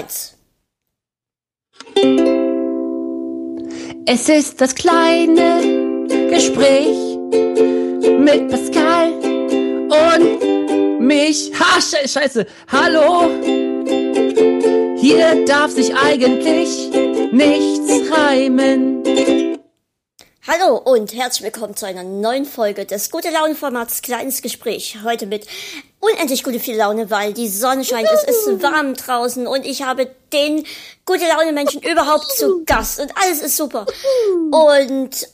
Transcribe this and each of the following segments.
Es ist das kleine Gespräch mit Pascal und mich. Ha, scheiße. Hallo. Hier darf sich eigentlich nichts reimen. Hallo und herzlich willkommen zu einer neuen Folge des Gute-Laune-Formats Kleines Gespräch. Heute mit unendlich viel Laune, weil die Sonne scheint, es ist warm draußen und ich habe den Gute-Laune-Menschen überhaupt zu Gast und alles ist super. Und,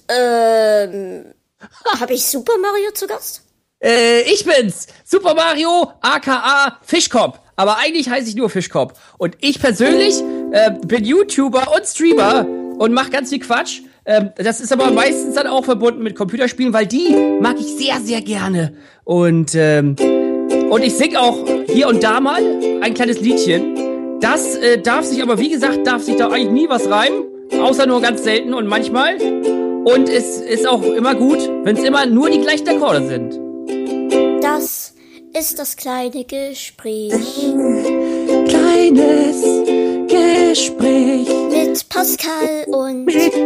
habe ich Super Mario zu Gast? Ich bin's, Super Mario, aka Fischkopf. Aber eigentlich heiße ich nur Fischkopf. Und ich persönlich bin YouTuber und Streamer und mache ganz viel Quatsch. Das ist aber meistens dann auch verbunden mit Computerspielen, weil die mag ich sehr, sehr gerne. Und ich singe auch hier und da mal ein kleines Liedchen. Das darf sich aber, wie gesagt, da eigentlich nie was reimen. Außer nur ganz selten und manchmal. Und es ist auch immer gut, wenn es immer nur die gleichen Akkorde sind. Das ist das kleine Gespräch. Kleines Gespräch mit Pascal und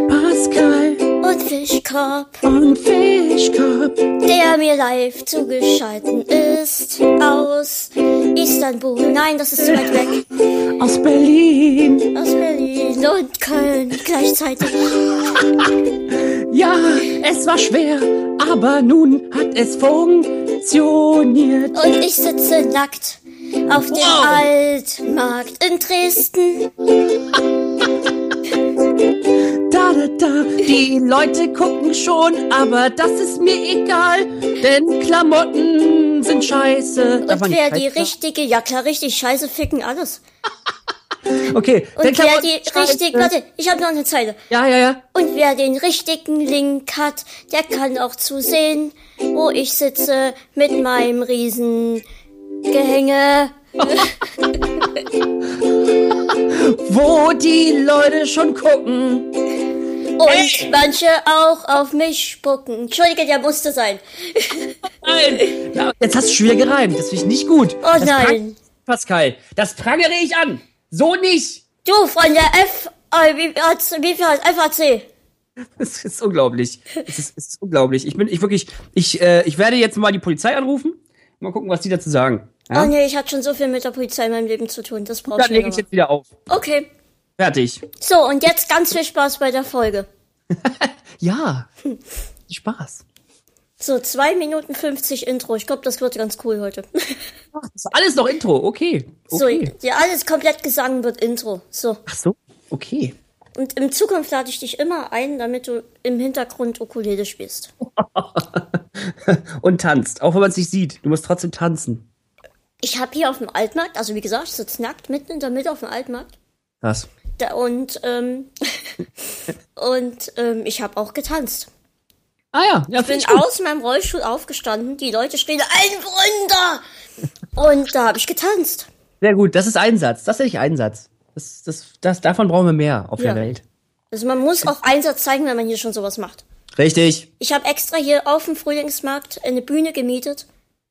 Fischkopf. Der mir live zugeschalten ist aus Istanbul. Nein, das ist zu weit weg. Aus Berlin. Aus Berlin und Köln gleichzeitig. Ja, es war schwer, aber nun hat es funktioniert. Und ich sitze nackt auf dem Altmarkt in Dresden. Die Leute gucken schon, aber das ist mir egal, denn Klamotten sind scheiße. Und wer die richtige, ja klar, richtig, scheiße ficken alles. Okay. Und wer die richtige, warte, ich habe noch eine Zeile. Ja. Und wer den richtigen Link hat, der kann auch zusehen, wo ich sitze mit meinem Riesengehänge. Wo die Leute schon gucken. Und manche auch auf mich spucken. Entschuldige, der musste sein. Nein. Ja, jetzt hast du schwer gereimt. Das finde ich nicht gut. Oh nein. Pascal, das prangere ich an. So nicht. Du, von der wie viel heißt FAC? Das ist unglaublich. Es ist unglaublich. Ich werde jetzt mal die Polizei anrufen. Mal gucken, was die dazu sagen. Ja? Oh nee, ich hatte schon so viel mit der Polizei in meinem Leben zu tun. Das brauche ich. Dann lege ich jetzt wieder auf. Okay. Fertig. So, und jetzt ganz viel Spaß bei der Folge. Ja. Spaß. So, 2 Minuten 50 Intro. Ich glaube, das wird ganz cool heute. Ach, das ist alles noch Intro. Okay. So, ja, alles komplett Gesang wird Intro. So. Ach so. Okay. Und in Zukunft lade ich dich immer ein, damit du im Hintergrund Ukulele spielst. Und tanzt. Auch wenn man es nicht sieht. Du musst trotzdem tanzen. Ich habe hier auf dem Altmarkt, also wie gesagt, ich sitze nackt mitten in der Mitte auf dem Altmarkt. Was? Ich habe auch getanzt. Ah ja. Ich bin aus meinem Rollstuhl aufgestanden, die Leute stehen ein Wunder! Und da habe ich getanzt. Sehr gut, das ist Einsatz. Das ist nicht Einsatz. Davon brauchen wir mehr auf der Welt. Also man muss auch Einsatz zeigen, wenn man hier schon sowas macht. Richtig. Ich habe extra hier auf dem Frühlingsmarkt eine Bühne gemietet.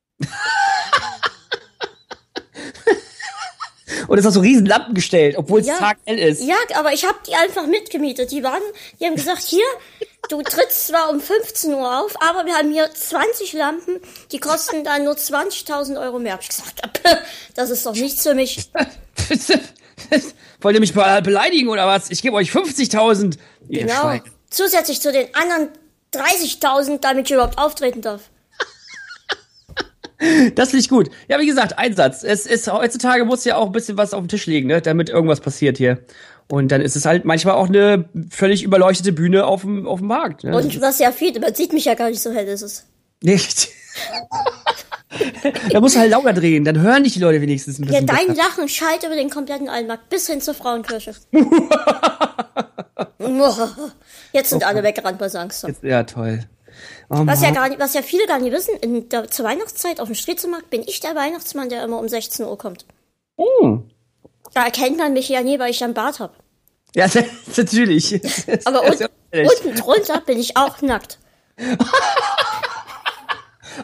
Und es hat so riesen Lampen gestellt, obwohl es taghell ist. Ja, aber ich habe die einfach mitgemietet. Die haben gesagt, hier, du trittst zwar um 15 Uhr auf, aber wir haben hier 20 Lampen, die kosten dann nur 20.000 Euro mehr. Hab ich gesagt, das ist doch nichts für mich. Wollt ihr mich beleidigen oder was? Ich gebe euch 50.000. Genau. Schweine. Zusätzlich zu den anderen 30.000, damit ich überhaupt auftreten darf. Das finde ich gut. Ja, wie gesagt, Einsatz. Heutzutage muss ja auch ein bisschen was auf den Tisch liegen, ne, damit irgendwas passiert hier. Und dann ist es halt manchmal auch eine völlig überleuchtete Bühne auf dem Markt. Ne? Und was ja viel, man sieht mich ja gar nicht, so hell ist es. Nicht. Da musst du halt lauter drehen, dann hören dich die Leute wenigstens ein bisschen. Ja, dein Lachen schallt über den kompletten Altmarkt bis hin zur Frauenkirche. Jetzt sind alle weggerannt, weil sie Angst haben. Ja, toll. Oh, was ja viele gar nicht wissen, zur Weihnachtszeit auf dem Striezelmarkt bin ich der Weihnachtsmann, der immer um 16 Uhr kommt. Oh. Da erkennt man mich ja nie, weil ich einen Bart habe. Ja, natürlich. Aber unten drunter bin ich auch nackt.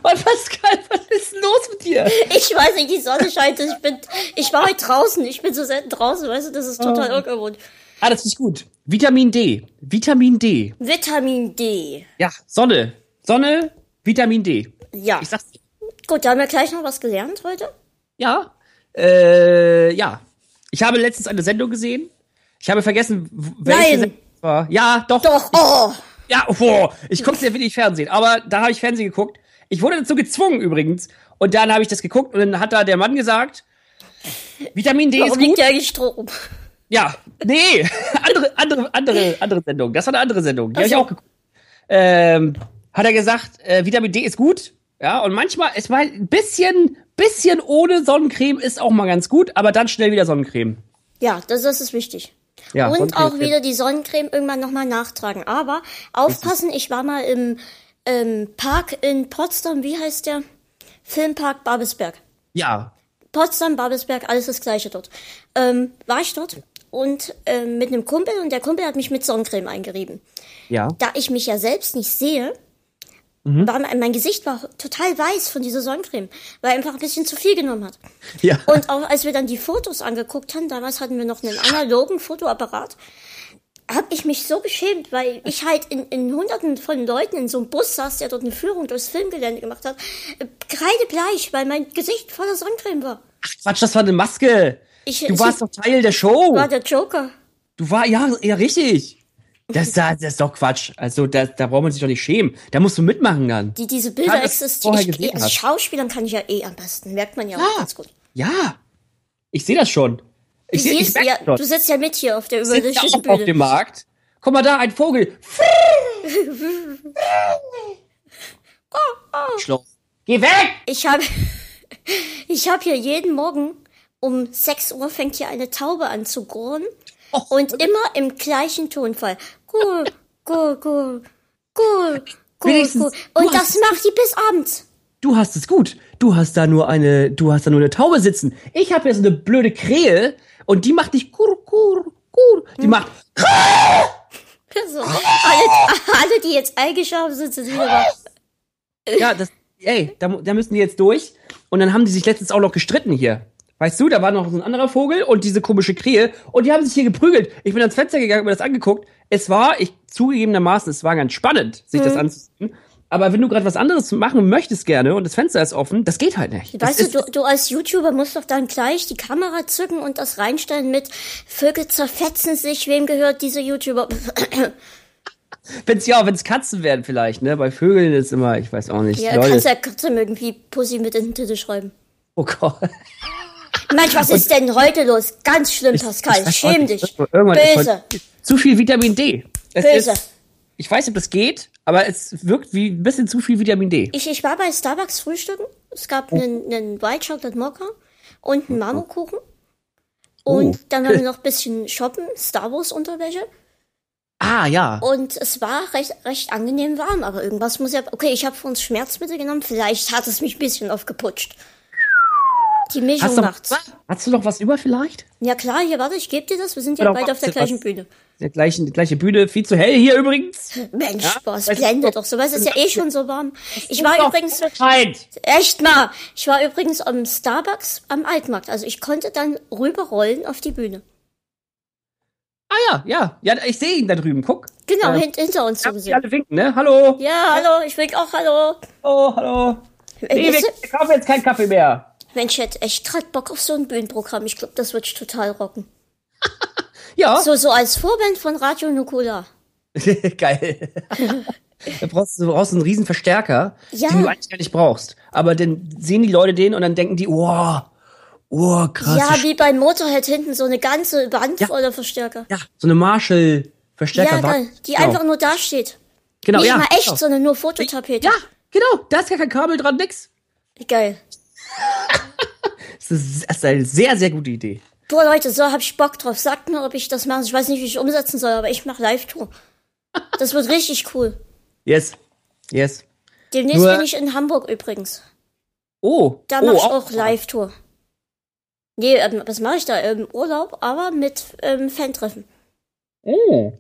Und Pascal, was ist denn los mit dir? Ich weiß nicht, die Sonne scheint. Ich war heute draußen. Ich bin so selten draußen, weißt du, das ist total ungewohnt. Ah, das ist gut. Vitamin D. Vitamin D. Vitamin D. Ja, Sonne. Sonne, Vitamin D. Ja. Ich sag's dir. Gut, da haben wir gleich noch was gelernt heute. Ja. Ja. Ich habe letztens eine Sendung gesehen. Ich habe vergessen, welche Nein. Sendung es war. Ja, doch. Doch, oh. Ja, ich gucke sehr wenig Fernsehen, aber da habe ich Fernsehen geguckt. Ich wurde dazu gezwungen übrigens. Und dann habe ich das geguckt und dann hat da der Mann gesagt, Vitamin D Warum ist liegt gut. der eigentlich Strom? Ja, nee, andere Sendung. Das war eine andere Sendung, die habe ich Ach so. auch geguckt. Hat er gesagt, Vitamin D ist gut. Ja, und manchmal, es war ein bisschen ohne Sonnencreme ist auch mal ganz gut, aber dann schnell wieder Sonnencreme. Ja, das ist wichtig. Ja, Und Sonnencreme auch wieder die Sonnencreme irgendwann nochmal nachtragen. Aber aufpassen, ich war mal im Park in Potsdam, wie heißt der? Filmpark Babelsberg. Ja. Potsdam, Babelsberg, alles das Gleiche dort. War ich dort und mit einem Kumpel und der Kumpel hat mich mit Sonnencreme eingerieben. Ja. Da ich mich ja selbst nicht sehe, war mein Gesicht war total weiß von dieser Sonnencreme, weil er einfach ein bisschen zu viel genommen hat. Ja. Und auch als wir dann die Fotos angeguckt haben, damals hatten wir noch einen analogen Fotoapparat, habe ich mich so geschämt, weil ich halt in Hunderten von Leuten in so einem Bus saß, der dort eine Führung durchs Filmgelände gemacht hat, kreidebleich, weil mein Gesicht voller Sonnencreme war. Ach Quatsch, das war eine Maske. Du warst doch Teil der Show. War der Joker. Ja, richtig. Das ist doch Quatsch. Also, da braucht man sich doch nicht schämen. Da musst du mitmachen dann. Diese Bilder Ja, das existieren. vorher gesehen Als hast. Schauspielern kann ich ja am besten. Merkt man ja auch ganz gut. Ja. Ich sehe das schon. Ich Siehst, merk's ja, schon. du sitzt ja mit hier auf der Sitzt ja übersichtlichen auch auf Bühne. dem Markt. Guck mal da, ein Vogel. Schluss. Geh weg! Ich habe hier jeden Morgen um 6 Uhr fängt hier eine Taube an zu gurren. Und immer im gleichen Tonfall. Gur, gur, gur, gur, gur, Wenigstens, gur. du Und das macht die bis abends. Du hast es gut. Du hast da nur eine Taube sitzen. Ich habe hier so eine blöde Krähe und die macht nicht kur, kur, kur. Die macht So. Alle, die jetzt eingeschlafen sind, sind wieder wach. ja, da müssen die jetzt durch. Und dann haben die sich letztens auch noch gestritten hier. Weißt du, da war noch so ein anderer Vogel und diese komische Krähe und die haben sich hier geprügelt. Ich bin ans Fenster gegangen und mir das angeguckt. Es war ganz spannend, sich das anzusehen. Aber wenn du gerade was anderes machen möchtest gerne und das Fenster ist offen, das geht halt nicht. Weißt du als YouTuber musst doch dann gleich die Kamera zücken und das reinstellen mit Vögel zerfetzen sich, wem gehört dieser YouTuber? Wenn's Katzen werden vielleicht, ne? Bei Vögeln ist immer, ich weiß auch nicht. Ja, Leute. kannst ja trotzdem irgendwie Pussy mit in den Titel schreiben. Oh Gott. Mensch, was ist denn heute los? Ganz schlimm, Pascal. Schäm dich. Böse. Zu viel Vitamin D. Böse. Ich weiß nicht, ob das geht, aber es wirkt wie ein bisschen zu viel Vitamin D. Ich war bei Starbucks frühstücken. Es gab einen White Chocolate Mocha und einen Marmorkuchen. Und dann waren wir noch ein bisschen shoppen, Star Wars Unterwäsche. Ah, ja. Und es war recht angenehm warm, aber irgendwas muss ja... Okay, ich habe für uns Schmerzmittel genommen. Vielleicht hat es mich ein bisschen aufgeputscht. Die Mischung macht's. Hast du noch was über vielleicht? Ja klar, hier, warte, ich gebe dir das. Wir sind ja beide auf der gleichen Bühne. Die gleiche Bühne, viel zu hell hier übrigens. Mensch, Ja, boah, es das ist blendet doch- doch. Sowas ist ja eh schon so warm. Ich war Doch, übrigens... Zeit. Echt mal. Ich war übrigens am Starbucks am Altmarkt. Also ich konnte dann rüberrollen auf die Bühne. Ah ja. Ja, ich sehe ihn da drüben, guck. Genau, hinter uns so Die gesehen. alle winken, ne? Hallo. Ja, hallo, ich wink auch hallo. Oh, hallo. Nee, Weißt wir kaufen jetzt keinen Kaffee mehr. Mensch, ich hätte echt grad Bock auf so ein Bühnenprogramm. Ich glaube, das wird total rocken. Ja. So als Vorband von Radio Nukular. Geil. Du brauchst einen riesen Verstärker, Ja. den du eigentlich gar nicht brauchst. Aber dann sehen die Leute den und dann denken die, wow, krass. Ja, wie bei Motorhead hinten so eine ganze Wand voller Verstärker. Ja, so eine Marshall-Verstärker. Ja, geil. Die Genau. einfach nur da steht. Genau, Nicht ja. mal echt, genau. sondern nur Fototapete. Ja, genau. Da ist gar kein Kabel dran, nix. Geil. Das ist eine sehr, sehr gute Idee. Boah, Leute, so hab ich Bock drauf. Sagt mir, ob ich das mache. Ich weiß nicht, wie ich umsetzen soll, aber ich mache Live-Tour. Das wird richtig cool. Yes. Demnächst Nur- bin ich in Hamburg übrigens. Oh. Da mache ich auch Live-Tour. Nee, was mache ich da? Urlaub, aber mit Fan-Treffen. Oh.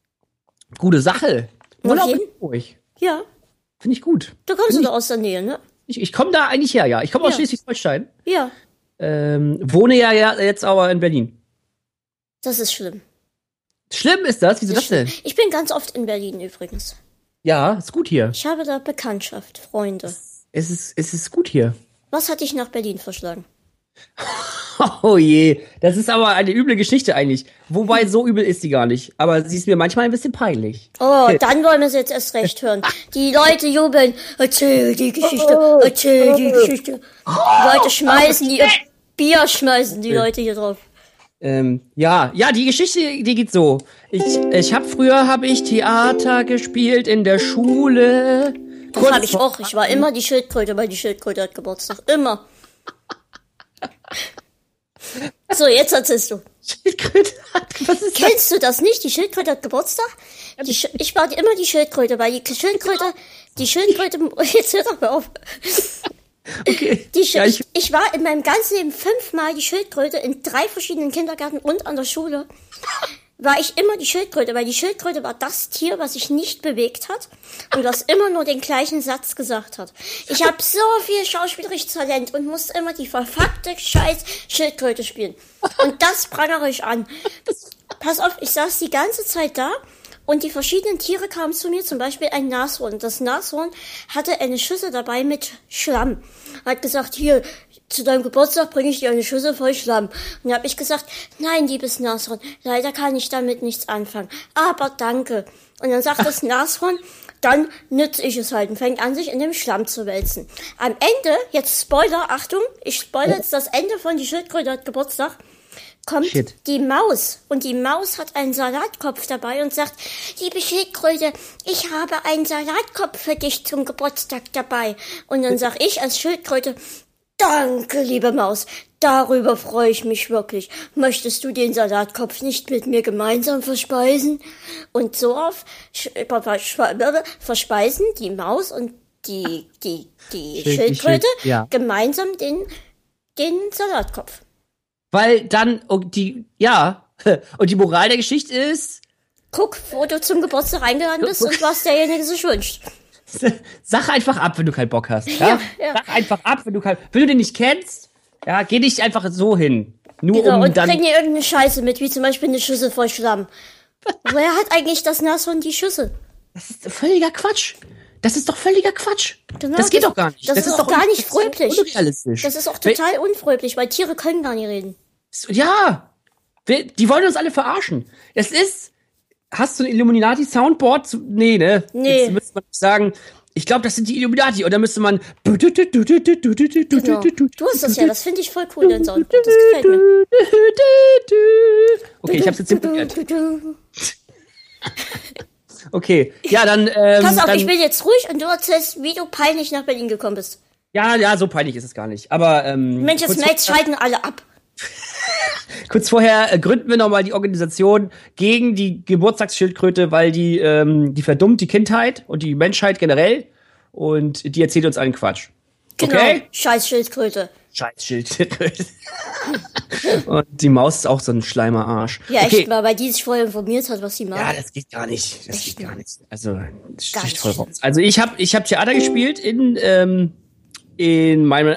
Gute Sache. Auf Urlaub jeden? in Hamburg. Ja, Finde ich gut. da kommst du doch aus der Nähe, ne? Ich komme da eigentlich her, ja. Ich komme aus Schleswig-Holstein. Ja. Wohne ja jetzt aber in Berlin. Das ist schlimm. Schlimm ist das? Wieso das denn? Ich bin ganz oft in Berlin übrigens. Ja, ist gut hier. Ich habe da Bekanntschaft, Freunde. Es ist gut hier. Was hat dich nach Berlin verschlagen? Oh je, das ist aber eine üble Geschichte eigentlich. Wobei, so übel ist sie gar nicht. Aber sie ist mir manchmal ein bisschen peinlich. Oh, dann wollen wir es jetzt erst recht hören. Die Leute jubeln. Erzähl die Geschichte, erzähl die Geschichte. Die Leute schmeißen ihr Bier, schmeißen die Leute hier drauf. Ja, die Geschichte, die geht so. Früher habe ich Theater gespielt in der Schule. Das habe ich auch. Ich war immer die Schildkröte, weil die Schildkröte hat Geburtstag. Immer. So, jetzt erzählst du. Schildkröte was ist Kennst du das nicht? Die Schildkröte hat Geburtstag? Ich war immer die Schildkröte, weil die Schildkröte, jetzt hör doch mal auf. Okay. Ich war in meinem ganzen Leben 5-mal die Schildkröte in 3 verschiedenen Kindergärten und an der Schule. War ich immer die Schildkröte, weil die Schildkröte war das Tier, was sich nicht bewegt hat und was immer nur den gleichen Satz gesagt hat. Ich habe so viel schauspielerisches Talent und musste immer die verfuckte scheiß Schildkröte spielen. Und das prangere ich an. Pass auf, ich saß die ganze Zeit da und die verschiedenen Tiere kamen zu mir, zum Beispiel ein Nashorn. Das Nashorn hatte eine Schüssel dabei mit Schlamm. Hat gesagt, hier, zu deinem Geburtstag bringe ich dir eine Schüssel voll Schlamm. Und dann habe ich gesagt, nein, liebes Nashorn, leider kann ich damit nichts anfangen. Aber danke. Und dann sagt das Nashorn, dann nütze ich es halt und fängt an, sich in dem Schlamm zu wälzen. Am Ende, jetzt Spoiler, Achtung, ich spoilere jetzt das Ende von Die Schildkröte hat Geburtstag, kommt die Maus. Und die Maus hat einen Salatkopf dabei und sagt, liebe Schildkröte, ich habe einen Salatkopf für dich zum Geburtstag dabei. Und dann sag ich als Schildkröte, danke, liebe Maus, darüber freue ich mich wirklich. Möchtest du den Salatkopf nicht mit mir gemeinsam verspeisen? Und so verspeisen die Maus und die Schildkröte gemeinsam den Salatkopf. Weil dann, und die Moral der Geschichte ist, guck, wo du zum Geburtstag eingeladen bist und was derjenige sich wünscht. Sag einfach ab, wenn du keinen Bock hast. Ja? Sag einfach ab, wenn du den nicht kennst, ja, geh nicht einfach so hin. Nur genau, um und dann. Bring dir irgendeine Scheiße mit, wie zum Beispiel eine Schüssel voll Schlamm. Woher hat eigentlich das Nashorn die Schüssel? Das ist völliger Quatsch. Das ist doch völliger Quatsch. Genau, das geht doch gar nicht. Das ist auch gar nicht fröhlich. Unrealistisch. Das ist auch total unfröhlich, weil Tiere können gar nicht reden. Ja, die wollen uns alle verarschen. Es ist. Hast du ein Illuminati-Soundboard? Nee, ne? Nee. Jetzt müsste man sagen, ich glaube, das sind die Illuminati. Oder müsste man. Genau. Du hast das ja, das finde ich voll cool, dein Soundboard. Das gefällt mir. Okay, ich hab's jetzt simuliert. Okay, ja, dann. Pass auf, ich bin jetzt ruhig und du erzählst, wie du peinlich nach Berlin gekommen bist. Ja, so peinlich ist es gar nicht. Aber. Mensch, jetzt Mates schalten alle ab. Kurz vorher gründen wir nochmal die Organisation gegen die Geburtstagsschildkröte, weil die verdummt die Kindheit und die Menschheit generell und die erzählt uns allen Quatsch. Genau, okay? Scheiß Schildkröte. Scheiß Schildkröte. Und die Maus ist auch so ein schleimer Arsch. Ja, echt mal, weil die sich vorher informiert hat, was sie macht. Ja, das geht gar nicht. Das geht gar nicht. Also, das sticht voll raus. Also, ich hab Theater gespielt in meinem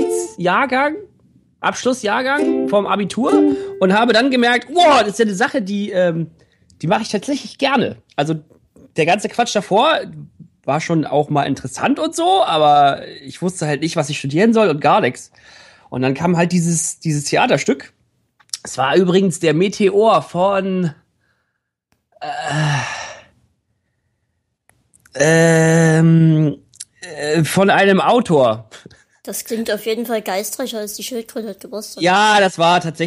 Abschlussjahrgang vom Abitur und habe dann gemerkt, wow, das ist ja eine Sache, die mache ich tatsächlich gerne. Also der ganze Quatsch davor war schon auch mal interessant und so, aber ich wusste halt nicht, was ich studieren soll und gar nichts. Und dann kam halt dieses Theaterstück. Es war übrigens der Meteor von einem Autor. Das klingt auf jeden Fall geistreicher als die Schildkröte hat Geburtstag. Ja, das war so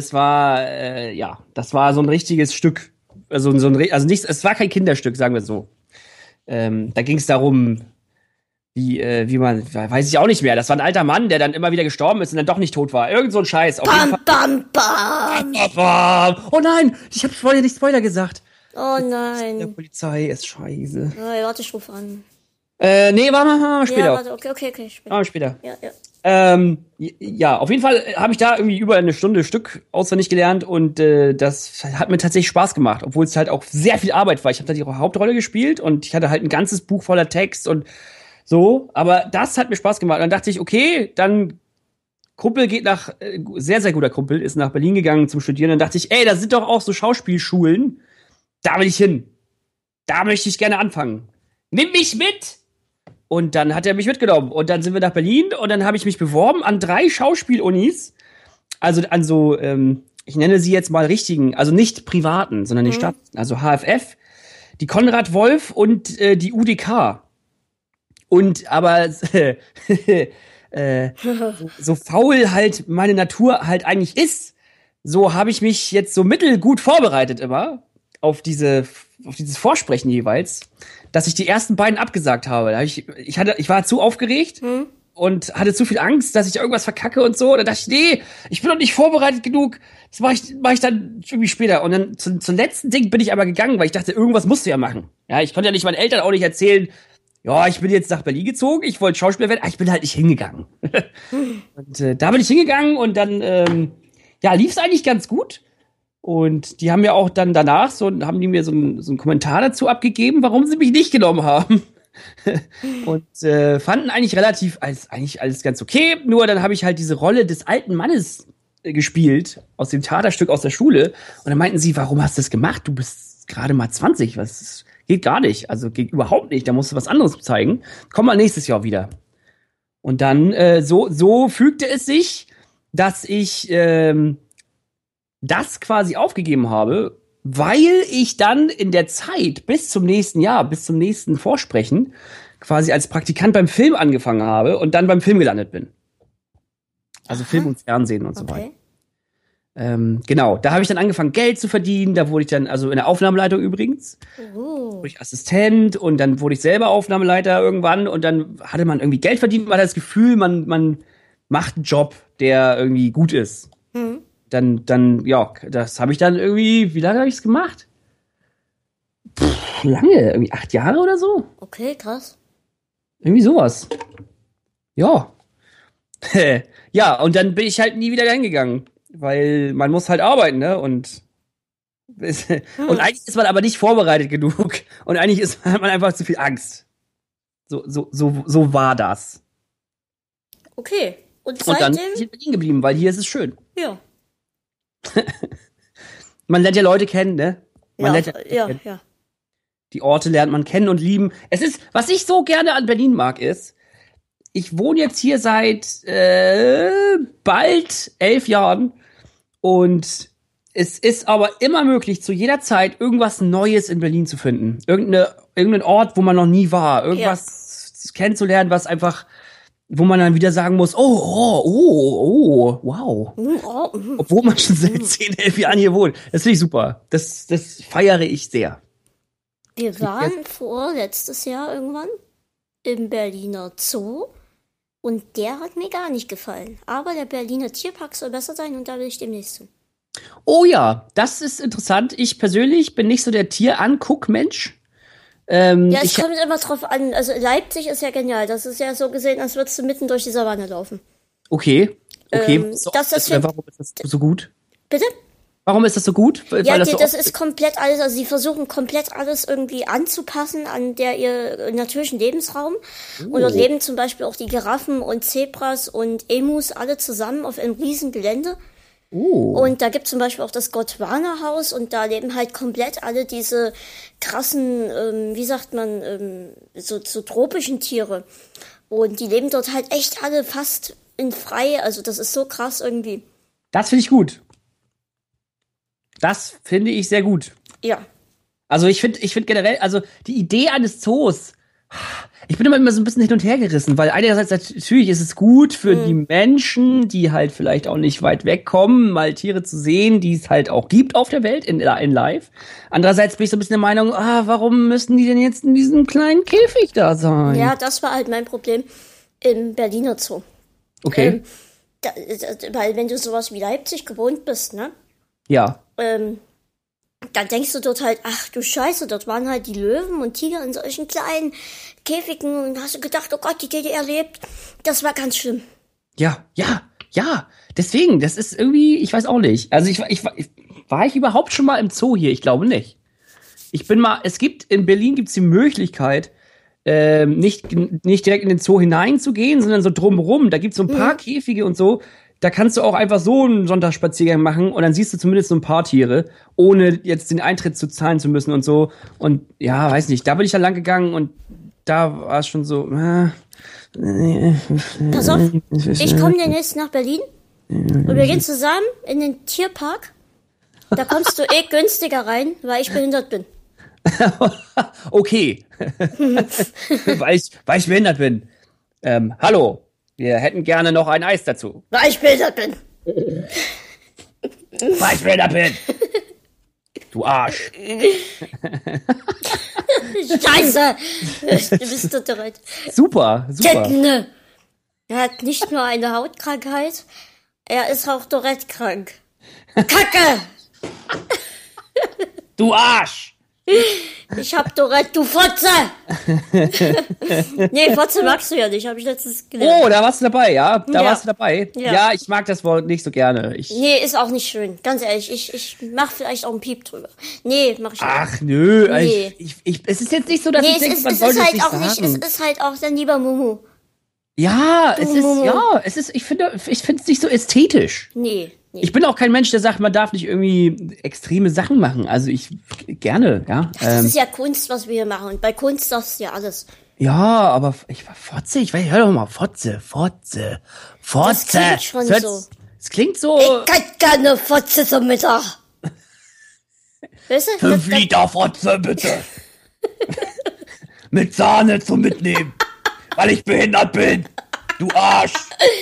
ein richtiges Stück. Es war kein Kinderstück, sagen wir so. Da ging es darum, wie man, weiß ich auch nicht mehr. Das war ein alter Mann, der dann immer wieder gestorben ist und dann doch nicht tot war. Irgend so ein Scheiß. Bam, bam, bam. Oh nein, ich habe vorher nicht Spoiler gesagt. Oh nein. Der Polizei ist scheiße. Oh, warte, ich rufe an. Nee, machen wir später. Ja, warte, okay, später. Machen wir später. Ja. Ja, auf jeden Fall habe ich da irgendwie über eine Stunde Stück auswendig gelernt und das hat mir tatsächlich Spaß gemacht, obwohl es halt auch sehr viel Arbeit war. Ich habe da die Hauptrolle gespielt und ich hatte halt ein ganzes Buch voller Text und So, aber das hat mir Spaß gemacht. Und dann dachte ich, okay, dann Kumpel geht sehr, sehr guter Kumpel, ist nach Berlin gegangen zum Studieren. Dann dachte ich, ey, da sind doch auch so Schauspielschulen. Da will ich hin. Da möchte ich gerne anfangen. Nimm mich mit! Und dann hat er mich mitgenommen. Und dann sind wir nach Berlin und dann habe ich mich beworben an 3 Schauspielunis. Also an so, ich nenne sie jetzt mal richtigen, also nicht privaten, sondern die Stadt. Also HFF, die Konrad Wolf und die UDK. Und aber so faul halt meine Natur halt eigentlich ist, so habe ich mich jetzt so mittelgut vorbereitet immer auf dieses Vorsprechen jeweils, dass ich die ersten beiden abgesagt habe. Ich war zu aufgeregt und hatte zu viel Angst, dass ich irgendwas verkacke und so. Und dann dachte ich, nee, ich bin noch nicht vorbereitet genug. Das mach ich dann irgendwie später. Und dann zum letzten Ding bin ich aber gegangen, weil ich dachte, irgendwas musst du ja machen. Ja, ich konnte ja nicht meinen Eltern auch nicht erzählen, ja, ich bin jetzt nach Berlin gezogen, ich wollte Schauspieler werden, ich bin halt nicht hingegangen. Und da bin ich hingegangen und dann, lief es eigentlich ganz gut. Und die haben ja auch dann danach haben die mir so einen Kommentar dazu abgegeben, warum sie mich nicht genommen haben. Und fanden eigentlich eigentlich alles ganz okay. Nur dann habe ich halt diese Rolle des alten Mannes gespielt, aus dem Theaterstück aus der Schule. Und dann meinten sie, warum hast du das gemacht? Du bist gerade mal 20, geht gar nicht, also geht überhaupt nicht, da musst du was anderes zeigen. Komm mal nächstes Jahr wieder. Und dann, so fügte es sich, dass ich das quasi aufgegeben habe, weil ich dann in der Zeit bis zum nächsten Vorsprechen, quasi als Praktikant beim Film angefangen habe und dann beim Film gelandet bin. Also Film und Fernsehen und so weiter. Genau, da habe ich dann angefangen, Geld zu verdienen. Da wurde ich dann, also in der Aufnahmeleitung übrigens, wurde ich Assistent und dann wurde ich selber Aufnahmeleiter irgendwann und dann hatte man irgendwie Geld verdient. Man hat das Gefühl, man macht einen Job, der irgendwie gut ist. Dann, ja, das habe ich dann irgendwie, wie lange habe ich es gemacht? Lange, irgendwie 8 Jahre oder so. Okay, krass. Irgendwie sowas. Ja. Ja, und dann bin ich halt nie wieder hingegangen. Weil man muss halt arbeiten, ne? Und eigentlich ist man aber nicht vorbereitet genug. Und eigentlich hat man einfach zu viel Angst. So war das. Okay. Und dann bin ich in Berlin geblieben, weil hier ist es schön. Ja. Man lernt ja Leute kennen, ne? Ja. Die Orte lernt man kennen und lieben. Was ich so gerne an Berlin mag, ist, ich wohne jetzt hier seit bald 11 Jahren und es ist aber immer möglich, zu jeder Zeit irgendwas Neues in Berlin zu finden. Irgendein Ort, wo man noch nie war. Irgendwas kennenzulernen, wo man dann wieder sagen muss, wow. Obwohl man schon seit 10, 11 Jahren hier wohnt. Das finde ich super. Das feiere ich sehr. Wir waren letztes Jahr irgendwann im Berliner Zoo. Und der hat mir gar nicht gefallen. Aber der Berliner Tierpark soll besser sein und da will ich demnächst hin. Oh ja, das ist interessant. Ich persönlich bin nicht so der Tieranguck-Mensch. Es kommt immer drauf an. Also Leipzig ist ja genial. Das ist ja so gesehen, als würdest du mitten durch die Savanne laufen. Okay. Warum ist das so gut? Bitte? Warum ist das so gut? Das ist komplett alles, also sie versuchen komplett alles irgendwie anzupassen an ihr natürlichen Lebensraum. Und dort leben zum Beispiel auch die Giraffen und Zebras und Emus alle zusammen auf einem riesen Gelände. Und da gibt zum Beispiel auch das Gondwana-Haus und da leben halt komplett alle diese krassen, so tropischen Tiere. Und die leben dort halt echt alle fast in frei, also das ist so krass irgendwie. Das finde ich gut. Das finde ich sehr gut. Ja. Also ich finde generell, also die Idee eines Zoos, ich bin immer so ein bisschen hin und her gerissen, weil einerseits natürlich ist es gut für die Menschen, die halt vielleicht auch nicht weit wegkommen, mal Tiere zu sehen, die es halt auch gibt auf der Welt in live. Andererseits bin ich so ein bisschen der Meinung, warum müssen die denn jetzt in diesem kleinen Käfig da sein? Ja, das war halt mein Problem im Berliner Zoo. Okay. Weil wenn du sowas wie Leipzig gewohnt bist, ne? Ja. Dann denkst du dort halt, ach du Scheiße, dort waren halt die Löwen und Tiger in solchen kleinen Käfigen und hast du gedacht, oh Gott, die DDR lebt. Das war ganz schlimm. Ja. Deswegen, das ist irgendwie, ich weiß auch nicht. Also war ich überhaupt schon mal im Zoo hier? Ich glaube nicht. In Berlin gibt's die Möglichkeit, nicht direkt in den Zoo hineinzugehen, sondern so drumrum. Da gibt's so ein paar Käfige und so. Da kannst du auch einfach so einen Sonntagsspaziergang machen und dann siehst du zumindest so ein paar Tiere, ohne jetzt den Eintritt zu zahlen zu müssen und so. Und ja, weiß nicht, da bin ich dann lang gegangen und da war es schon so. Pass auf, ich komme demnächst nach Berlin und wir gehen zusammen in den Tierpark. Da kommst du günstiger rein, weil ich behindert bin. Okay. weil ich behindert bin. Hallo. Wir hätten gerne noch ein Eis dazu. Weil ich behindert bin. Weil ich behindert bin. Du Arsch. Scheiße. Du bist total. Super. Kettene. Er hat nicht nur eine Hautkrankheit, er ist auch Tourette-krank. Kacke! Du Arsch. Ich hab Tourette, du Fotze! Nee, Fotze magst du ja nicht, habe ich letztens gelernt. Oh, da warst du dabei, ja? Da Ja. warst du dabei. Ja. Ja, ich mag das Wort nicht so gerne. Nee, ist auch nicht schön. Ganz ehrlich, ich mach vielleicht auch einen Piep drüber. Nee, mach ich nicht. Ach, nö. Nee. Es ist jetzt nicht so, dass Nee, ich denke, man es sollte ist es halt nicht auch nicht, sagen. es ist halt auch dann lieber Mumu. Ja, Mumu. ich finde es nicht so ästhetisch. Nee. Ich bin auch kein Mensch, der sagt, man darf nicht irgendwie extreme Sachen machen. Also ich gerne, ja. Das ist ja Kunst, was wir hier machen. Und bei Kunst darfst du ja alles. Ja, aber Fotze, hör doch mal, Fotze. Das klingt schon so. Es klingt so. Ich kann gerne Fotze zum Mittag. Weißt du? 5 Liter Fotze, bitte. Mit Sahne zum Mitnehmen. Weil ich behindert bin. Du Arsch.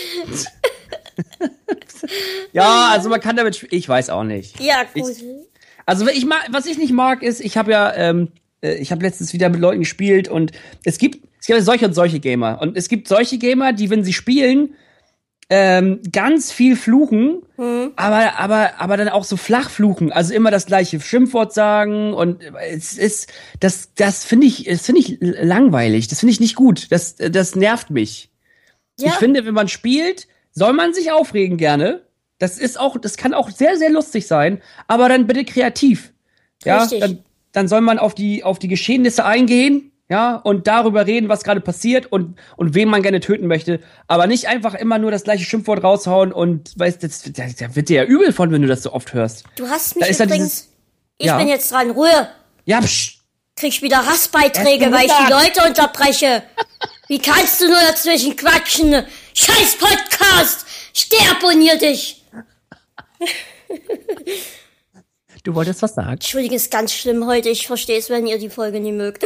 Ja, also man kann damit spielen. Ich weiß auch nicht. Ja, gut. Also was ich nicht mag, ist, ich habe letztens wieder mit Leuten gespielt und es gibt solche und solche Gamer. Und es gibt solche Gamer, die, wenn sie spielen, ganz viel fluchen, aber dann auch so flach fluchen. Also immer das gleiche Schimpfwort sagen und das finde ich langweilig. Das finde ich nicht gut. Das nervt mich. Ja. Ich finde, wenn man spielt, soll man sich aufregen gerne. Das kann auch sehr, sehr lustig sein, aber dann bitte kreativ. Ja, Richtig. dann soll man auf die Geschehnisse eingehen, ja, und darüber reden, was gerade passiert und wen man gerne töten möchte, aber nicht einfach immer nur das gleiche Schimpfwort raushauen und weißt, da wird dir ja übel von, wenn du das so oft hörst. Du hast Da mich ist dann übrigens. Ich ja. bin jetzt dran. Ruhe. Ja, psch. Krieg ich wieder Hassbeiträge, Erst weil ich die Mittag. Leute unterbreche. Wie kannst du nur dazwischen quatschen? Scheiß Podcast! Ich deabonniere dich! Du wolltest was sagen? Entschuldigung, ist ganz schlimm heute. Ich verstehe es, wenn ihr die Folge nicht mögt.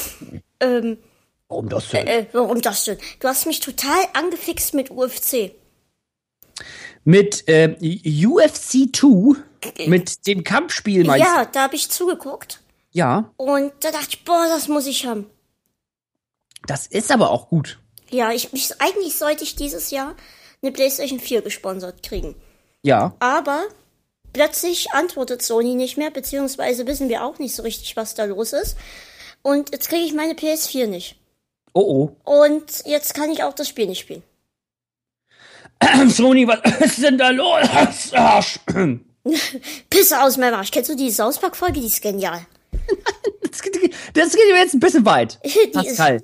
Warum das denn? Warum das denn? Du hast mich total angefixt mit UFC. Mit UFC 2, mit dem Kampfspiel meinst du? Ja, da habe ich zugeguckt. Ja, Und da dachte ich, boah, das muss ich haben. das ist aber auch gut. Ja, eigentlich sollte ich dieses Jahr eine PlayStation 4 gesponsert kriegen. Ja. Aber plötzlich antwortet Sony nicht mehr, beziehungsweise wissen wir auch nicht so richtig, was da los ist. Und jetzt kriege ich meine PS4 nicht. Oh. Und jetzt kann ich auch das Spiel nicht spielen. Sony, was ist denn da los? Arsch. Pisse aus meinem Arsch. Kennst du die South Park-Folge? Die ist genial. Das geht mir jetzt ein bisschen weit. Die Pascal.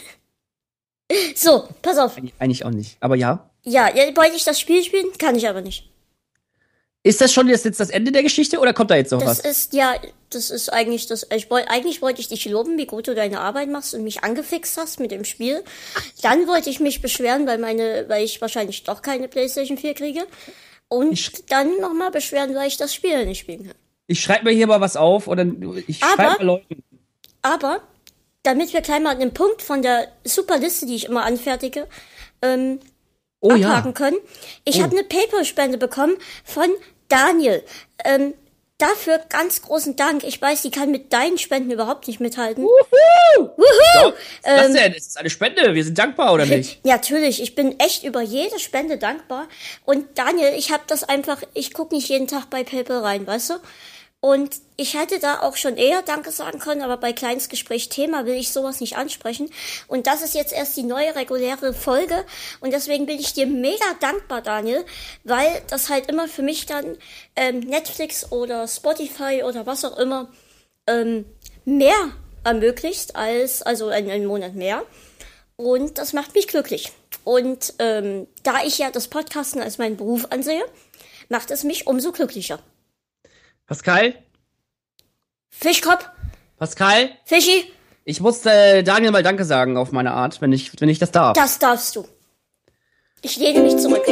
So, pass auf. Eigentlich auch nicht. Aber ja. Ja, wollte ich das Spiel spielen? Kann ich aber nicht. Ist das schon jetzt das Ende der Geschichte oder kommt da jetzt noch Das was? ist eigentlich das. Eigentlich wollte ich dich loben, wie gut du deine Arbeit machst und mich angefixt hast mit dem Spiel. Dann wollte ich mich beschweren, weil ich wahrscheinlich doch keine PlayStation 4 kriege. Und dann nochmal beschweren, weil ich das Spiel nicht spielen kann. Ich schreibe mir hier mal was auf oder ich schreibe mal Leuten. Aber, damit wir gleich mal einen Punkt von der Superliste, die ich immer anfertige, abhaken können. Ich habe eine PayPal-Spende bekommen von Daniel. Dafür ganz großen Dank. Ich weiß, die kann mit deinen Spenden überhaupt nicht mithalten. Wuhu! Was denn? Ist das eine Spende? Wir sind dankbar, oder nicht? Ja, natürlich. Ich bin echt über jede Spende dankbar. Und Daniel, ich gucke nicht jeden Tag bei PayPal rein, weißt du? Und ich hätte da auch schon eher Danke sagen können, aber bei kleines Gespräch Thema will ich sowas nicht ansprechen. Und das ist jetzt erst die neue reguläre Folge. Und deswegen bin ich dir mega dankbar, Daniel, weil das halt immer für mich dann Netflix oder Spotify oder was auch immer mehr ermöglicht als also einen Monat mehr. Und das macht mich glücklich. Und da ich ja das Podcasten als meinen Beruf ansehe, macht es mich umso glücklicher. Pascal? Fischkopf? Pascal? Fischi? Ich muss Daniel mal Danke sagen auf meine Art, wenn ich das darf. Das darfst du. Ich lehne mich zurück.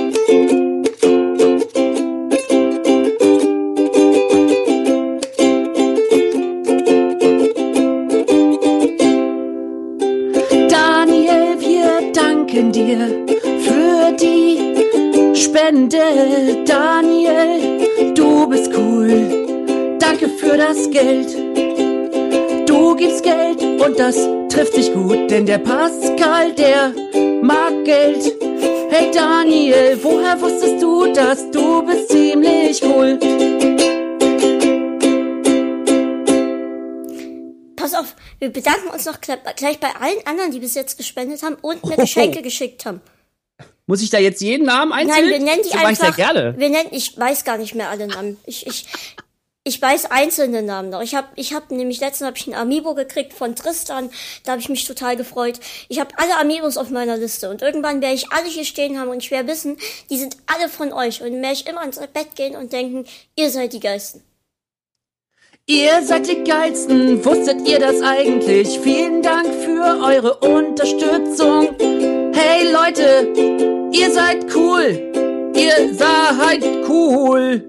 Daniel, wir danken dir für die Spende. Daniel, du bist cool. Danke für das Geld. Du gibst Geld und das trifft dich gut, denn der Pascal, der mag Geld. Hey Daniel, woher wusstest du das? Du bist ziemlich cool. Pass auf, wir bedanken uns noch gleich bei allen anderen, die bis jetzt gespendet haben und mir Geschenke geschickt haben. Muss ich da jetzt jeden Namen einzeln? Nein, wir nennen die so einfach. Ich sehr gerne. Ich weiß gar nicht mehr alle Namen. Ich weiß einzelne Namen noch. Ich hab nämlich letztens ein Amiibo gekriegt von Tristan. Da habe ich mich total gefreut. Ich habe alle Amiibos auf meiner Liste und irgendwann werde ich alle hier stehen haben und ich werde wissen, die sind alle von euch und werde ich immer ins Bett gehen und denken, ihr seid die Geilsten. Ihr seid die Geilsten, wusstet ihr das eigentlich? Vielen Dank für eure Unterstützung. Hey Leute, ihr seid cool. Ihr seid cool.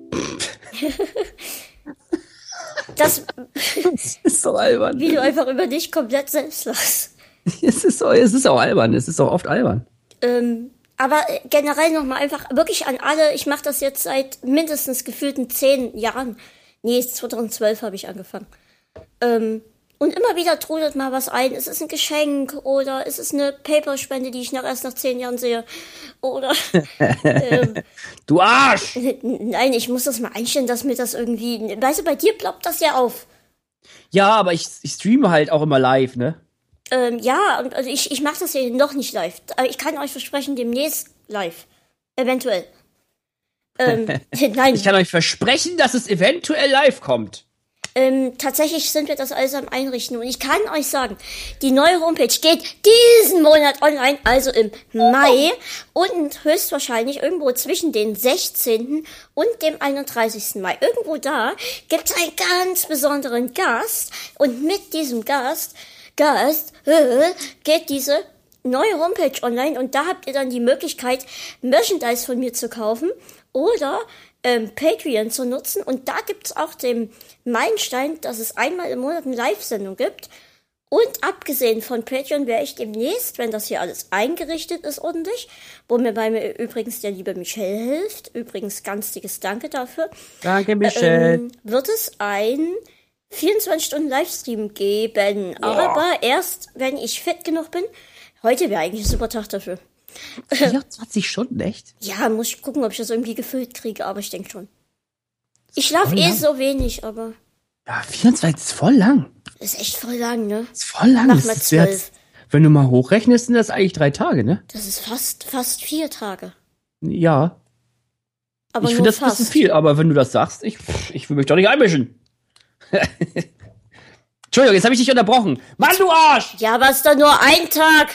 Das ist so albern. Wie du einfach über dich komplett selbst lachst. Es ist auch albern. Es ist auch oft albern. Aber generell nochmal einfach wirklich an alle. Ich mache das jetzt seit mindestens gefühlten 10 Jahren. Nee, 2012 habe ich angefangen. Und immer wieder trudelt mal was ein. Es ist ein Geschenk oder es ist eine Paperspende, die ich erst nach 10 Jahren sehe. Oder du Arsch! Nein, ich muss das mal einstellen, dass mir das irgendwie. Weißt du, bei dir ploppt das ja auf. Ja, aber ich streame halt auch immer live, ne? Ja, also ich mache das ja noch nicht live. Aber ich kann euch versprechen, demnächst live. Eventuell. Nein. Ich kann euch versprechen, dass es eventuell live kommt. Tatsächlich sind wir das alles am Einrichten und ich kann euch sagen, die neue Homepage geht diesen Monat online, also im Mai und höchstwahrscheinlich irgendwo zwischen den 16. und dem 31. Mai. Irgendwo da gibt es einen ganz besonderen Gast und mit diesem Gast geht diese neue Homepage online und da habt ihr dann die Möglichkeit, Merchandise von mir zu kaufen oder Patreon zu nutzen und da gibt's auch den Meilenstein, dass es einmal im Monat eine Live-Sendung gibt und abgesehen von Patreon werde ich demnächst, wenn das hier alles eingerichtet ist ordentlich, wo mir bei mir übrigens der liebe Michel hilft, übrigens ganz dickes Danke dafür. Danke Michel. Wird es ein 24-Stunden-Livestream geben, aber erst, wenn ich fit genug bin. Heute wäre eigentlich ein super Tag dafür. 24 Stunden, echt? Ja, muss ich gucken, ob ich das irgendwie gefüllt kriege, aber ich denke schon. Ich schlafe so wenig, aber. Ja, 24 ist voll lang. Ist echt voll lang, ne? Ist voll lang. Mach mal 12. Wenn du mal hochrechnest, sind das eigentlich 3 Tage, ne? Das ist fast 4 Tage. Ja. Aber ich finde das ein bisschen viel, aber wenn du das sagst, ich will mich doch nicht einmischen. Entschuldigung, jetzt habe ich dich unterbrochen. Mann, du Arsch! Ja, aber ist doch nur ein Tag.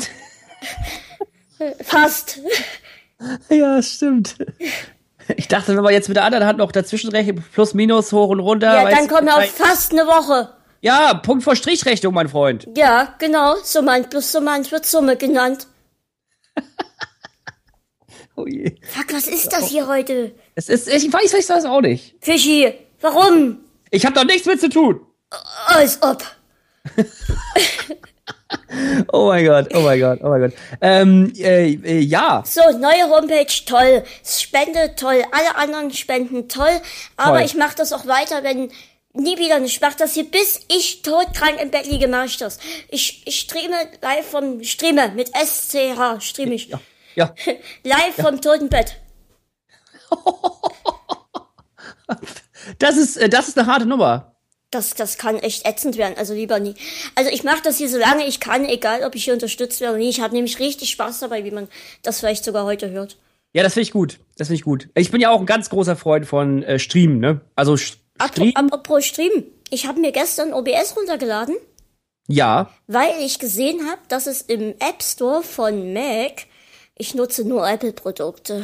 Fast. Ja, stimmt. Ich dachte, wenn wir jetzt mit der anderen Hand noch dazwischen rechnen, plus, minus, hoch und runter. Ja, dann kommen wir auf fast eine Woche. Ja, Punkt vor Strichrechnung, mein Freund. Ja, genau. Summe plus Summe wird Summe genannt. Oh je. Fuck, was ist das hier heute? Ich weiß das auch nicht. Fischi, warum? Ich hab doch nichts mit zu tun. Als ob. Oh mein Gott. Ja. So, neue Homepage, toll. Spende, toll. Alle anderen spenden, toll. Aber toll. Ich mache das auch weiter, wenn nie wieder nicht. Ich mache das hier, bis ich todkrank im Bett liege, mache ich das. Ich streame live streame mit SCH, streame ich. Ja. Live vom Totenbett. Das ist eine harte Nummer. Das kann echt ätzend werden, also lieber nie. Also ich mache das hier so lange ich kann, egal ob ich hier unterstützt werde oder nicht. Ich habe nämlich richtig Spaß dabei, wie man das vielleicht sogar heute hört. Ja, das finde ich gut. Ich bin ja auch ein ganz großer Freund von Streamen, ne? Also Streamen. Apropos Streamen. Ich habe mir gestern OBS runtergeladen, Ja. weil ich gesehen habe, dass es im App Store von Mac, ich nutze nur Apple-Produkte.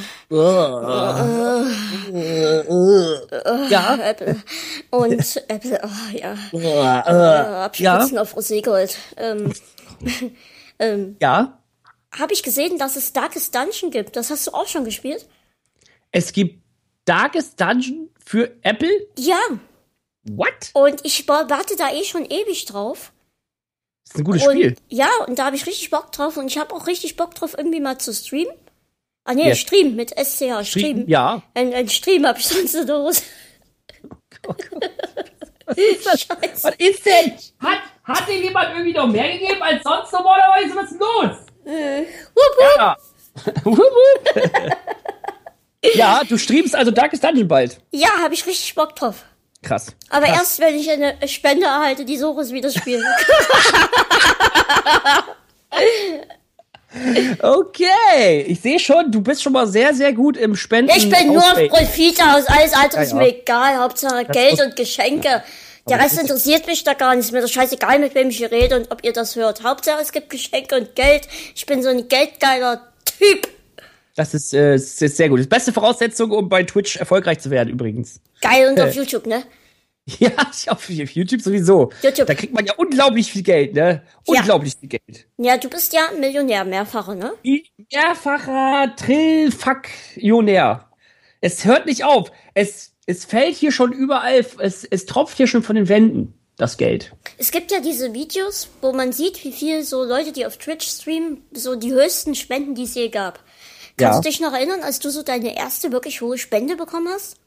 Ja. Apple. Und Apple, oh ja. Abspitzen auf Roségold. Ja. Habe ich gesehen, dass es Darkest Dungeon gibt. Das hast du auch schon gespielt? Es gibt Darkest Dungeon für Apple? Ja. What? Und ich warte da schon ewig drauf. Das ist ein gutes Spiel. Ja, und da habe ich richtig Bock drauf. Und ich habe auch richtig Bock drauf, irgendwie mal zu streamen. Ah nee, Ja. Stream mit SCH. Stream. Ja. Ein Stream habe ich sonst in der Hose. Was ist das? Scheiße. Was ist denn? Hat dir jemand irgendwie noch mehr gegeben als sonst normalerweise? Was ist los? Ja. Wup, wup. Ja, du streamst also Darkest Dungeon bald. Ja, habe ich richtig Bock drauf. Krass. Aber Krass. erst, wenn ich eine Spende erhalte, die Soros wieder spielen. Okay, ich sehe schon, du bist schon mal sehr, sehr gut im Spenden. Ich bin nur auf auswählen. Profit aus, alles andere ist Ja, mir ja. egal, Hauptsache Geld muss- und Geschenke. Der Aber Rest das ist- interessiert mich da gar nicht, ist mir doch scheißegal, mit wem ich hier rede und ob ihr das hört. Hauptsache es gibt Geschenke und Geld. Ich bin so ein geldgeiler Typ. Das ist sehr gut. Das ist beste Voraussetzung, um bei Twitch erfolgreich zu werden, übrigens. Geil und auf YouTube, ne? Ja, auf YouTube sowieso. YouTube. Da kriegt man ja unglaublich viel Geld, ne? Ja. Unglaublich viel Geld. Ja, du bist ja Millionär, mehrfacher, ne? Mehrfacher Trillionär. Es hört nicht auf. Es fällt hier schon überall, es tropft hier schon von den Wänden, das Geld. Es gibt ja diese Videos, wo man sieht, wie viel so Leute, die auf Twitch streamen, so die höchsten Spenden, die es je gab. Kannst Ja. du dich noch erinnern, als du so deine erste wirklich hohe Spende bekommen hast?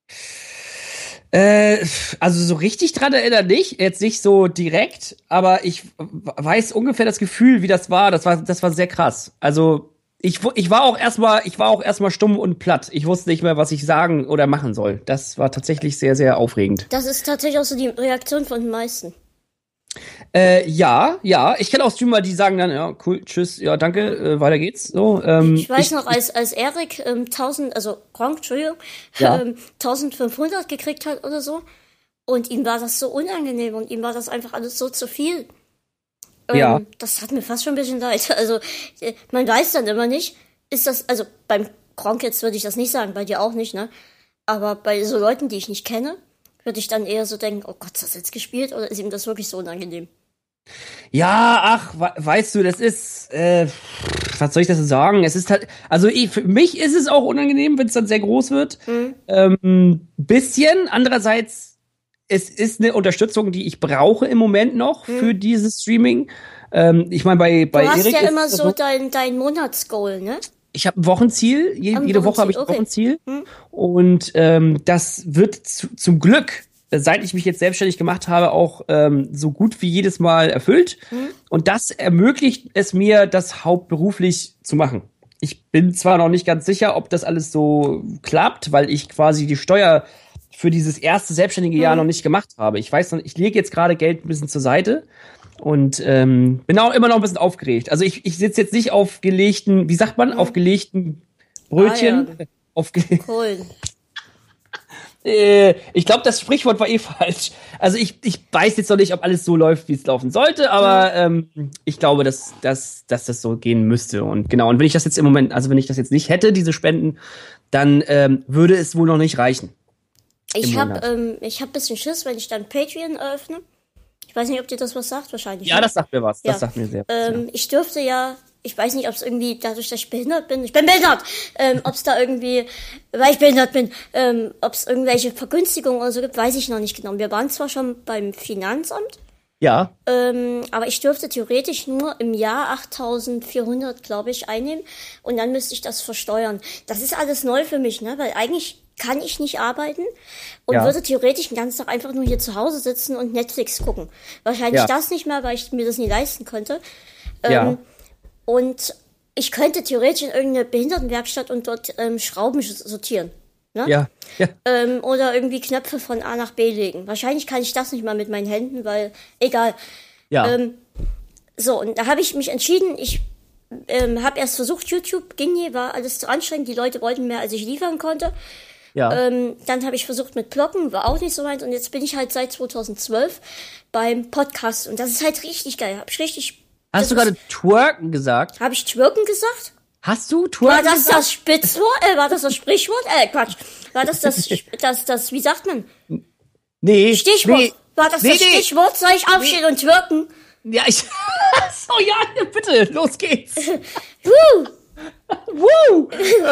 Also so richtig dran erinnern nicht, jetzt nicht so direkt, aber ich weiß ungefähr das Gefühl, wie das war. Das war sehr krass. Also ich war auch erstmal stumm und platt. Ich wusste nicht mehr, was ich sagen oder machen soll. Das war tatsächlich sehr, sehr aufregend. Das ist tatsächlich auch so die Reaktion von den meisten. Ja. Ich kenne auch Streamer, die sagen dann, ja, cool, tschüss, ja, danke, weiter geht's. So, Ich weiß noch, als Erik 1000, also Gronk, Entschuldigung, Ja. 1500 gekriegt hat oder so. Und ihm war das so unangenehm und ihm war das einfach alles so zu viel. Ja. Das hat mir fast schon ein bisschen leid. Also, man weiß dann immer nicht, ist das, also beim Gronk jetzt würde ich das nicht sagen, bei dir auch nicht, ne? Aber bei so Leuten, die ich nicht kenne, würde ich dann eher so denken, oh Gott, hast du das jetzt gespielt oder ist ihm das wirklich so unangenehm? Ja, ach, weißt du, das ist, was soll ich das denn sagen? Es ist halt, also für mich ist es auch unangenehm, wenn es dann sehr groß wird. Bisschen. Andererseits, es ist eine Unterstützung, die ich brauche im Moment noch für dieses Streaming. Ich meine, bei Du hast Erik ja ist immer es so dein Monatsgoal, ne? ich habe ein Wochenziel, jede Woche habe ich ein Wochenziel, Wochenziel. Und das wird zum Glück, seit ich mich jetzt selbstständig gemacht habe, auch so gut wie jedes Mal erfüllt. Und das ermöglicht es mir, das hauptberuflich zu machen. Ich bin zwar noch nicht ganz sicher, ob das alles so klappt, weil ich quasi die Steuer für dieses erste selbstständige Jahr noch nicht gemacht habe. Ich weiß noch, ich lege jetzt gerade Geld ein bisschen zur Seite. Und bin auch immer noch ein bisschen aufgeregt. Also ich sitze jetzt nicht auf gelegten, wie sagt man, auf gelegten Brötchen. Ah, Auf Cool. ich glaube, das Sprichwort war falsch. Also ich weiß jetzt noch nicht, ob alles so läuft, wie es laufen sollte, aber ich glaube, dass das so gehen müsste. Und genau, und wenn ich das jetzt im Moment, also wenn ich das jetzt nicht hätte, diese Spenden, dann würde es wohl noch nicht reichen. Ich Im hab ein bisschen Schiss, wenn ich dann Patreon eröffne. Ich weiß nicht, ob dir das was sagt, wahrscheinlich. Ja, nicht. das sagt mir was. Ja. Das sagt mir sehr was. Ich dürfte ja, ich weiß nicht, ob es irgendwie, dadurch, dass ich behindert bin, ich bin behindert, ob es da irgendwie, weil ich behindert bin, ob es irgendwelche Vergünstigungen oder so gibt, weiß ich noch nicht genau. Wir waren zwar schon beim Finanzamt, Ja. aber ich dürfte theoretisch nur im Jahr 8.400, glaube ich, einnehmen und dann müsste ich das versteuern. Das ist alles neu für mich, ne, weil eigentlich kann ich nicht arbeiten und Ja. würde theoretisch den ganzen Tag einfach nur hier zu Hause sitzen und Netflix gucken. Wahrscheinlich Ja. das nicht mehr, weil ich mir das nie leisten konnte. Ja. Und ich könnte theoretisch in irgendeine Behindertenwerkstatt und dort Schrauben sortieren. Ne? Ja. Oder irgendwie Knöpfe von A nach B legen. Wahrscheinlich kann ich das nicht mal mit meinen Händen, weil, egal. Ja. So, und da habe ich mich entschieden, ich habe erst versucht, YouTube ging nie, war alles zu anstrengend, die Leute wollten mehr, als ich liefern konnte. Ja. Dann habe ich versucht mit Bloggen, war auch nicht so weit. Und jetzt bin ich halt seit 2012 beim Podcast. Und das ist halt richtig geil. Hast du gerade twerken gesagt? Habe ich twerken gesagt? Hast du twerken gesagt? War das das Spitzwort? War das das Sprichwort? Quatsch. War das wie sagt man? Nee. Stichwort. Nee. War das das Stichwort? Soll ich aufstehen und twerken? Ja, so, ja, bitte, los geht's. Woo! Woo!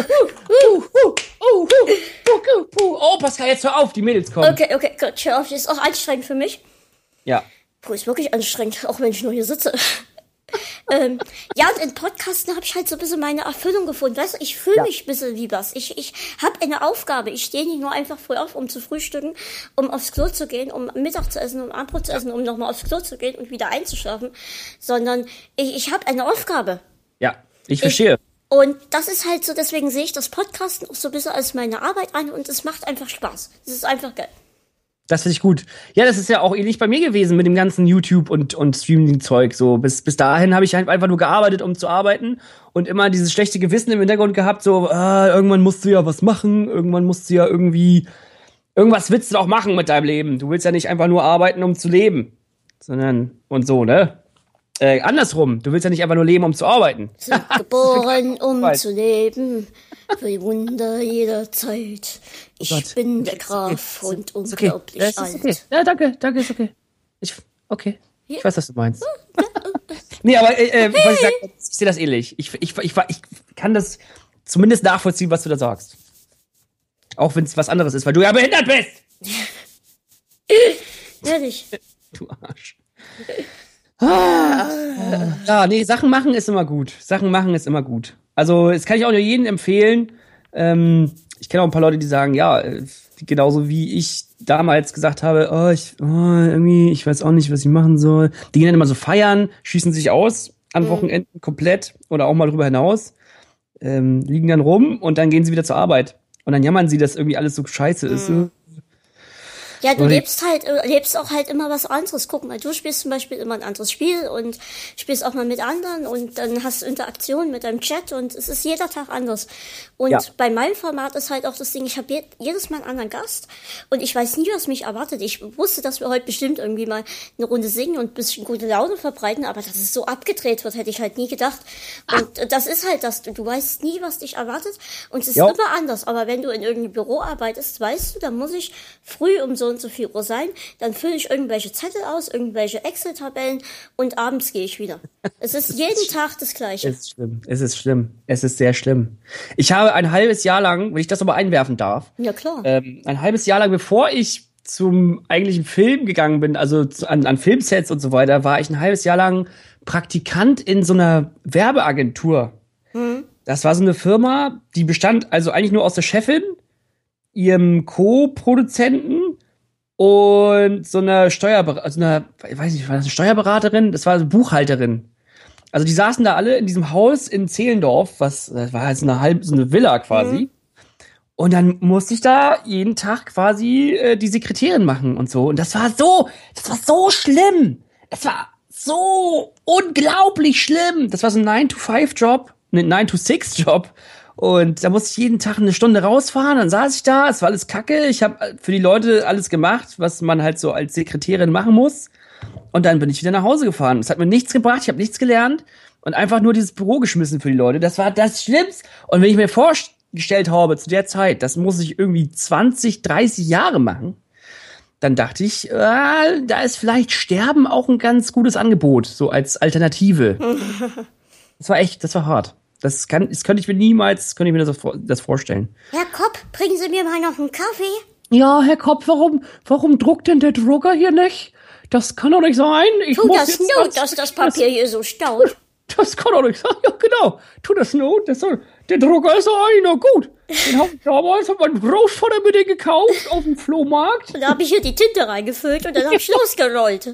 Oh, Pascal, jetzt hör auf, die Mädels kommen. Okay, gut, hör auf, das ist auch anstrengend für mich. Ja. Puh, ist wirklich anstrengend, auch wenn ich nur hier sitze. Ja, und in Podcasten habe ich halt so ein bisschen meine Erfüllung gefunden. Weißt du, ich fühle mich ein bisschen wie was. Ich habe eine Aufgabe. Ich stehe nicht nur einfach früh auf, um zu frühstücken, um aufs Klo zu gehen, um Mittag zu essen, um Abendbrot zu essen, um nochmal aufs Klo zu gehen und wieder einzuschlafen, sondern ich habe eine Aufgabe. Ja, ich verstehe. Und das ist halt so, deswegen sehe ich das Podcasten auch so ein bisschen als meine Arbeit an und es macht einfach Spaß. Es ist einfach geil. Das finde ich gut. Ja, das ist ja auch ähnlich bei mir gewesen mit dem ganzen YouTube und Streaming-Zeug. So, bis dahin habe ich halt einfach nur gearbeitet, um zu arbeiten und immer dieses schlechte Gewissen im Hintergrund gehabt, so, irgendwann musst du ja was machen, irgendwann musst du ja irgendwie, irgendwas willst du doch machen mit deinem Leben. Du willst ja nicht einfach nur arbeiten, um zu leben, sondern, und so, ne? Andersrum, du willst ja nicht einfach nur leben, um zu arbeiten. Sind geboren, um zu leben, für die Wunder jeder Zeit. Ich bin der Graf und unglaublich alt. Okay. Ja, danke, ist okay. Ich weiß, was du meinst. Nee, aber was ich sag, ich sehe das ähnlich. Ich kann das zumindest nachvollziehen, was du da sagst. Auch wenn es was anderes ist, weil du ja behindert bist. Ehrlich. Du Arsch. Ja, nee, Sachen machen ist immer gut. Also, das kann ich auch nur jedem empfehlen. Ich kenne auch ein paar Leute, die sagen, ja, genauso wie ich damals gesagt habe, irgendwie, ich weiß auch nicht, was ich machen soll. Die gehen dann immer so feiern, schießen sich aus an Wochenenden komplett oder auch mal drüber hinaus, liegen dann rum und dann gehen sie wieder zur Arbeit. Und dann jammern sie, dass irgendwie alles so scheiße ist. Ja, du lebst auch halt immer was anderes. Guck mal, du spielst zum Beispiel immer ein anderes Spiel und spielst auch mal mit anderen und dann hast du Interaktion mit deinem Chat und es ist jeder Tag anders. Und bei meinem Format ist halt auch das Ding, ich habe jedes Mal einen anderen Gast und ich weiß nie, was mich erwartet. Ich wusste, dass wir heute bestimmt irgendwie mal eine Runde singen und ein bisschen gute Laune verbreiten, aber dass es so abgedreht wird, hätte ich halt nie gedacht. Und das ist halt das, du weißt nie, was dich erwartet und es ist immer anders. Aber wenn du in irgendeinem Büro arbeitest, weißt du, dann muss ich früh um so und so viel Uhr sein, dann fülle ich irgendwelche Zettel aus, irgendwelche Excel-Tabellen und abends gehe ich wieder. Es ist jeden Tag das Gleiche. Es ist schlimm. Es ist sehr schlimm. Ich habe ein halbes Jahr lang, wenn ich das aber einwerfen darf, ja klar, ein halbes Jahr lang, bevor ich zum eigentlichen Film gegangen bin, also an Filmsets und so weiter, war ich ein halbes Jahr lang Praktikant in so einer Werbeagentur. Das war so eine Firma, die bestand also eigentlich nur aus der Chefin, ihrem Co-Produzenten und so einer ich weiß nicht, war das eine Steuerberaterin? Das war eine Buchhalterin. Also die saßen da alle in diesem Haus in Zehlendorf, das war halt so eine Villa quasi. Und dann musste ich da jeden Tag quasi die Sekretärin machen und so. Und das war so schlimm. Es war so unglaublich schlimm. Das war so ein 9-to-5-Job, ein 9-to-6-Job. Und da musste ich jeden Tag eine Stunde rausfahren, dann saß ich da, es war alles kacke, ich habe für die Leute alles gemacht, was man halt so als Sekretärin machen muss. Und dann bin ich wieder nach Hause gefahren. Es hat mir nichts gebracht, ich habe nichts gelernt und einfach nur dieses Büro geschmissen für die Leute. Das war das Schlimmste. Und wenn ich mir vorgestellt habe, zu der Zeit, das muss ich irgendwie 20, 30 Jahre machen, dann dachte ich, da ist vielleicht Sterben auch ein ganz gutes Angebot, so als Alternative. Das war hart. Das könnte ich mir das vorstellen. Herr Kopp, bringen Sie mir mal noch einen Kaffee? Ja, Herr Kopp, warum druckt denn der Drucker hier nicht? Das kann doch nicht sein. Dass das Papier hier so staut. Das kann doch nicht sein. Ja, genau. Tu das Not. Der Drucker ist doch einer. Gut. Den habe ich damals von meinem Großvater mir den gekauft auf dem Flohmarkt. Und da habe ich hier die Tinte reingefüllt und dann habe ich losgerollt.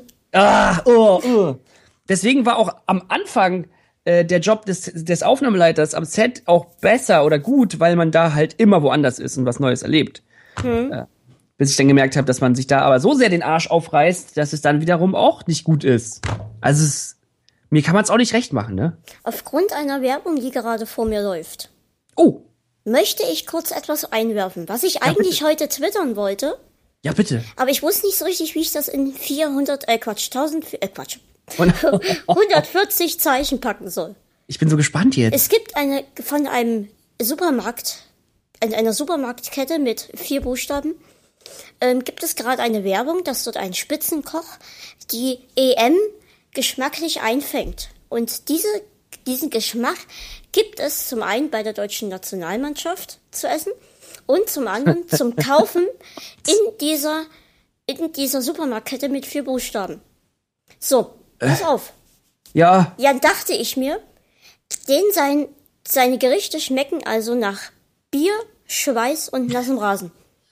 Deswegen war auch am Anfang der Job des Aufnahmeleiters am Set auch besser oder gut, weil man da halt immer woanders ist und was Neues erlebt. Bis ich dann gemerkt habe, dass man sich da aber so sehr den Arsch aufreißt, dass es dann wiederum auch nicht gut ist. Also mir kann man es auch nicht recht machen, ne? Aufgrund einer Werbung, die gerade vor mir läuft. Oh. möchte ich kurz etwas einwerfen, was ich eigentlich heute twittern wollte. Ja, bitte. Aber ich wusste nicht so richtig, wie ich das in 140 Zeichen packen soll. Ich bin so gespannt jetzt. Es gibt von einer Supermarktkette mit 4 Buchstaben, gibt es gerade eine Werbung, dass dort ein Spitzenkoch die EM geschmacklich einfängt. Und diesen Geschmack gibt es zum einen bei der deutschen Nationalmannschaft zu essen und zum anderen zum Kaufen in dieser Supermarktkette mit 4 Buchstaben. So, pass auf. Ja. Ja, dachte ich mir, seine Gerichte schmecken also nach Bier, Schweiß und nassem Rasen.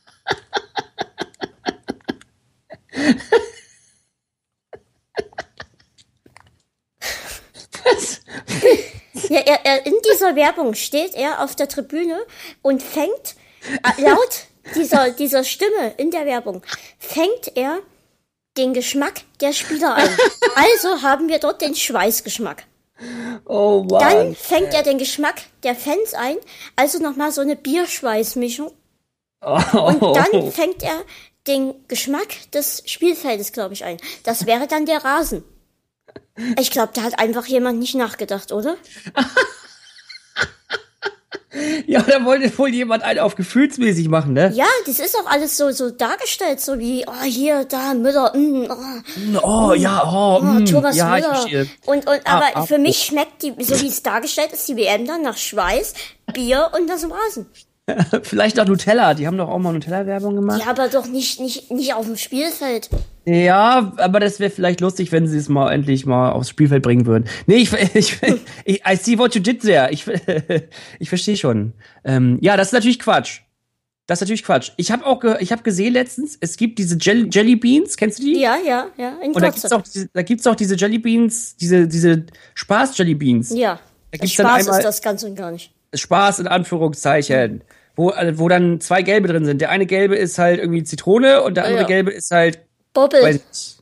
Ja, in dieser Werbung steht er auf der Tribüne und fängt, laut dieser Stimme in der Werbung, fängt er den Geschmack der Spieler ein. Also haben wir dort den Schweißgeschmack. Oh Mann. Dann fängt er den Geschmack der Fans ein, also nochmal so eine Bierschweißmischung. Und dann fängt er den Geschmack des Spielfeldes, glaube ich, ein. Das wäre dann der Rasen. Ich glaube, da hat einfach jemand nicht nachgedacht, oder? Ja, da wollte wohl jemand einen auf gefühlsmäßig machen, ne? Ja, das ist auch alles so dargestellt, so wie, hier, da, Müller, Thomas ja, Müller. Aber für mich schmeckt so wie es dargestellt ist, die WM dann nach Schweiß, Bier und das im Rasen. Vielleicht auch Nutella, die haben doch auch mal Nutella-Werbung gemacht. Ja, aber doch nicht auf dem Spielfeld. Ja, aber das wäre vielleicht lustig, wenn sie es mal endlich mal aufs Spielfeld bringen würden. Nee, I see what you did there. Ich verstehe schon. Ja, das ist natürlich Quatsch. Ich habe gesehen letztens, es gibt diese Jelly Beans, kennst du die? Ja, in Und da gibt's auch diese Jelly Beans, diese Spaß Jelly Beans. Ja. Da gibt's Spaß dann einmal ist das ganz und gar nicht. Spaß in Anführungszeichen. Wo dann 2 gelbe drin sind. Der eine gelbe ist halt irgendwie Zitrone und der andere gelbe ist halt Bobbel.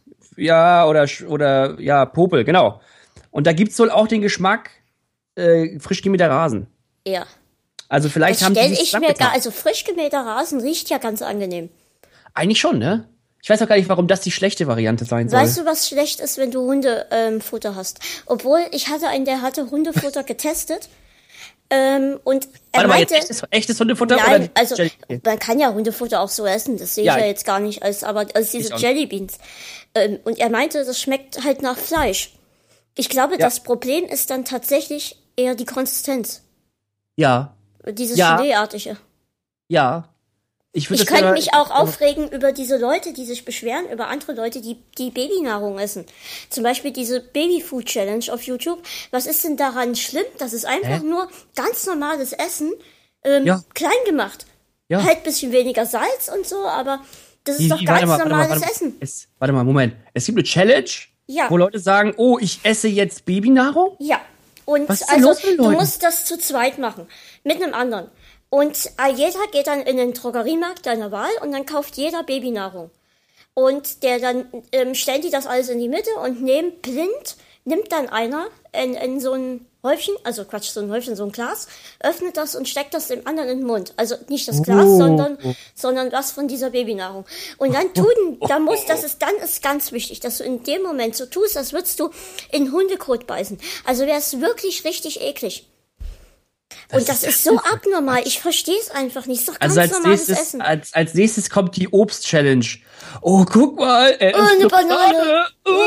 Oder Popel, genau. Und da gibt's wohl auch den Geschmack frisch gemähter Rasen. Ja. Also vielleicht das haben stell die ich mir also frisch gemähter Rasen riecht ja ganz angenehm. Eigentlich schon, ne? Ich weiß auch gar nicht, warum das die schlechte Variante sein soll. Weißt du, was schlecht ist, wenn du Hundefutter hast? Obwohl, ich hatte einen, der hatte Hundefutter getestet. Und er meinte, jetzt echtes Hundefutter? Nein, oder also man kann ja Hundefutter auch so essen, das sehe ich ja jetzt gar nicht, als diese Jellybeans. Und er meinte, das schmeckt halt nach Fleisch. Ich glaube, das Problem ist dann tatsächlich eher die Konsistenz. Ja. Dieses Gelee-artige. Ja. Ich könnte mich auch aufregen über diese Leute, die sich beschweren, über andere Leute, die Babynahrung essen. Zum Beispiel diese Babyfood Challenge auf YouTube. Was ist denn daran schlimm? Das ist einfach nur ganz normales Essen, klein gemacht. Ja. Halt ein bisschen weniger Salz und so, aber das ist doch ganz normales Essen. Warte mal, Moment. Es gibt eine Challenge, wo Leute sagen, oh, ich esse jetzt Babynahrung? Ja. Und was ist denn los mit Leuten? Du musst das zu zweit machen. Mit einem anderen. Und jeder geht dann in den Drogeriemarkt deiner Wahl und dann kauft jeder Babynahrung. Und dann stellen die das alles in die Mitte und nimmt dann einer in so ein Häufchen, so ein Glas, öffnet das und steckt das dem anderen in den Mund. Also nicht das Glas, sondern was von dieser Babynahrung. Und dann dann ist ganz wichtig, dass du in dem Moment so tust, als würdest du in Hundekot beißen. Also wäre es wirklich richtig eklig. Und das ist so abnormal. Ich verstehe es einfach nicht. Das ist doch ganz normales Essen. Als nächstes kommt die Obst-Challenge. Oh, guck mal. Eine Banane.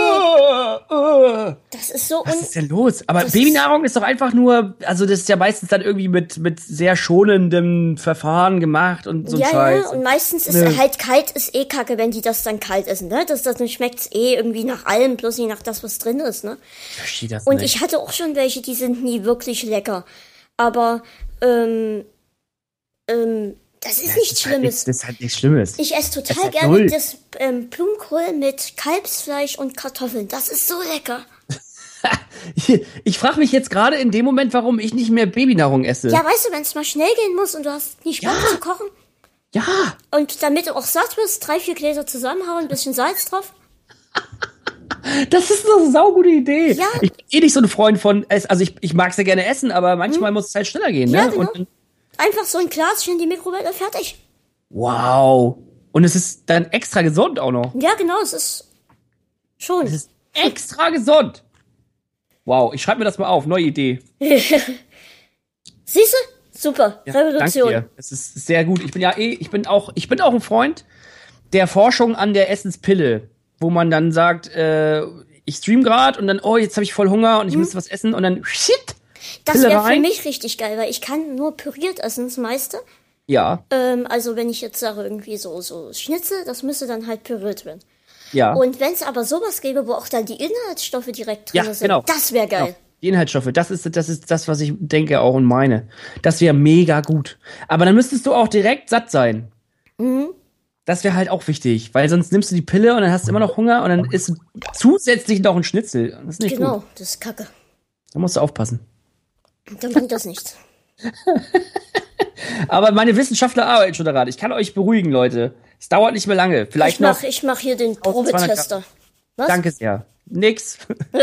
Das ist so. Was ist denn los? Aber Babynahrung ist doch einfach nur, also das ist ja meistens dann irgendwie mit sehr schonendem Verfahren gemacht und so ein Scheiß. Ja, und meistens ist halt kalt, ist kacke, wenn die das dann kalt essen, ne? Das schmeckt's irgendwie nach allem, bloß nicht nach das, was drin ist, ne? Ich verstehe das nicht. Und ich hatte auch schon welche, die sind nie wirklich lecker. Aber, das ist nichts Schlimmes. Das ist halt nichts Schlimmes. Ich esse total gerne das Blumenkohl mit Kalbsfleisch und Kartoffeln. Das ist so lecker. Ich frage mich jetzt gerade in dem Moment, warum ich nicht mehr Babynahrung esse. Ja, weißt du, wenn es mal schnell gehen muss und du hast nicht Bock zu kochen. Ja. Und damit du auch satt wirst, 3-4 Gläser zusammenhauen, ein bisschen Salz drauf. Das ist eine saugute Idee. Ja. Ich bin nicht so ein Freund von Essen. Also ich mag sehr gerne essen, aber manchmal muss es halt schneller gehen. Ja, ne? genau. Und Einfach so ein Glas in die Mikrowelle, fertig. Wow. Und es ist dann extra gesund auch noch. Ja, genau, es ist schon. Es ist extra gesund. Wow, ich schreibe mir das mal auf. Neue Idee. Siehste? Super. Ja, Revolution. danke dir. Es ist sehr gut. Ich bin auch ein Freund der Forschung an der Essenspille, wo man dann sagt, ich stream gerade und dann, oh, jetzt habe ich voll Hunger und ich müsste was essen und dann, shit, Das wäre für mich richtig geil, weil ich kann nur püriert essen, das meiste. Ja. Also wenn ich jetzt sage, irgendwie so Schnitzel, das müsste dann halt püriert werden. Ja. Und wenn es aber sowas gäbe, wo auch dann die Inhaltsstoffe direkt drin sind, genau. das wäre geil. Genau. Die Inhaltsstoffe, das ist das, was ich denke auch und meine. Das wäre mega gut. Aber dann müsstest du auch direkt satt sein. Mhm. Das wäre halt auch wichtig, weil sonst nimmst du die Pille und dann hast du immer noch Hunger und dann isst du zusätzlich noch ein Schnitzel. Das ist nicht Genau, gut. das ist Kacke. Da musst du aufpassen. Dann bringt das nichts. Aber meine Wissenschaftler arbeiten schon daran. Ich kann euch beruhigen, Leute. Es dauert nicht mehr lange. Vielleicht Ich mach hier den 1200 Probetester. Was? Danke sehr. Nix.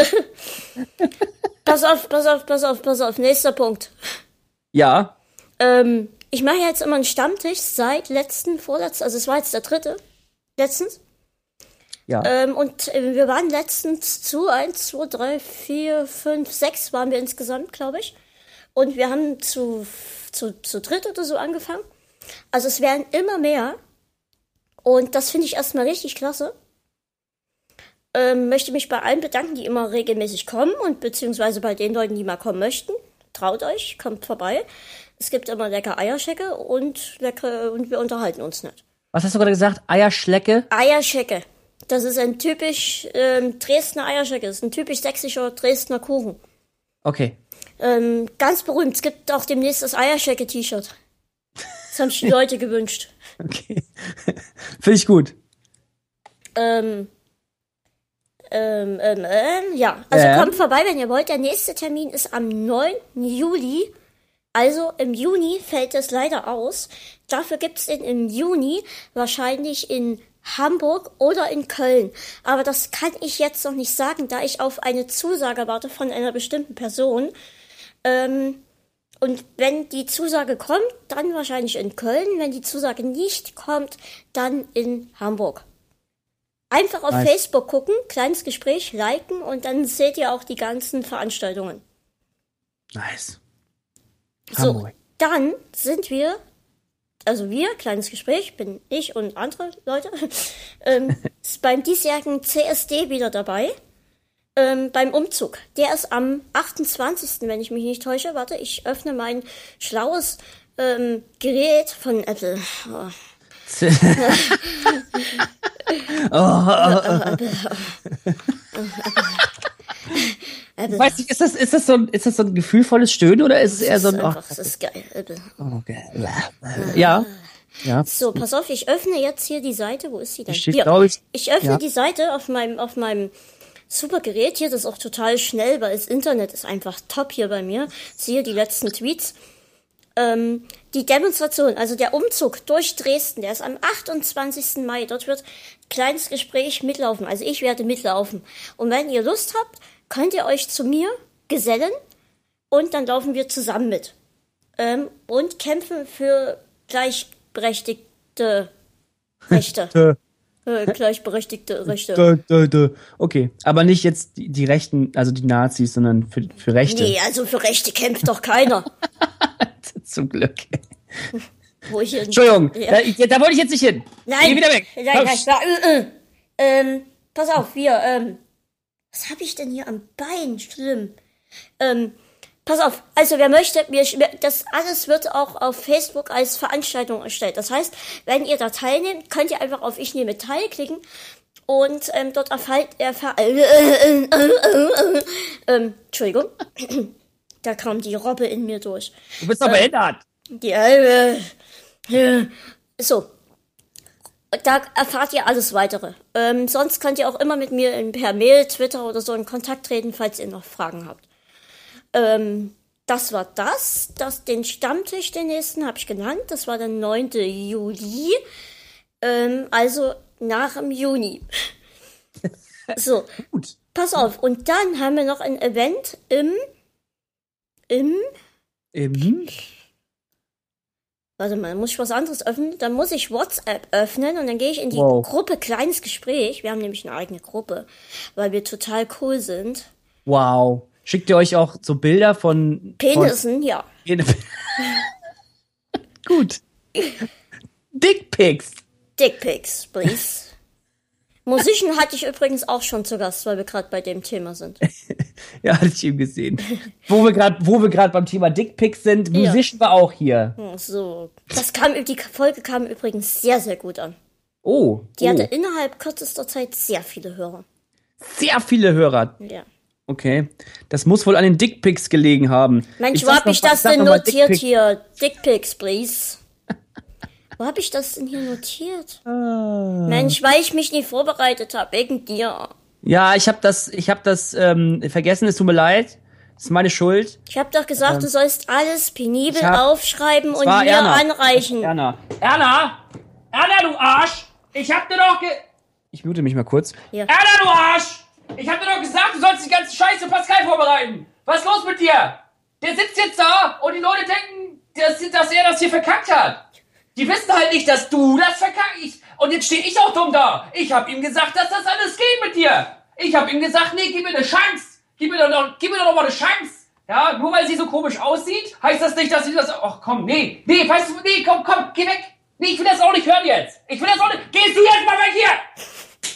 Pass auf. Nächster Punkt. Ja. Ich mache jetzt immer einen Stammtisch seit vorletzten, also es war jetzt der 3. letztens. Ja. Und wir waren letztens zu 1, 2, 3, 4, 5, 6 waren wir insgesamt, glaube ich. Und wir haben zu dritt oder so angefangen. Also es werden immer mehr. Und das finde ich erstmal richtig klasse. Möchte mich bei allen bedanken, die immer regelmäßig kommen und beziehungsweise bei den Leuten, die mal kommen möchten. Traut euch, kommt vorbei. Es gibt immer lecker Eierschecke und wir unterhalten uns nicht. Was hast du gerade gesagt? Eierschlecke? Eierschecke. Das ist ein typisch Dresdner Eierschecke. Das ist ein typisch sächsischer Dresdner Kuchen. Okay. Ganz berühmt. Es gibt auch demnächst das Eierschecke-T-Shirt. Das haben sich die Leute gewünscht. Okay. Finde ich gut. Ja, also kommt vorbei, wenn ihr wollt. Der nächste Termin ist am 9. Juli. Also im Juni fällt es leider aus. Dafür gibt's den im Juni wahrscheinlich in Hamburg oder in Köln. Aber das kann ich jetzt noch nicht sagen, da ich auf eine Zusage warte von einer bestimmten Person. Und wenn die Zusage kommt, dann wahrscheinlich in Köln. Wenn die Zusage nicht kommt, dann in Hamburg. Einfach auf Facebook gucken, kleines Gespräch, liken und dann seht ihr auch die ganzen Veranstaltungen. Nice. So, Hamburg. dann sind wir, also kleines Gespräch, bin ich und andere Leute, beim diesjährigen CSD wieder dabei, beim Umzug. Der ist am 28., wenn ich mich nicht täusche. Warte, ich öffne mein schlaues Gerät von Apple. Oh. Weiß nicht, ist das so ein gefühlvolles Stöhnen oder ist es eher so ein... Das ist geil. Okay. Ja. Ja. So, pass auf, ich öffne jetzt hier die Seite. Wo ist sie denn? Steht, Hier. ich, Ich öffne die Seite auf meinem super Gerät hier. Das ist auch total schnell, weil das Internet ist einfach top hier bei mir. Siehe die letzten Tweets. Die Demonstration, also der Umzug durch Dresden, der ist am 28. Mai. Dort wird kleines Gespräch mitlaufen. Also ich werde mitlaufen. Und wenn ihr Lust habt, könnt ihr euch zu mir gesellen und dann laufen wir zusammen mit. Und kämpfen für gleichberechtigte Rechte. Gleichberechtigte Rechte. Okay, aber nicht jetzt die Rechten, also die Nazis, sondern für Rechte. Nee, also für Rechte kämpft doch keiner. Zum Glück. Wo ich Entschuldigung, da wollte ich jetzt nicht hin. Nein. Geh wieder weg. Nein. Pass auf, was habe ich denn hier am Bein? Schlimm. Pass auf, also wer möchte, das alles wird auch auf Facebook als Veranstaltung erstellt. Das heißt, wenn ihr da teilnehmt, könnt ihr einfach auf Ich nehme teil klicken und dort Entschuldigung. Da kam die Robbe in mir durch. Du bist doch behindert. So. Da erfahrt ihr alles Weitere. Sonst könnt ihr auch immer mit mir per Mail, Twitter oder so in Kontakt treten, falls ihr noch Fragen habt. Das war den Stammtisch, den nächsten, habe ich genannt. Das war der 9. Juli. Also nach dem Juni. So. Gut. Pass auf. Und dann haben wir noch ein Event im Warte mal, muss ich was anderes öffnen? Dann muss ich WhatsApp öffnen und dann gehe ich in die Wow. Gruppe Kleines Gespräch. Wir haben nämlich eine eigene Gruppe, weil wir total cool sind. Wow. Schickt ihr euch auch so Bilder von Penissen, ja. Gut. Dickpics. Dickpics, please. Musician hatte ich übrigens auch schon zu Gast, weil wir gerade bei dem Thema sind. Ja, hatte ich eben gesehen. Wo wir gerade beim Thema Dickpics sind, Musician war auch hier. So. Die Folge kam übrigens sehr, sehr gut an. Oh. Die hatte innerhalb kürzester Zeit sehr viele Hörer. Sehr viele Hörer. Ja. Okay. Das muss wohl an den Dickpics gelegen haben. Mensch, wo hab ich das denn notiert hier? Dickpics, please. Wo hab ich das denn hier notiert? Mensch, weil ich mich nie vorbereitet habe, wegen dir. Ja, ich hab das vergessen, es tut mir leid. Das ist meine Schuld. Ich hab doch gesagt, du sollst alles penibel aufschreiben und mir anreichen. Erna, du Arsch! Ich hab dir doch Ich mute mich mal kurz. Ja. Erna, du Arsch! Ich hab dir doch gesagt, du sollst die ganze Scheiße für Pascal vorbereiten. Was ist los mit dir? Der sitzt jetzt da und die Leute denken, dass er das hier verkackt hat. Die wissen halt nicht, dass du das verkackst. Und jetzt stehe ich auch dumm da. Ich hab ihm gesagt, dass das alles geht mit dir. Ich hab ihm gesagt, nee, gib mir eine Chance. Gib mir doch noch mal eine Chance. Ja, nur weil sie so komisch aussieht, heißt das nicht, dass sie das... Ach komm, nee, weißt du, nee, komm, geh weg. Nee, ich will das auch nicht hören jetzt. Gehst du jetzt mal weg hier?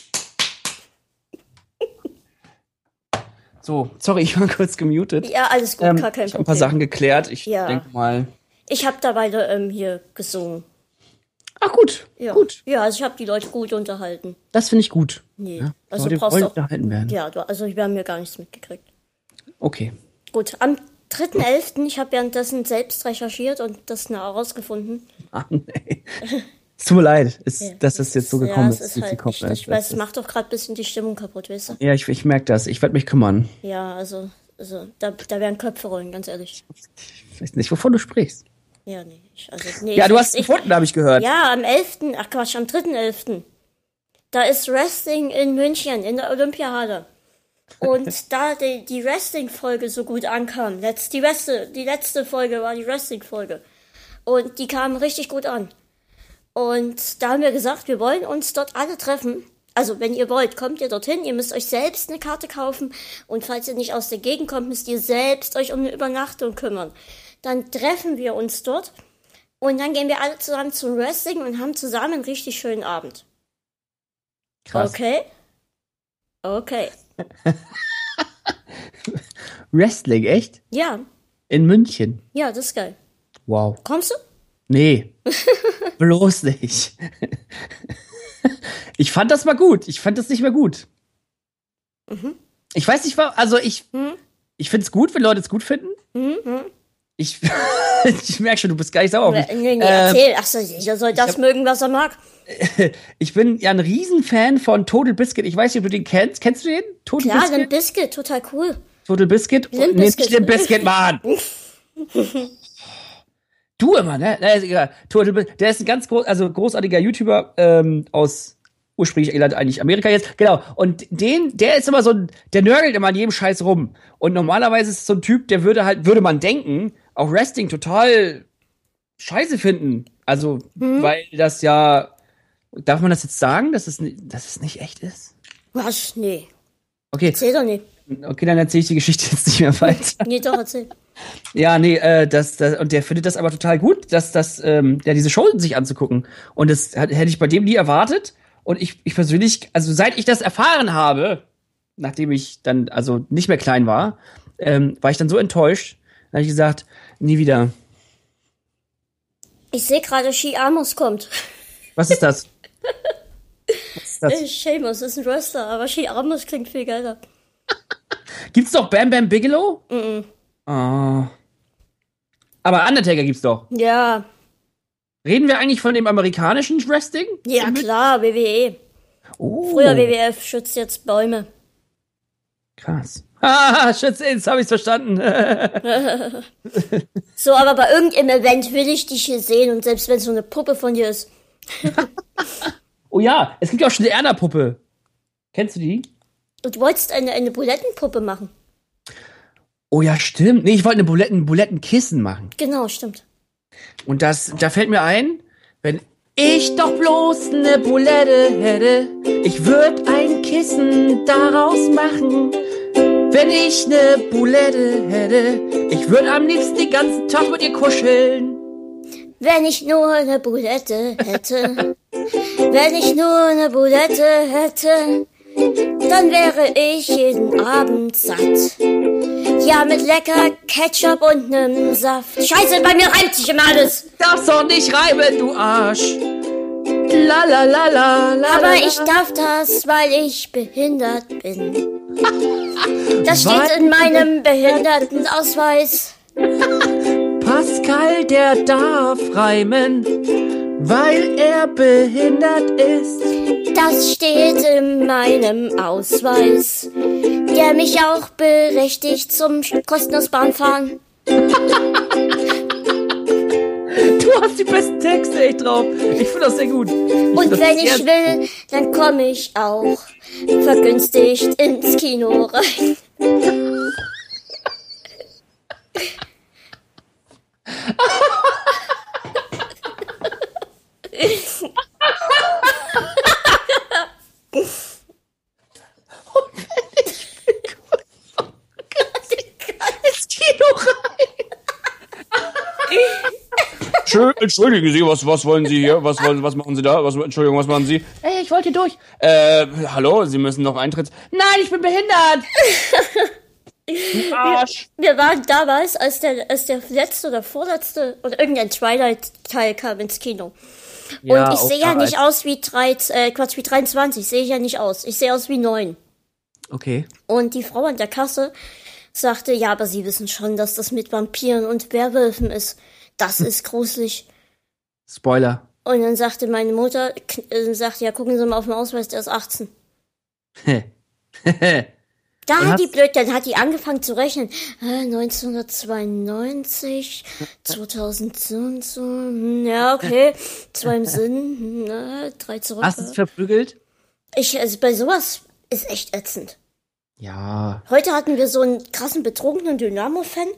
So, sorry, ich war kurz gemutet. Ja, alles gut, gar kein Problem. Ich habe ein paar Sachen geklärt. Ich denke mal... Ich habe dabei hier gesungen. Ach gut, Ja. gut. Ja, also ich habe die Leute gut unterhalten. Das finde ich gut. Nee, Ja, also Leute brauchst wollen du auch... unterhalten werden. Ja, wir haben ja gar nichts mitgekriegt. Okay. Gut, am 3.11., ich habe währenddessen selbst recherchiert und das herausgefunden. Ah, nee. Es tut mir leid, dass das jetzt so gekommen ist. Es ist halt nicht, ich weiß, es macht doch gerade ein bisschen die Stimmung kaputt, weißt du? Ja, ich merke das. Ich werde mich kümmern. Ja, also da werden Köpfe rollen, ganz ehrlich. Ich weiß nicht, wovon du sprichst. Ja, nee. Ja, du hast es gefunden, habe ich gehört. Ja, am 3.11. Da ist Wrestling in München, in der Olympiahalle. Und da die Wrestling-Folge so gut ankam, die letzte Folge war die Wrestling-Folge. Und die kam richtig gut an. Und da haben wir gesagt, wir wollen uns dort alle treffen. Also, wenn ihr wollt, kommt ihr dorthin. Ihr müsst euch selbst eine Karte kaufen. Und falls ihr nicht aus der Gegend kommt, müsst ihr selbst euch um eine Übernachtung kümmern. Dann treffen wir uns dort. Und dann gehen wir alle zusammen zum Wrestling und haben zusammen einen richtig schönen Abend. Krass. Okay. Wrestling, echt? Ja. In München? Ja, das ist geil. Wow. Kommst du? Nee. Bloß nicht. Ich fand das mal gut. Ich fand das nicht mehr gut. Ich weiß nicht, ich finde es gut, wenn Leute es gut finden. Ich merke schon, du bist gar nicht sauer auf mich. Nee, erzähl. Achso, jeder soll das mögen, was er mag. Ich bin ja ein Riesenfan von Total Biscuit. Ich weiß nicht, ob du den kennst. Kennst du den? Klar, Limp Bizkit, total cool. Total Biscuit? Limp Nee, Bizkit. nicht Limp Bizkit, Mann. Du immer, ne? Na, ist egal. Der ist ein ganz großartiger YouTuber aus ursprünglich Irland, eigentlich Amerika jetzt. Genau. Und der ist immer so der nörgelt immer an jedem Scheiß rum. Und normalerweise ist es so ein Typ, der würde man denken, auch Wrestling total scheiße finden. Also, weil das ja, darf man das jetzt sagen, dass es nicht echt ist? Was? Nee. Okay. Erzähl doch nicht. Okay, dann erzähle ich die Geschichte jetzt nicht mehr weiter. Nee, doch, erzähl. Ja, nee, und der findet das aber total gut, diese Show sich anzugucken. Und das hätte ich bei dem nie erwartet. Und ich persönlich, also seit ich das erfahren habe, nachdem ich dann also nicht mehr klein war ich dann so enttäuscht, da habe ich gesagt, nie wieder. Ich sehe gerade, She Amos kommt. Was ist das? Sheamus ist ein Wrestler, aber She Amos klingt viel geiler. Gibt's doch Bam Bam Bigelow? Oh. Aber Undertaker gibt's doch. Ja. Reden wir eigentlich von dem amerikanischen Wrestling? Ja, klar, WWE. Oh. Früher WWF schützt jetzt Bäume. Krass. Ah, Schätze, jetzt habe ich's verstanden. So, aber bei irgendeinem Event will ich dich hier sehen und selbst wenn es so eine Puppe von dir ist. Oh ja, es gibt ja auch schon eine Erna-Puppe. Kennst du die? Und du wolltest eine Bulettenpuppe machen. Oh ja, stimmt. Nee, ich wollte ein Bulettenkissen machen. Genau, stimmt. Und da fällt mir ein, wenn ich doch bloß ne Bulette hätte, ich würd ein Kissen daraus machen. Wenn ich ne Bulette hätte, ich würd am liebsten den ganzen Tag mit ihr kuscheln. Wenn ich nur eine Bulette hätte, wenn ich nur eine Bulette hätte, dann wäre ich jeden Abend satt. Ja, mit lecker Ketchup und nem Saft. Scheiße, bei mir reimt sich immer alles. Darfst doch nicht reiben, du Arsch. La la la la la. Aber ich darf das, weil ich behindert bin. Das steht in meinem Behindertenausweis. Pascal, der darf reimen, weil er behindert ist. Das steht in meinem Ausweis, der mich auch berechtigt zum kostenlos Bahnfahren. Du hast die besten Texte echt drauf. Ich finde das sehr gut. Und wenn ich will, dann komme ich auch vergünstigt ins Kino rein. Ins Kino rein. Entschuldigen Sie, was wollen Sie hier? Was machen Sie da? Entschuldigung, was machen Sie? Ey, ich wollte hier durch. Hallo, Sie müssen noch Eintritt. Nein, ich bin behindert. Du Arsch. Wir waren damals, als der letzte oder vorletzte oder irgendein Twilight-Teil kam ins Kino. Ja, und ich auch sehe ja da nicht aus wie 23, sehe ich ja nicht aus. Ich sehe aus wie 9. Okay. Und die Frau an der Kasse sagte, ja, aber Sie wissen schon, dass das mit Vampiren und Werwölfen ist. Das ist gruselig. Spoiler. Und dann sagte meine Mutter, ja, gucken Sie mal auf den Ausweis, der ist 18. Da hat die dann hat die angefangen zu rechnen. 1992, 2000 so und so. Ja, okay. 2 im Sinn, 3 zurück. Hast du es verprügelt? Also bei sowas ist echt ätzend. Ja. Heute hatten wir so einen krassen betrunkenen Dynamo-Fan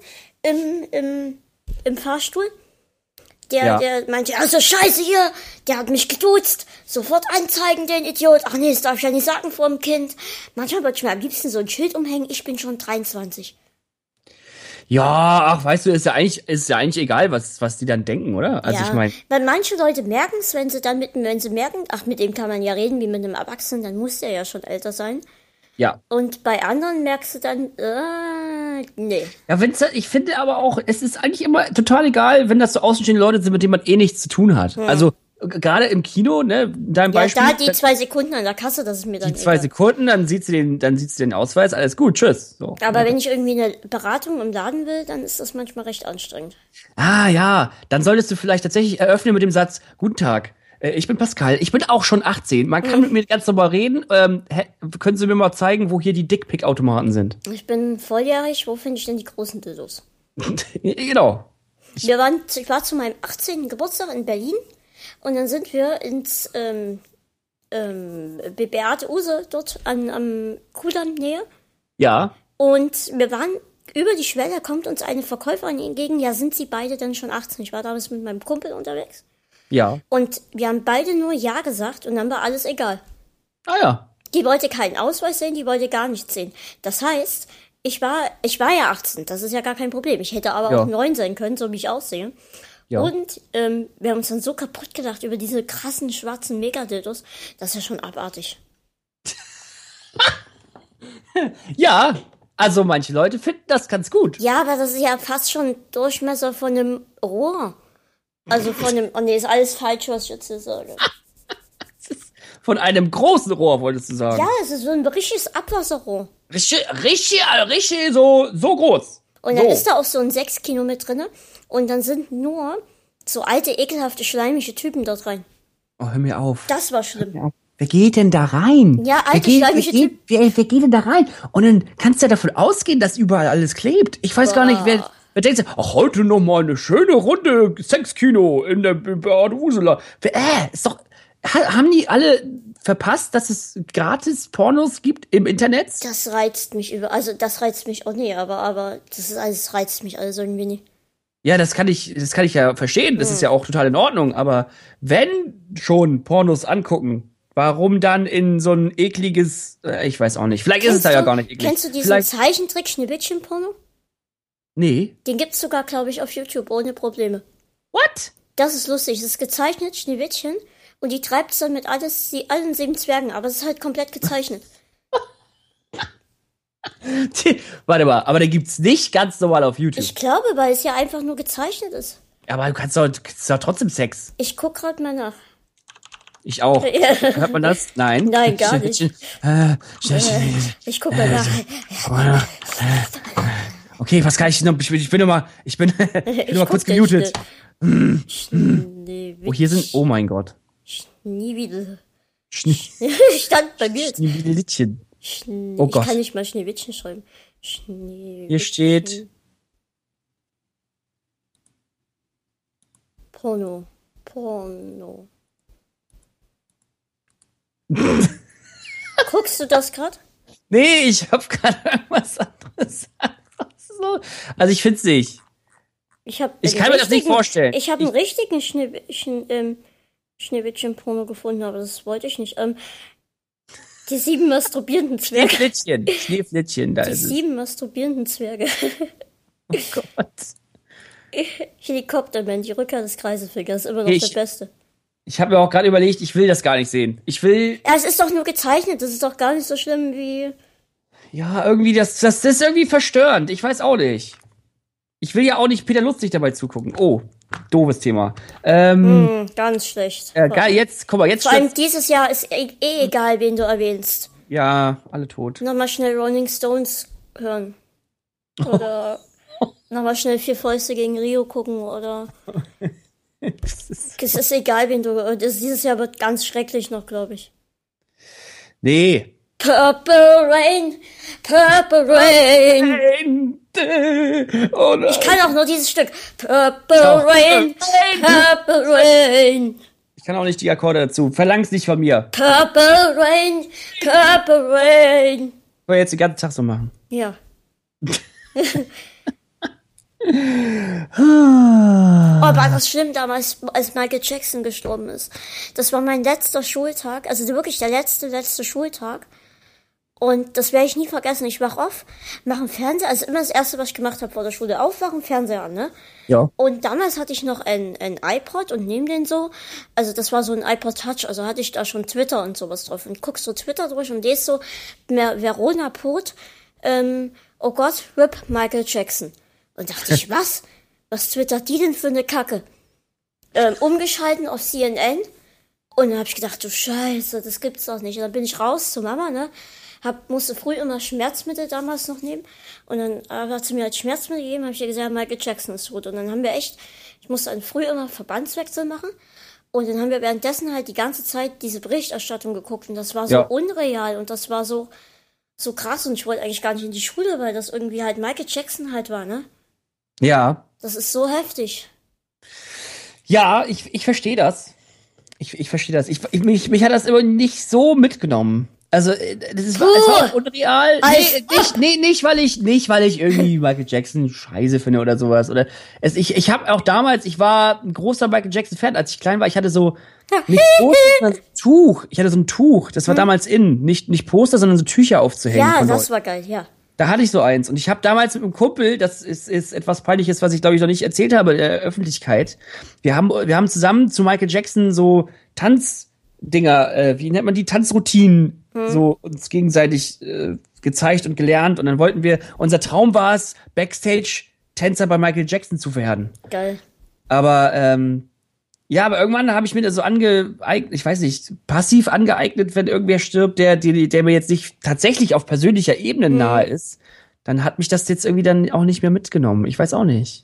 im Fahrstuhl. Der meinte, also scheiße hier, der hat mich geduzt. Sofort anzeigen, den Idiot. Ach nee, das darf ich ja nicht sagen vor dem Kind. Manchmal würde ich mir am liebsten so ein Schild umhängen, ich bin schon 23. Ja, ach, weißt du, ist ja eigentlich egal, was die dann denken, oder? Also ja, ich meine. weil manche Leute merken es, wenn sie merken, ach, mit dem kann man ja reden wie mit einem Erwachsenen, dann muss der ja schon älter sein. Ja. Und bei anderen merkst du dann, nee. Ja, ich finde aber auch, es ist eigentlich immer total egal, wenn das so außenstehende Leute sind, mit denen man eh nichts zu tun hat. Also, gerade im Kino, ne, dein Beispiel. Ja, da die 2 Sekunden an der Kasse, das ist mir dann die 2 Sekunden, dann sieht sie den Ausweis, alles gut, tschüss. So. Aber wenn ich irgendwie eine Beratung im Laden will, dann ist das manchmal recht anstrengend. Ah, ja, dann solltest du vielleicht tatsächlich eröffnen mit dem Satz, guten Tag. Ich bin Pascal, ich bin auch schon 18. Man kann mit mir ganz normal reden. Können Sie mir mal zeigen, wo hier die Dickpick-Automaten sind? Ich bin volljährig, wo finde ich denn die großen Dildos? Genau. Ich war zu meinem 18. Geburtstag in Berlin und dann sind wir ins Beate Use dort am Kudamm Nähe. Ja. Und wir waren über die Schwelle, kommt uns eine Verkäuferin entgegen. Ja, sind Sie beide dann schon 18? Ich war damals mit meinem Kumpel unterwegs. Ja. Und wir haben beide nur Ja gesagt und dann war alles egal. Ah ja. Die wollte keinen Ausweis sehen, die wollte gar nichts sehen. Das heißt, ich war ja 18, das ist ja gar kein Problem. Ich hätte aber auch 9 sein können, so wie ich aussehe. Ja. Und wir haben uns dann so kaputt gedacht über diese krassen schwarzen Megadildos. Das ist ja schon abartig. Ja, also manche Leute finden das ganz gut. Ja, aber das ist ja fast schon Durchmesser von einem Rohr. Also von einem, oh nee, ist alles falsch, was ich jetzt hier sage. Von einem großen Rohr, wolltest du sagen? Ja, es ist so ein richtiges Abwasserrohr. Richtig so groß. Und dann ist da auch so ein 6 mit drinne. Und dann sind nur so alte, ekelhafte, schleimige Typen dort rein. Oh, hör mir auf. Das war schlimm. Wer geht denn da rein? Ja, alte, schleimige Typen. Wer geht denn da rein? Und dann kannst du ja davon ausgehen, dass überall alles klebt. Ich weiß gar nicht, wer denkt, ach, heute noch mal eine schöne Runde Sexkino in der Beate Ursula. Ist doch, haben die alle verpasst, dass es gratis Pornos gibt im Internet? Das reizt mich das reizt mich auch nicht, aber das ist alles reizt mich alles irgendwie nicht. Ja, das kann ich ja verstehen. Das ist ja auch total in Ordnung. Aber wenn schon Pornos angucken, warum dann in so ein ekliges, ich weiß auch nicht. Vielleicht ist es da ja gar nicht eklig. Kennst du diesen Vielleicht, Zeichentrick-Schneewittchen-Porno? nee. Den gibt's sogar, glaube ich, auf YouTube ohne Probleme. What? Das ist lustig. Es ist gezeichnet, Schneewittchen. Und die treibt es dann mit allen 7 Zwergen. Aber es ist halt komplett gezeichnet. Warte mal, aber der gibt's nicht ganz normal auf YouTube. Ich glaube, weil es ja einfach nur gezeichnet ist. Aber du kannst doch trotzdem Sex. Ich guck gerade mal nach. Ich auch. Hört man das? Nein. Nein, gar nicht. Ich guck mal nach. Okay, was kann ich noch? Ich bin nur mal kurz gemutet. Oh, hier sind, oh mein Gott. Schneewiedel. Stand bei mir. Schneewittchen. Oh Gott. Ich kann nicht mal Schneewittchen schreiben. Schneewittchen. Hier steht Porno. Guckst du das gerade? Nee, ich hab gerade irgendwas anderes. So. Also ich find's nicht. Ich kann mir das nicht vorstellen. Ich habe einen richtigen Schneewittchen-Porno gefunden, aber das wollte ich nicht. Die 7 masturbierenden Zwerge. Schneeflittchen, da Die ist es. 7 masturbierenden Zwerge. Oh Gott. Helikopterman, die Rückkehr des Kreisefingers, immer noch der Beste. Ich habe mir auch gerade überlegt, ich will das gar nicht sehen. Ja, es ist doch nur gezeichnet, das ist doch gar nicht so schlimm wie... Ja, irgendwie, das ist irgendwie verstörend. Ich weiß auch nicht. Ich will ja auch nicht Peter Lustig dabei zugucken. Oh, doofes Thema. Ganz schlecht. Geil, jetzt, guck mal, jetzt vor allem dieses Jahr ist egal, wen du erwähnst. Ja, alle tot. Nochmal schnell Rolling Stones hören. Oder nochmal schnell 4 Fäuste gegen Rio gucken, oder... Es ist egal, wen du... Dieses Jahr wird ganz schrecklich noch, glaube ich. Nee. Purple Rain. Oh nein. Ich kann auch nur dieses Stück. Purple Rain. Ich kann auch nicht die Akkorde dazu. Verlang's nicht von mir. Purple Rain. Ich will jetzt den ganzen Tag so machen. Ja. Oh, war das schlimm damals, als Michael Jackson gestorben ist. Das war mein letzter Schultag, also wirklich der letzte Schultag. Und das werde ich nie vergessen. Ich wach auf, mache einen Fernseher, also immer das Erste, was ich gemacht habe vor der Schule, aufwachen, Fernseher an, ne? Ja. Und damals hatte ich noch ein iPod und neben den so, also das war so ein iPod Touch, also hatte ich da schon Twitter und sowas drauf. Und guckst so Twitter durch und lest so, Verona Pot, oh Gott, RIP Michael Jackson. Und dachte ich, was twittert die denn für eine Kacke? Umgeschalten auf CNN und dann habe ich gedacht, du Scheiße, das gibt's doch nicht. Und dann bin ich raus zu Mama, ne? Musste früh immer Schmerzmittel damals noch nehmen und dann hat sie mir halt Schmerzmittel gegeben, habe ich ihr gesagt, Michael Jackson ist tot. Und dann haben wir ich musste dann früh immer Verbandswechsel machen und dann haben wir währenddessen halt die ganze Zeit diese Berichterstattung geguckt und das war so unreal und das war so krass und ich wollte eigentlich gar nicht in die Schule, weil das irgendwie halt Michael Jackson halt war, ne? Ja. Das ist so heftig. Ja, ich verstehe das. Ich verstehe das. Mich hat das immer nicht so mitgenommen. Also, es war auch unreal. Nee, nicht weil ich irgendwie Michael Jackson scheiße finde oder sowas. Ich habe auch damals, ich war ein großer Michael Jackson Fan, als ich klein war. Ich hatte so nicht Poster, sondern so ein Tuch. Ich hatte so ein Tuch. Das war damals nicht Poster, sondern so Tücher aufzuhängen. Ja, das war geil, ja. Da hatte ich so eins. Und ich habe damals mit einem Kumpel, das ist etwas Peinliches, was ich glaube ich noch nicht erzählt habe in der Öffentlichkeit. Wir haben zusammen zu Michael Jackson so Tanzdinger, wie nennt man die, Tanzroutinen so uns gegenseitig gezeigt und gelernt. Und dann unser Traum war es, Backstage-Tänzer bei Michael Jackson zu werden. Geil. Aber aber irgendwann habe ich mir das so angeeignet, ich weiß nicht, passiv angeeignet, wenn irgendwer stirbt, der mir jetzt nicht tatsächlich auf persönlicher Ebene nahe ist, dann hat mich das jetzt irgendwie dann auch nicht mehr mitgenommen. Ich weiß auch nicht.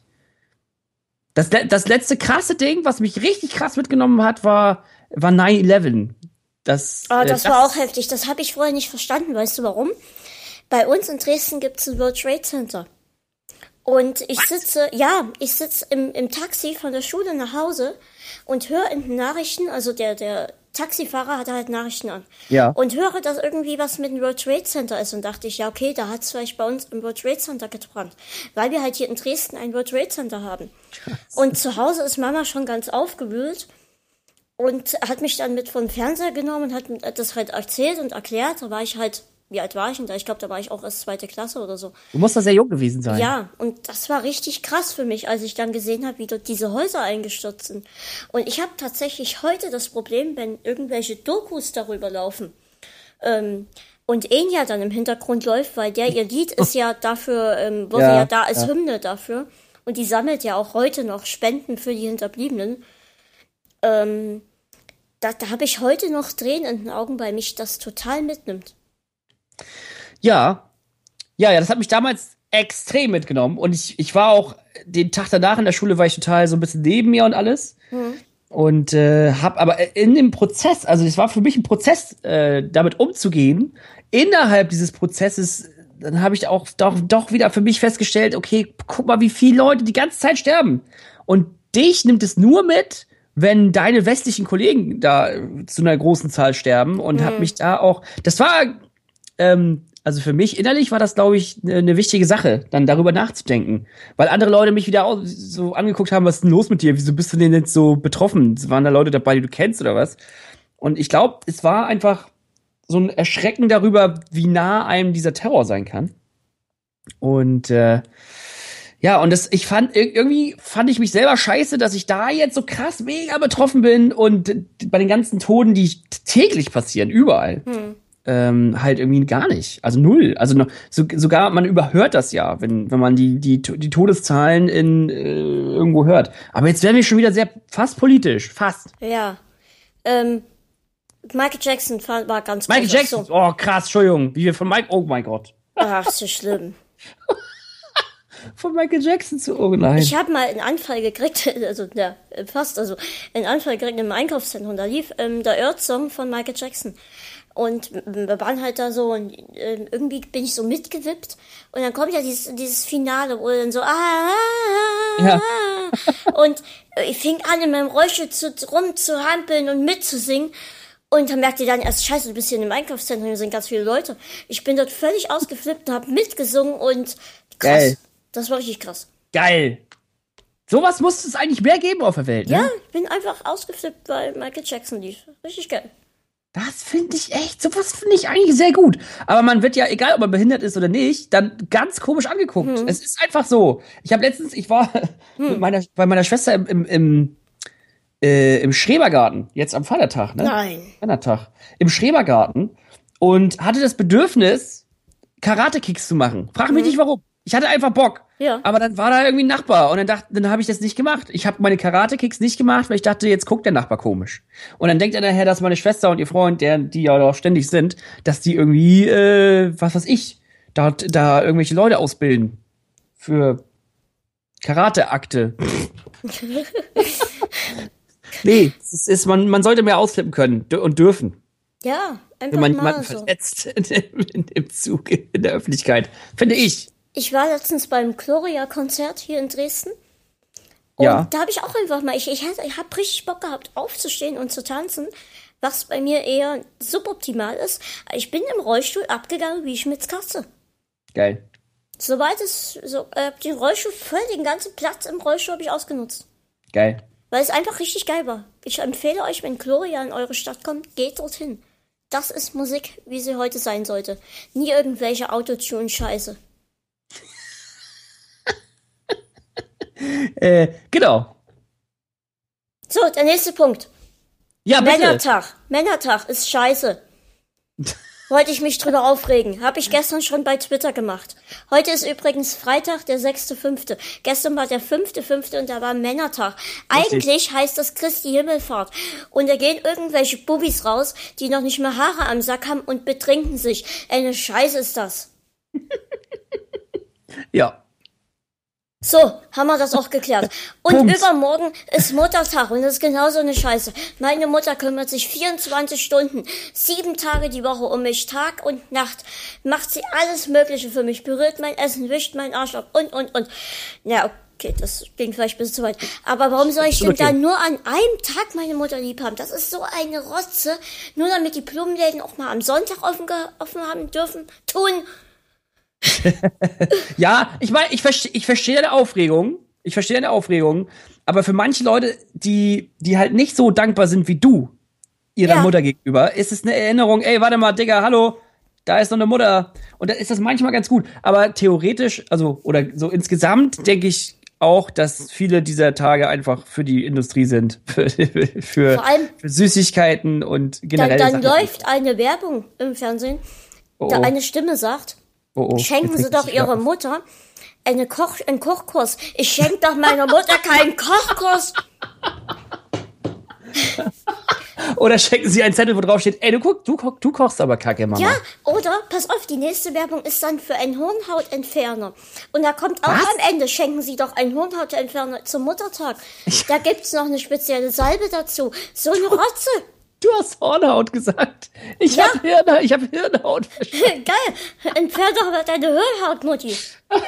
Das letzte krasse Ding, was mich richtig krass mitgenommen hat, war 9/11. Das war auch heftig. Das habe ich vorher nicht verstanden. Weißt du warum? Bei uns in Dresden gibt's ein World Trade Center. Und ich sitze im Taxi von der Schule nach Hause und höre in den Nachrichten, also der Taxifahrer hatte halt Nachrichten an. Ja. Und höre, dass irgendwie was mit dem World Trade Center ist und dachte ich, ja okay, da hat es vielleicht bei uns im World Trade Center gebrannt. Weil wir halt hier in Dresden ein World Trade Center haben. Und zu Hause ist Mama schon ganz aufgewühlt und hat mich dann mit vom Fernseher genommen und hat das halt erzählt und erklärt. Da war ich halt, wie alt war ich denn da? Ich glaube, da war ich auch erst 2. Klasse oder so. Du musst da sehr jung gewesen sein. Ja, und das war richtig krass für mich, als ich dann gesehen habe, wie dort diese Häuser eingestürzt sind. Und ich habe tatsächlich heute das Problem, wenn irgendwelche Dokus darüber laufen und Enya dann im Hintergrund läuft, weil ihr Lied ist ja dafür, wurde ja da als Hymne dafür. Und die sammelt ja auch heute noch Spenden für die Hinterbliebenen. Da habe ich heute noch Tränen in den Augen, weil mich das total mitnimmt. Ja, das hat mich damals extrem mitgenommen. Und ich war auch den Tag danach in der Schule, war ich total so ein bisschen neben mir und alles. Und hab aber in dem Prozess, also es war für mich ein Prozess, damit umzugehen. Innerhalb dieses Prozesses, dann habe ich auch doch wieder für mich festgestellt, okay, guck mal, wie viele Leute die ganze Zeit sterben. Und dich nimmt es nur mit, wenn deine westlichen Kollegen da zu einer großen Zahl sterben. Und hab mich da auch, das war also für mich innerlich war das, glaube ich, eine wichtige Sache, dann darüber nachzudenken. Weil andere Leute mich wieder auch so angeguckt haben, was ist denn los mit dir? Wieso bist du denn jetzt so betroffen? Waren da Leute dabei, die du kennst oder was? Und ich glaube, es war einfach so ein Erschrecken darüber, wie nah einem dieser Terror sein kann. Und irgendwie fand ich mich selber scheiße, dass ich da jetzt so krass mega betroffen bin und bei den ganzen Toten, die täglich passieren, überall. Halt irgendwie gar nicht. Also null. Also sogar, man überhört das ja, wenn man die Todeszahlen irgendwo hört. Aber jetzt werden wir schon wieder fast politisch. Fast. Ja. Michael Jackson war ganz Michael Jackson? So. Oh, krass, Entschuldigung. Wie wir von Mike, oh mein Gott. Ach, so schlimm. Von Michael Jackson oh nein. Ich habe mal einen Anfall gekriegt, einen Anfall gekriegt im Einkaufszentrum. Da lief der Earth-Song von Michael Jackson. Und wir waren halt da so und irgendwie bin ich so mitgewippt. Und dann kommt ja dieses Finale, wo dann so und ich fing an, in meinem Rollstuhl rumzuhampeln und mitzusingen. Und dann merkte ich dann erst, scheiße, du bist hier in einem Einkaufszentrum, hier sind ganz viele Leute. Ich bin dort völlig ausgeflippt und hab mitgesungen und krass. Geil. Das war richtig krass. Geil. Sowas muss es eigentlich mehr geben auf der Welt, ne? Ja, ich bin einfach ausgeflippt, weil Michael Jackson lief. Richtig geil. Das finde ich echt, sowas finde ich eigentlich sehr gut. Aber man wird ja, egal ob man behindert ist oder nicht, dann ganz komisch angeguckt. Es ist einfach so. Ich war bei meiner Schwester im Schrebergarten, jetzt am Vatertag, ne? Nein. Vatertag. Im Schrebergarten und hatte das Bedürfnis, Karate-Kicks zu machen. Frag mich nicht warum. Ich hatte einfach Bock. Ja. Aber dann war da irgendwie ein Nachbar und dann habe ich das nicht gemacht. Ich habe meine Karate-Kicks nicht gemacht, weil ich dachte, jetzt guckt der Nachbar komisch. Und dann denkt er nachher, dass meine Schwester und ihr Freund, die ja auch ständig sind, dass die irgendwie, was weiß ich, da irgendwelche Leute ausbilden. Für Karate-Akte. Nee, man sollte mehr ausflippen können und dürfen. Ja, einfach wenn man mal jemanden so. verletzt im Zug, in der Öffentlichkeit. Finde ich. Ich war letztens beim Gloria-Konzert hier in Dresden. Und da habe ich auch einfach mal, ich habe richtig Bock gehabt, aufzustehen und zu tanzen, was bei mir eher suboptimal ist. Ich bin im Rollstuhl abgegangen wie Schmitz Katze. Geil. Soweit den Rollstuhl den ganzen Platz im Rollstuhl habe ich ausgenutzt. Geil. Weil es einfach richtig geil war. Ich empfehle euch, wenn Gloria in eure Stadt kommt, geht dorthin. Das ist Musik, wie sie heute sein sollte. Nie irgendwelche Autotune-Scheiße. Genau. So, der nächste Punkt. Ja, bitte. Männertag ist scheiße. Wollte ich mich drüber aufregen. Habe ich gestern schon bei Twitter gemacht. Heute ist übrigens Freitag, der 6.5. Gestern war der 5.5. und da war Männertag. Eigentlich heißt das Christi Himmelfahrt. Und da gehen irgendwelche Bubis raus, die noch nicht mal Haare am Sack haben und betrinken sich. Eine Scheiße ist das. Ja. So, haben wir das auch geklärt. Und Punkt. übermorgen ist Muttertag und das ist genauso eine Scheiße. Meine Mutter kümmert sich 24 Stunden, 7 Tage die Woche um mich, Tag und Nacht. Macht sie alles Mögliche für mich, berührt mein Essen, wischt meinen Arsch ab und. Ja, okay, das ging vielleicht ein bisschen zu weit. Aber warum soll ich denn dann nur an einem Tag meine Mutter lieb haben? Das ist so eine Rotze. Nur damit die Blumenläden auch mal am Sonntag offen haben dürfen, tun. Ja, ich meine, ich verstehe deine Aufregung. Ich verstehe deine Aufregung. Aber für manche Leute, die halt nicht so dankbar sind wie du ihrer Mutter gegenüber, ist es eine Erinnerung, ey, warte mal, Digga, hallo, da ist noch eine Mutter. Und da ist das manchmal ganz gut. Aber theoretisch, also, oder so insgesamt denke ich auch, dass viele dieser Tage einfach für die Industrie sind. Für Süßigkeiten und generell. Dann läuft eine Werbung im Fernsehen, da eine Stimme sagt, schenken Sie doch Ihrer Mutter einen Kochkurs. Ich schenke doch meiner Mutter keinen Kochkurs. Oder schenken Sie einen Zettel, wo drauf steht, ey, du kochst aber Kacke, Mama. Ja, oder, pass auf, die nächste Werbung ist dann für einen Hirnhautentferner. Und da kommt auch am Ende, schenken Sie doch einen Hirnhautentferner zum Muttertag. Da gibt's noch eine spezielle Salbe dazu. So eine Rotze. Du hast Hornhaut gesagt. Ich hab Hirnhaut. Geil. Entfern doch mal deine Hirnhaut, Mutti.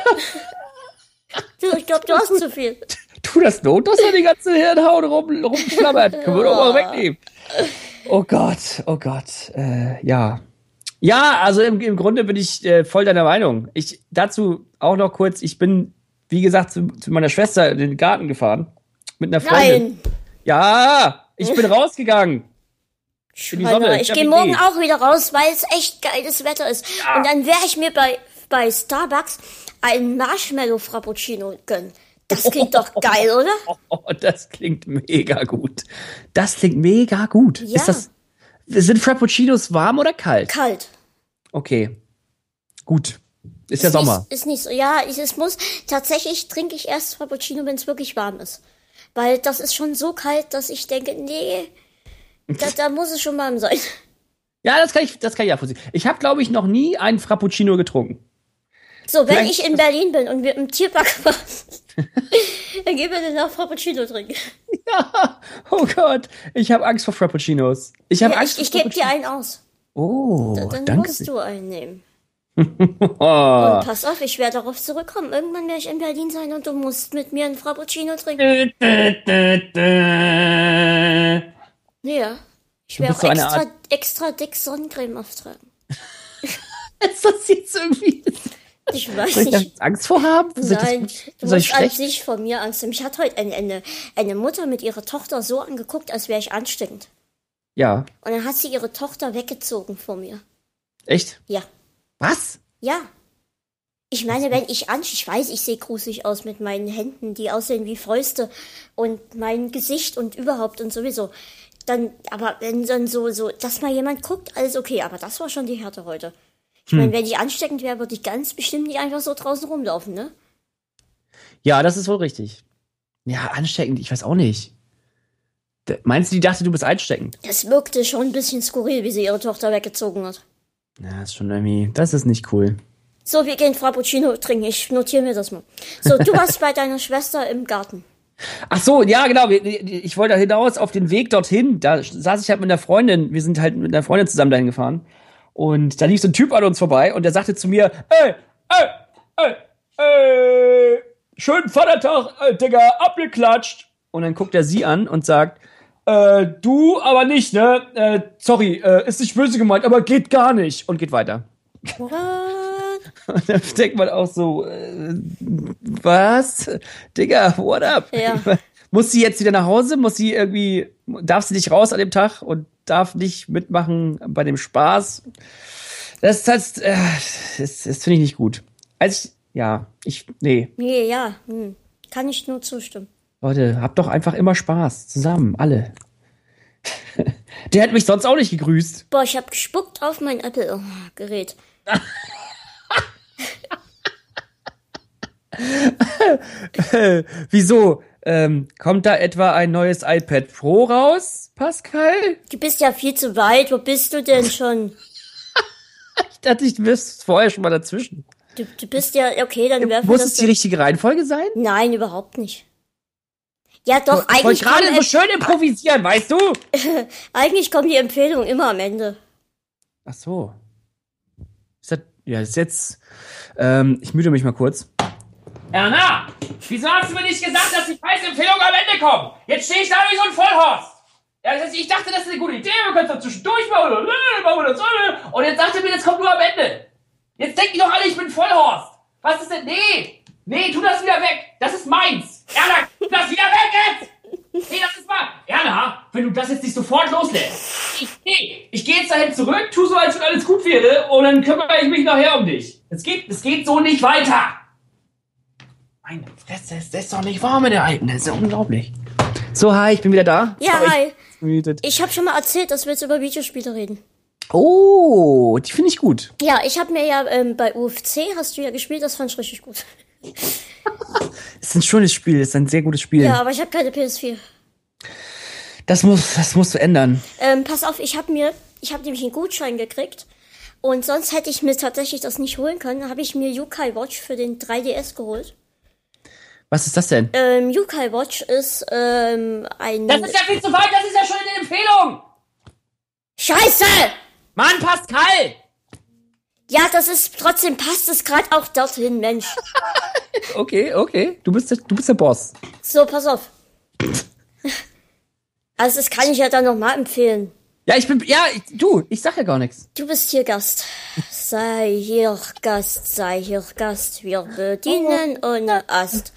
Du, ich glaube, du hast zu viel. Tu das Not, dass da die ganze Hirnhaut rumflammert. Können wir doch mal wegnehmen. Oh Gott, ja. Ja, also im Grunde bin ich voll deiner Meinung. Dazu auch noch kurz, ich bin, wie gesagt, zu meiner Schwester in den Garten gefahren. Mit einer Freundin. Nein. Ja, ich bin rausgegangen. In die Sonne. Ich gehe morgen auch wieder raus, weil es echt geiles Wetter ist. Ja. Und dann werde ich mir bei Starbucks einen Marshmallow Frappuccino gönnen. Das klingt doch geil, oder? Oh, das klingt mega gut. Das klingt mega gut. Ja. Sind Frappuccinos warm oder kalt? Kalt. Okay. Gut. Ist ja Sommer. Ist nicht so. Ja, tatsächlich trinke ich erst Frappuccino, wenn es wirklich warm ist. Weil das ist schon so kalt, dass ich denke, nee, da muss es schon warm sein. Ja, das kann ich ja vorsehen. Ich habe, glaube ich, noch nie einen Frappuccino getrunken. So, wenn ich in Berlin bin und wir im Tierpark waren, dann gehen wir dann auch Frappuccino trinken. Ja, oh Gott, ich habe Angst vor Frappuccinos. Ich gebe dir einen aus. Oh, dann danke. musst du einen nehmen. Und pass auf, ich werde darauf zurückkommen. Irgendwann werde ich in Berlin sein und du musst mit mir einen Frappuccino trinken. Ja, ich werde auch extra dick Sonnencreme auftragen. Ist das jetzt irgendwie... Ich weiß Soll ich da nicht. Angst vor haben? Nein, du musst an sich vor mir Angst haben. Mich hat heute eine Mutter mit ihrer Tochter so angeguckt, als wäre ich ansteckend. Ja. Und dann hat sie ihre Tochter weggezogen vor mir. Echt? Ja. Was? Ja. Ich meine, wenn ich weiß, ich sehe gruselig aus mit meinen Händen, die aussehen wie Fäuste und mein Gesicht und überhaupt und sowieso. Aber wenn dann so, dass mal jemand guckt, alles okay. Aber das war schon die Härte heute. Ich meine, wenn die ansteckend wäre, würde ich ganz bestimmt nicht einfach so draußen rumlaufen, ne? Ja, das ist wohl richtig. Ja, ansteckend, ich weiß auch nicht. Meinst du, die dachte, du bist ansteckend? Das wirkte schon ein bisschen skurril, wie sie ihre Tochter weggezogen hat. Ja, ist schon irgendwie, das ist nicht cool. So, wir gehen Frappuccino trinken. Ich notiere mir das mal. So, du warst bei deiner Schwester im Garten. Ach so, ja, genau. Ich wollte da hinaus auf den Weg dorthin. Da saß ich halt mit einer Freundin. Wir sind halt mit einer Freundin zusammen dahin gefahren. Und da lief so ein Typ an uns vorbei und der sagte zu mir, schönen Vatertag, Digga, abgeklatscht. Und dann guckt er sie an und sagt, du aber nicht, ne? Sorry, ist nicht böse gemeint, aber geht gar nicht. Und geht weiter. What? Und dann denkt man auch so, was? Digga, what up? Ja. Muss sie jetzt wieder nach Hause? Darf sie nicht raus an dem Tag und darf nicht mitmachen bei dem Spaß? Das finde ich nicht gut. Nee. Nee, ja, kann ich nur zustimmen. Leute, habt doch einfach immer Spaß. Zusammen, alle. Der hat mich sonst auch nicht gegrüßt. Boah, ich habe gespuckt auf mein Apple-Gerät. Wieso? Kommt da etwa ein neues iPad Pro raus, Pascal? Du bist ja viel zu weit. Wo bist du denn schon? Ich dachte, ich wüsste vorher schon mal dazwischen. Du bist ja, okay, dann werfen wir Muss das... es die richtige Reihenfolge sein? Nein, überhaupt nicht. Ja, doch, Ich wollte eigentlich gerade so schön improvisieren, weißt du? eigentlich kommen die Empfehlungen immer am Ende. Ach so. Ist jetzt... ich müde mich mal kurz. Erna, wieso hast du mir nicht gesagt, dass die Preisempfehlungen am Ende kommen? Jetzt stehe ich da wie so ein Vollhorst. Ja, ich dachte, das ist eine gute Idee, wir können es doch zwischendurch machen. Und jetzt sagt er mir, das kommt nur am Ende. Jetzt denken die doch alle, ich bin Vollhorst. Was ist denn? Nee, tu das wieder weg. Das ist meins. Erna, tu das wieder weg jetzt. Nee, das ist mal... Erna, wenn du das jetzt nicht sofort loslässt. Ich gehe jetzt dahin zurück, tu so, als wenn alles gut wäre und dann kümmere ich mich nachher um dich. Es geht so nicht weiter. Meine Fresse, das ist doch nicht wahr mit der Alten. Das ist ja unglaublich. So, hi, ich bin wieder da. Ja, hi. Gemütet. Ich habe schon mal erzählt, dass wir jetzt über Videospiele reden. Oh, die finde ich gut. Ja, ich habe mir ja bei UFC, hast du ja gespielt, das fand ich richtig gut. Es ist ein schönes Spiel, es ist ein sehr gutes Spiel. Ja, aber ich habe keine PS4. Das musst du ändern. Pass auf, ich habe nämlich einen Gutschein gekriegt und sonst hätte ich mir tatsächlich das nicht holen können. Da habe ich mir Yokai Watch für den 3DS geholt. Was ist das denn? Yokai Watch ist ein... Das ist ja viel zu weit, das ist ja schon in der Empfehlung. Scheiße! Mann, Pascal! Ja, passt es gerade auch dorthin, Mensch. Okay. Du bist der Boss. So, pass auf. Also das kann ich ja dann nochmal empfehlen. Ja, ich sag ja gar nichts. Du bist hier Gast. Sei hier Gast. Wir bedienen ohne Ast.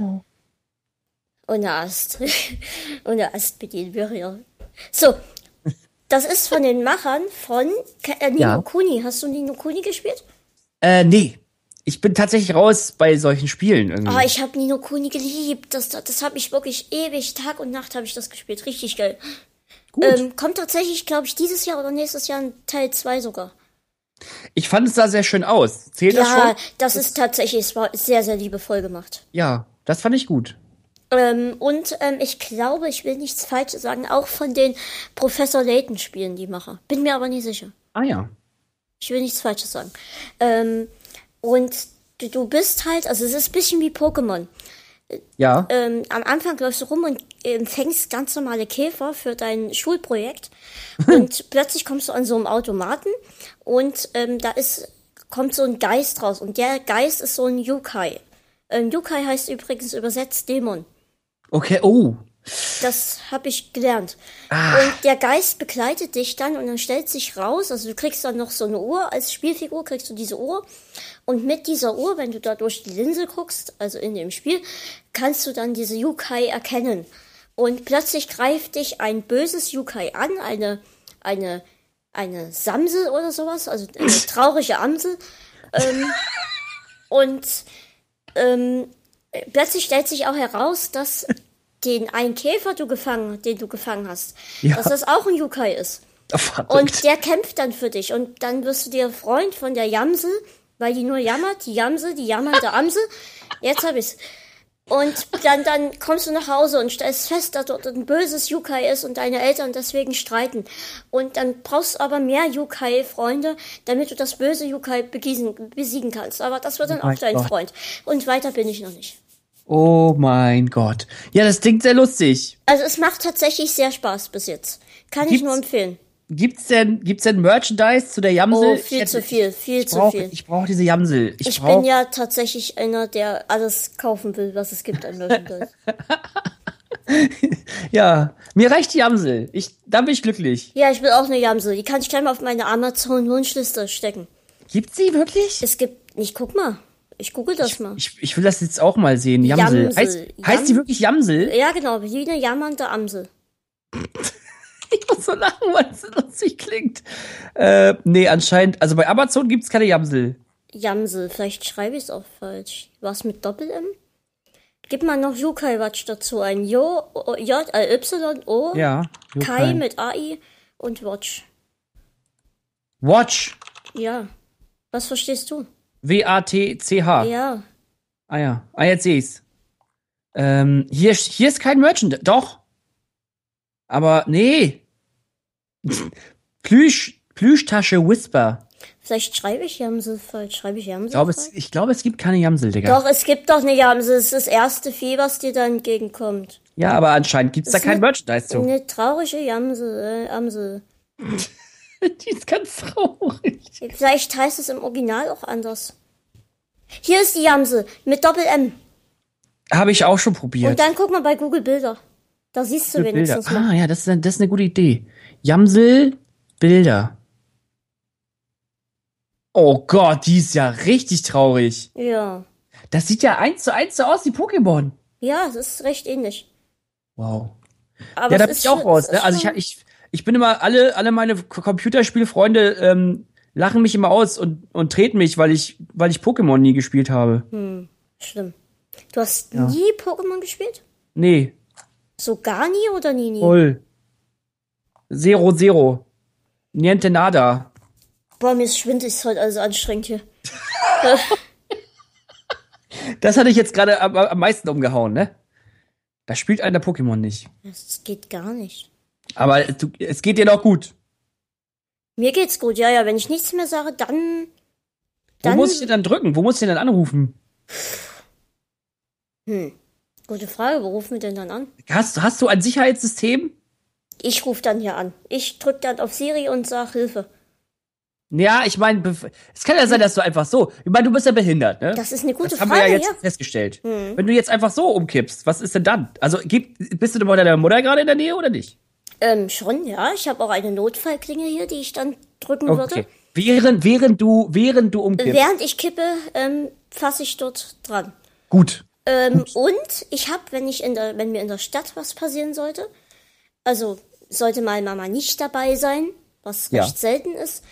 Ohne Ast. Ohne Ast bedienen wir hier. So, das ist von den Machern von Ni no Kuni. Hast du Ni no Kuni gespielt? Nee. Ich bin tatsächlich raus bei solchen Spielen irgendwie. Aber ich habe Ni no Kuni geliebt. Das habe ich wirklich ewig, Tag und Nacht habe ich das gespielt. Richtig geil. Gut. Kommt tatsächlich, glaube ich, dieses Jahr oder nächstes Jahr ein Teil 2 sogar. Ich fand es sah sehr schön aus. Zählt das schon? Ja, das ist tatsächlich, es war sehr, sehr liebevoll gemacht. Ja, das fand ich gut. Ich glaube, ich will nichts Falsches sagen, auch von den Professor Layton Spielen, die Macher. Bin mir aber nicht sicher. Ah ja. Ich will nichts Falsches sagen. Und du bist halt, also es ist ein bisschen wie Pokémon. Ja. Am Anfang läufst du rum und fängst ganz normale Käfer für dein Schulprojekt. Und plötzlich kommst du an so einem Automaten und kommt so ein Geist raus. Und der Geist ist so ein Yokai. Yokai heißt übrigens übersetzt Dämon. Okay, oh. Das habe ich gelernt. Und der Geist begleitet dich dann und dann stellt sich raus, also du kriegst dann noch so eine Uhr, als Spielfigur kriegst du diese Uhr und mit dieser Uhr, wenn du da durch die Linse guckst, also in dem Spiel, kannst du dann diese Yokai erkennen. Und plötzlich greift dich ein böses Yokai an, eine Samsel oder sowas, also eine traurige Amsel. Plötzlich stellt sich auch heraus, dass den einen Käfer, den du gefangen hast, dass das auch ein Yokai ist. Verrückt. Und der kämpft dann für dich. Und dann wirst du dir Freund von der Jamsel, weil die nur jammert, die Jamsel, die jammernde Amsel. Jetzt hab ich's. Und dann kommst du nach Hause und stellst fest, dass dort ein böses Yokai ist und deine Eltern deswegen streiten. Und dann brauchst du aber mehr Yokai-Freunde, damit du das böse Yokai besiegen kannst. Aber das wird dann auch dein Freund. Und weiter bin ich noch nicht. Oh mein Gott. Ja, das klingt sehr lustig. Also es macht tatsächlich sehr Spaß bis jetzt. Kann ich nur empfehlen. Gibt's denn Merchandise zu der Jamsel? Oh, viel zu viel. Ich brauche diese Jamsel. Ich bin ja tatsächlich einer, der alles kaufen will, was es gibt an Merchandise. Ja, mir reicht die Jamsel. Da bin ich glücklich. Ja, ich will auch eine Jamsel. Die kann ich gleich mal auf meine Amazon-Wunschliste stecken. Gibt's sie wirklich? Guck mal. Ich google das mal. Ich will das jetzt auch mal sehen. Jamsel. Heißt die wirklich Jamsel? Ja, genau. Wie eine jammernde Amsel. Ich muss so lachen, weil es so lustig klingt. Nee, anscheinend, also bei Amazon gibt's keine Jamsel. Jamsel, vielleicht schreibe ich es auch falsch. Was mit Doppel-M? Gib mal noch Yokai Watch dazu ein. J-Y-O. Ja. Kai mit AI und Watch. Watch? Ja. Was verstehst du? W-A-T-C-H. Ja. Ah ja. Ah, jetzt sehe ich's. Hier ist kein Merchant. Doch. Aber nee. Plüschtasche Whisper. Vielleicht schreibe ich Jamsel falsch. Schreibe ich Jamsel falsch? Ich glaube, es gibt keine Jamsel, Digga. Doch, es gibt doch eine Jamsel. Es ist das erste Vieh, was dir dann entgegenkommt. Ja, aber anscheinend gibt's da kein Merchandise zu. Eine traurige Amsel. Die ist ganz traurig. Vielleicht heißt es im Original auch anders. Hier ist die Jamsel mit Doppel-M. Habe ich auch schon probiert. Und dann guck mal bei Google Bilder. Da siehst du wenigstens mal. Ah, ja, das ist eine gute Idee. Jamsel, Bilder. Oh Gott, die ist ja richtig traurig. Ja. Das sieht ja 1:1 so aus wie Pokémon. Ja, das ist recht ähnlich. Wow. Aber Ja, da es bin ist ich auch schon- raus. es Ne? ist Also schon- ich bin immer, alle meine Computerspielfreunde lachen mich immer aus und treten mich, weil ich Pokémon nie gespielt habe. Schlimm. Du hast nie Pokémon gespielt? Nee, So gar nie oder nie? voll. Zero. Niente nada. Boah, mir ist schwindelig, ist heute alles anstrengend hier. Das hatte ich jetzt gerade am meisten umgehauen, ne? Da spielt einer Pokémon nicht. Das geht gar nicht. Aber es geht dir doch gut. Mir geht's gut, ja. Wenn ich nichts mehr sage, dann Wo muss ich denn dann drücken? Wo muss ich denn dann anrufen? Gute Frage, wo rufen wir denn dann an? Hast du ein Sicherheitssystem? Ich rufe dann hier an. Ich drück dann auf Siri und sag Hilfe. Ja, ich meine, es kann ja sein, dass du einfach so. Ich meine, du bist ja behindert, ne? Das ist eine gute Das haben Frage, wir ja jetzt ja. festgestellt. Wenn du jetzt einfach so umkippst, was ist denn dann? Also bist du denn bei deiner Mutter gerade in der Nähe oder nicht? Schon, ja. Ich habe auch eine Notfallklinge hier, die ich dann drücken würde. Während du umkippst. Während ich kippe, fasse ich dort dran. Gut. Und ich habe, wenn mir in der Stadt was passieren sollte, also sollte mal Mama nicht dabei sein, was Ja. recht selten ist,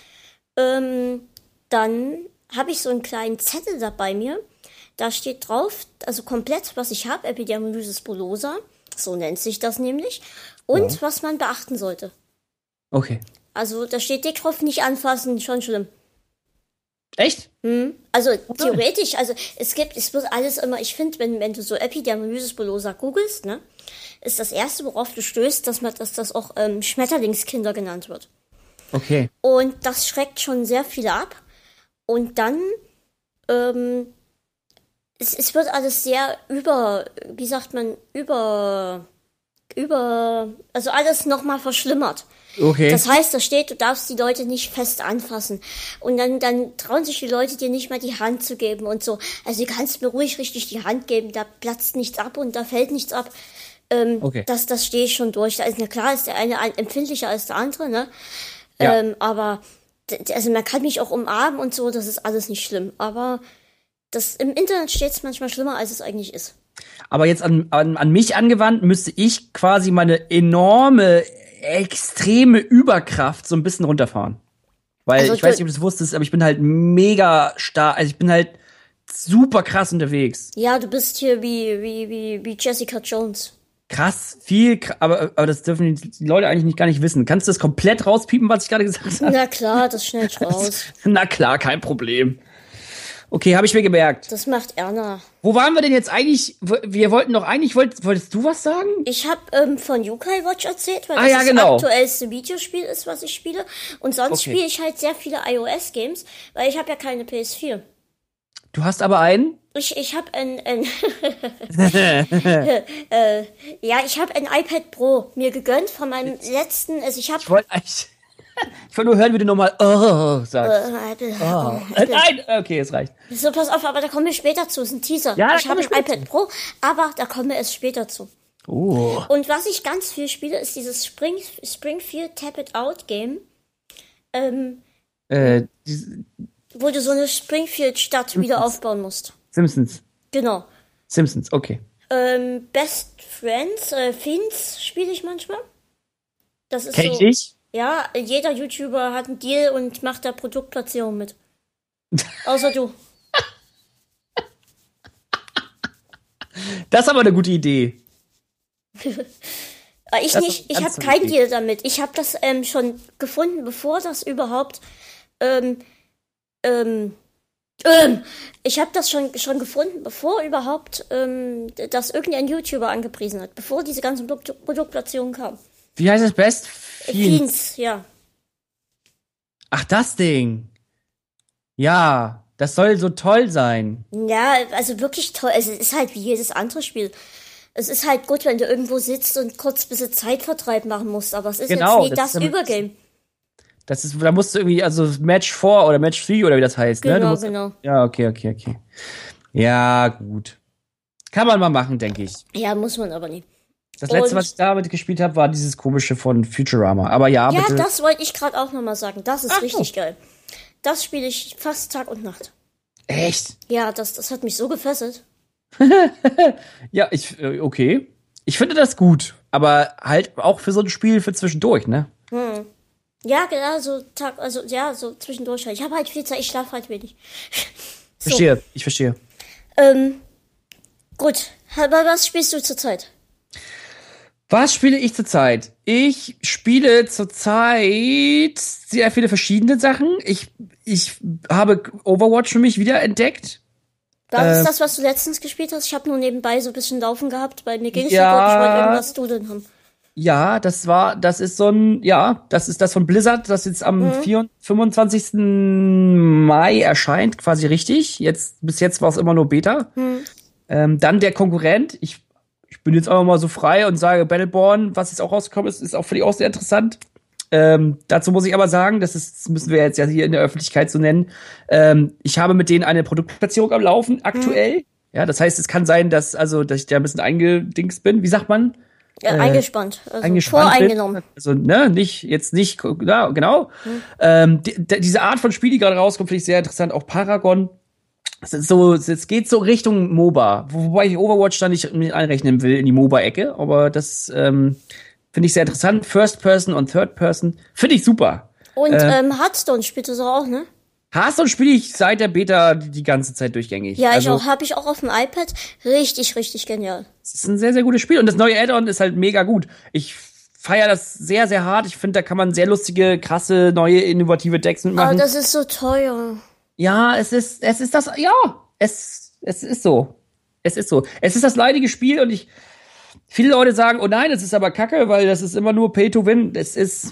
dann habe ich so einen kleinen Zettel da bei mir. Da steht drauf, also komplett, was ich habe, Epidermolysis bullosa, so nennt sich das nämlich, und was man beachten sollte. Okay. Also da steht dick drauf, nicht anfassen, schon schlimm. Echt? Also theoretisch, also es wird alles immer, ich finde, wenn du so Epidermolysis bullosa googelst, ne, ist das erste, worauf du stößt, dass das auch Schmetterlingskinder genannt wird. Okay. Und das schreckt schon sehr viele ab. Und dann, es wird alles sehr also alles nochmal verschlimmert. Okay. Das heißt, da steht, du darfst die Leute nicht fest anfassen. Und dann trauen sich die Leute, dir nicht mal die Hand zu geben und so. Also du kannst mir ruhig richtig die Hand geben, da platzt nichts ab und da fällt nichts ab. Okay. Das stehe ich schon durch. Also, na klar ist der eine empfindlicher als der andere, ne? Ja. Aber also man kann mich auch umarmen und so, das ist alles nicht schlimm. Aber im Internet steht es manchmal schlimmer, als es eigentlich ist. Aber jetzt an mich angewandt, müsste ich quasi meine enorme, extreme Überkraft so ein bisschen runterfahren. Weil Also ich weiß nicht, ob du es wusstest, aber ich bin halt mega stark, also ich bin halt super krass unterwegs. Ja, du bist hier wie Jessica Jones. Krass, aber das dürfen die Leute eigentlich gar nicht wissen. Kannst du das komplett rauspiepen, was ich gerade gesagt habe? Na klar, das schneid ich raus. Na klar, kein Problem. Okay, habe ich mir gemerkt. Das macht Erna. Wo waren wir denn jetzt eigentlich? Wir wollten doch eigentlich, wolltest du was sagen? Ich habe von Yokai Watch erzählt, weil das ja, das genau. aktuellste Videospiel ist, was ich spiele. Und sonst Okay. spiele ich halt sehr viele iOS-Games, weil ich habe ja keine PS4. Du hast aber einen? Ich habe ein ich habe ein iPad Pro mir gegönnt von meinem letzten, also ich habe Ich wollte nur hören, wie du nochmal sagst. Nein, okay, es reicht. so, pass auf, aber da kommen wir später zu, ist ein Teaser. Ja, da ich habe kommen ein wir iPad Pro, aber da kommen wir erst später zu. Oh. Und was ich ganz viel spiele, ist dieses Springfield Tap It Out Game, wo du so eine Springfield-Stadt wieder aufbauen musst. Simpsons. Genau. Simpsons, okay. Best Friends, Fiends spiele ich manchmal. Das ist Kenn ich so. nicht. Ja, jeder YouTuber hat einen Deal und macht da Produktplatzierung mit. Außer du. Das ist aber eine gute Idee. Ich Das nicht, ist ich ganz habe keinen wichtig. Deal damit. Ich habe das schon gefunden, bevor das überhaupt ich habe das schon gefunden, bevor überhaupt das irgendein YouTuber angepriesen hat, bevor diese ganzen Produktplatzierungen kamen. Wie heißt es best? Fiends, ja. Ach, das Ding. Ja, das soll so toll sein. Ja, also wirklich toll. Es ist halt wie jedes andere Spiel. Es ist halt gut, wenn du irgendwo sitzt und kurz ein bisschen Zeitvertreib machen musst, aber es ist Genau, jetzt nie das Übergame. Da musst du irgendwie, also Match 4 oder Match 3 oder wie das heißt, ne? Genau, genau. Ja, okay. Ja, gut. Kann man mal machen, denke ich. Ja, muss man aber nie. Das letzte, was ich damit gespielt habe, war dieses komische von Futurama. Aber ja, Ja, bitte. das wollte ich gerade auch nochmal sagen. Das ist Ach, richtig geil. Das spiele ich fast Tag und Nacht. Echt? Ja, das hat mich so gefesselt. Ja, okay. Ich finde das gut. Aber halt auch für so ein Spiel für zwischendurch, ne? Ja, genau, so zwischendurch halt. Ich habe halt viel Zeit, ich schlafe halt wenig. So, Ich verstehe. gut. Aber was spielst du zurzeit? Was spiele ich zurzeit? Ich spiele zurzeit sehr viele verschiedene Sachen. Ich habe Overwatch für mich wieder entdeckt. War das das, was du letztens gespielt hast? Ich habe nur nebenbei so ein bisschen laufen gehabt, weil mir ging es Ja. so gut, ich wollte irgendwas dudeln haben. Ja, das ist das von Blizzard, das jetzt am 25. Mai erscheint, quasi richtig. Bis jetzt war es immer nur Beta. Dann der Konkurrent. Ich bin jetzt einfach mal so frei und sage Battleborn, was jetzt auch rausgekommen ist auch für die auch sehr interessant. Dazu muss ich aber sagen, das müssen wir jetzt ja hier in der Öffentlichkeit so nennen. Ich habe mit denen eine Produktplatzierung am Laufen aktuell. Ja, das heißt, es kann sein, dass ich da ein bisschen eingedingst bin. Wie sagt man? Ja, eingespannt. Also Eingespannt voreingenommen. bin. Also, ne, nicht, ja, genau. Diese Art von Spiel, die gerade rauskommt, finde ich sehr interessant. Auch Paragon. Es geht so Richtung MOBA. Wobei ich Overwatch da nicht mit einrechnen will in die MOBA-Ecke. Aber das, finde ich sehr interessant. First Person und Third Person. Finde ich super. Und Hearthstone spielt das auch, ne? Hearthstone spiele ich seit der Beta die ganze Zeit durchgängig. Ja, habe ich auch auf dem iPad. Richtig, richtig genial. Es ist ein sehr, sehr gutes Spiel. Und das neue Add-on ist halt mega gut. Ich feiere das sehr, sehr hart. Ich finde, da kann man sehr lustige, krasse, neue, innovative Decks mitmachen. Aber das ist so teuer. Ja, es ist das, ja, es ist so. Es ist so. Es ist das leidige Spiel und viele Leute sagen, oh nein, es ist aber kacke, weil das ist immer nur Pay to Win. Es ist,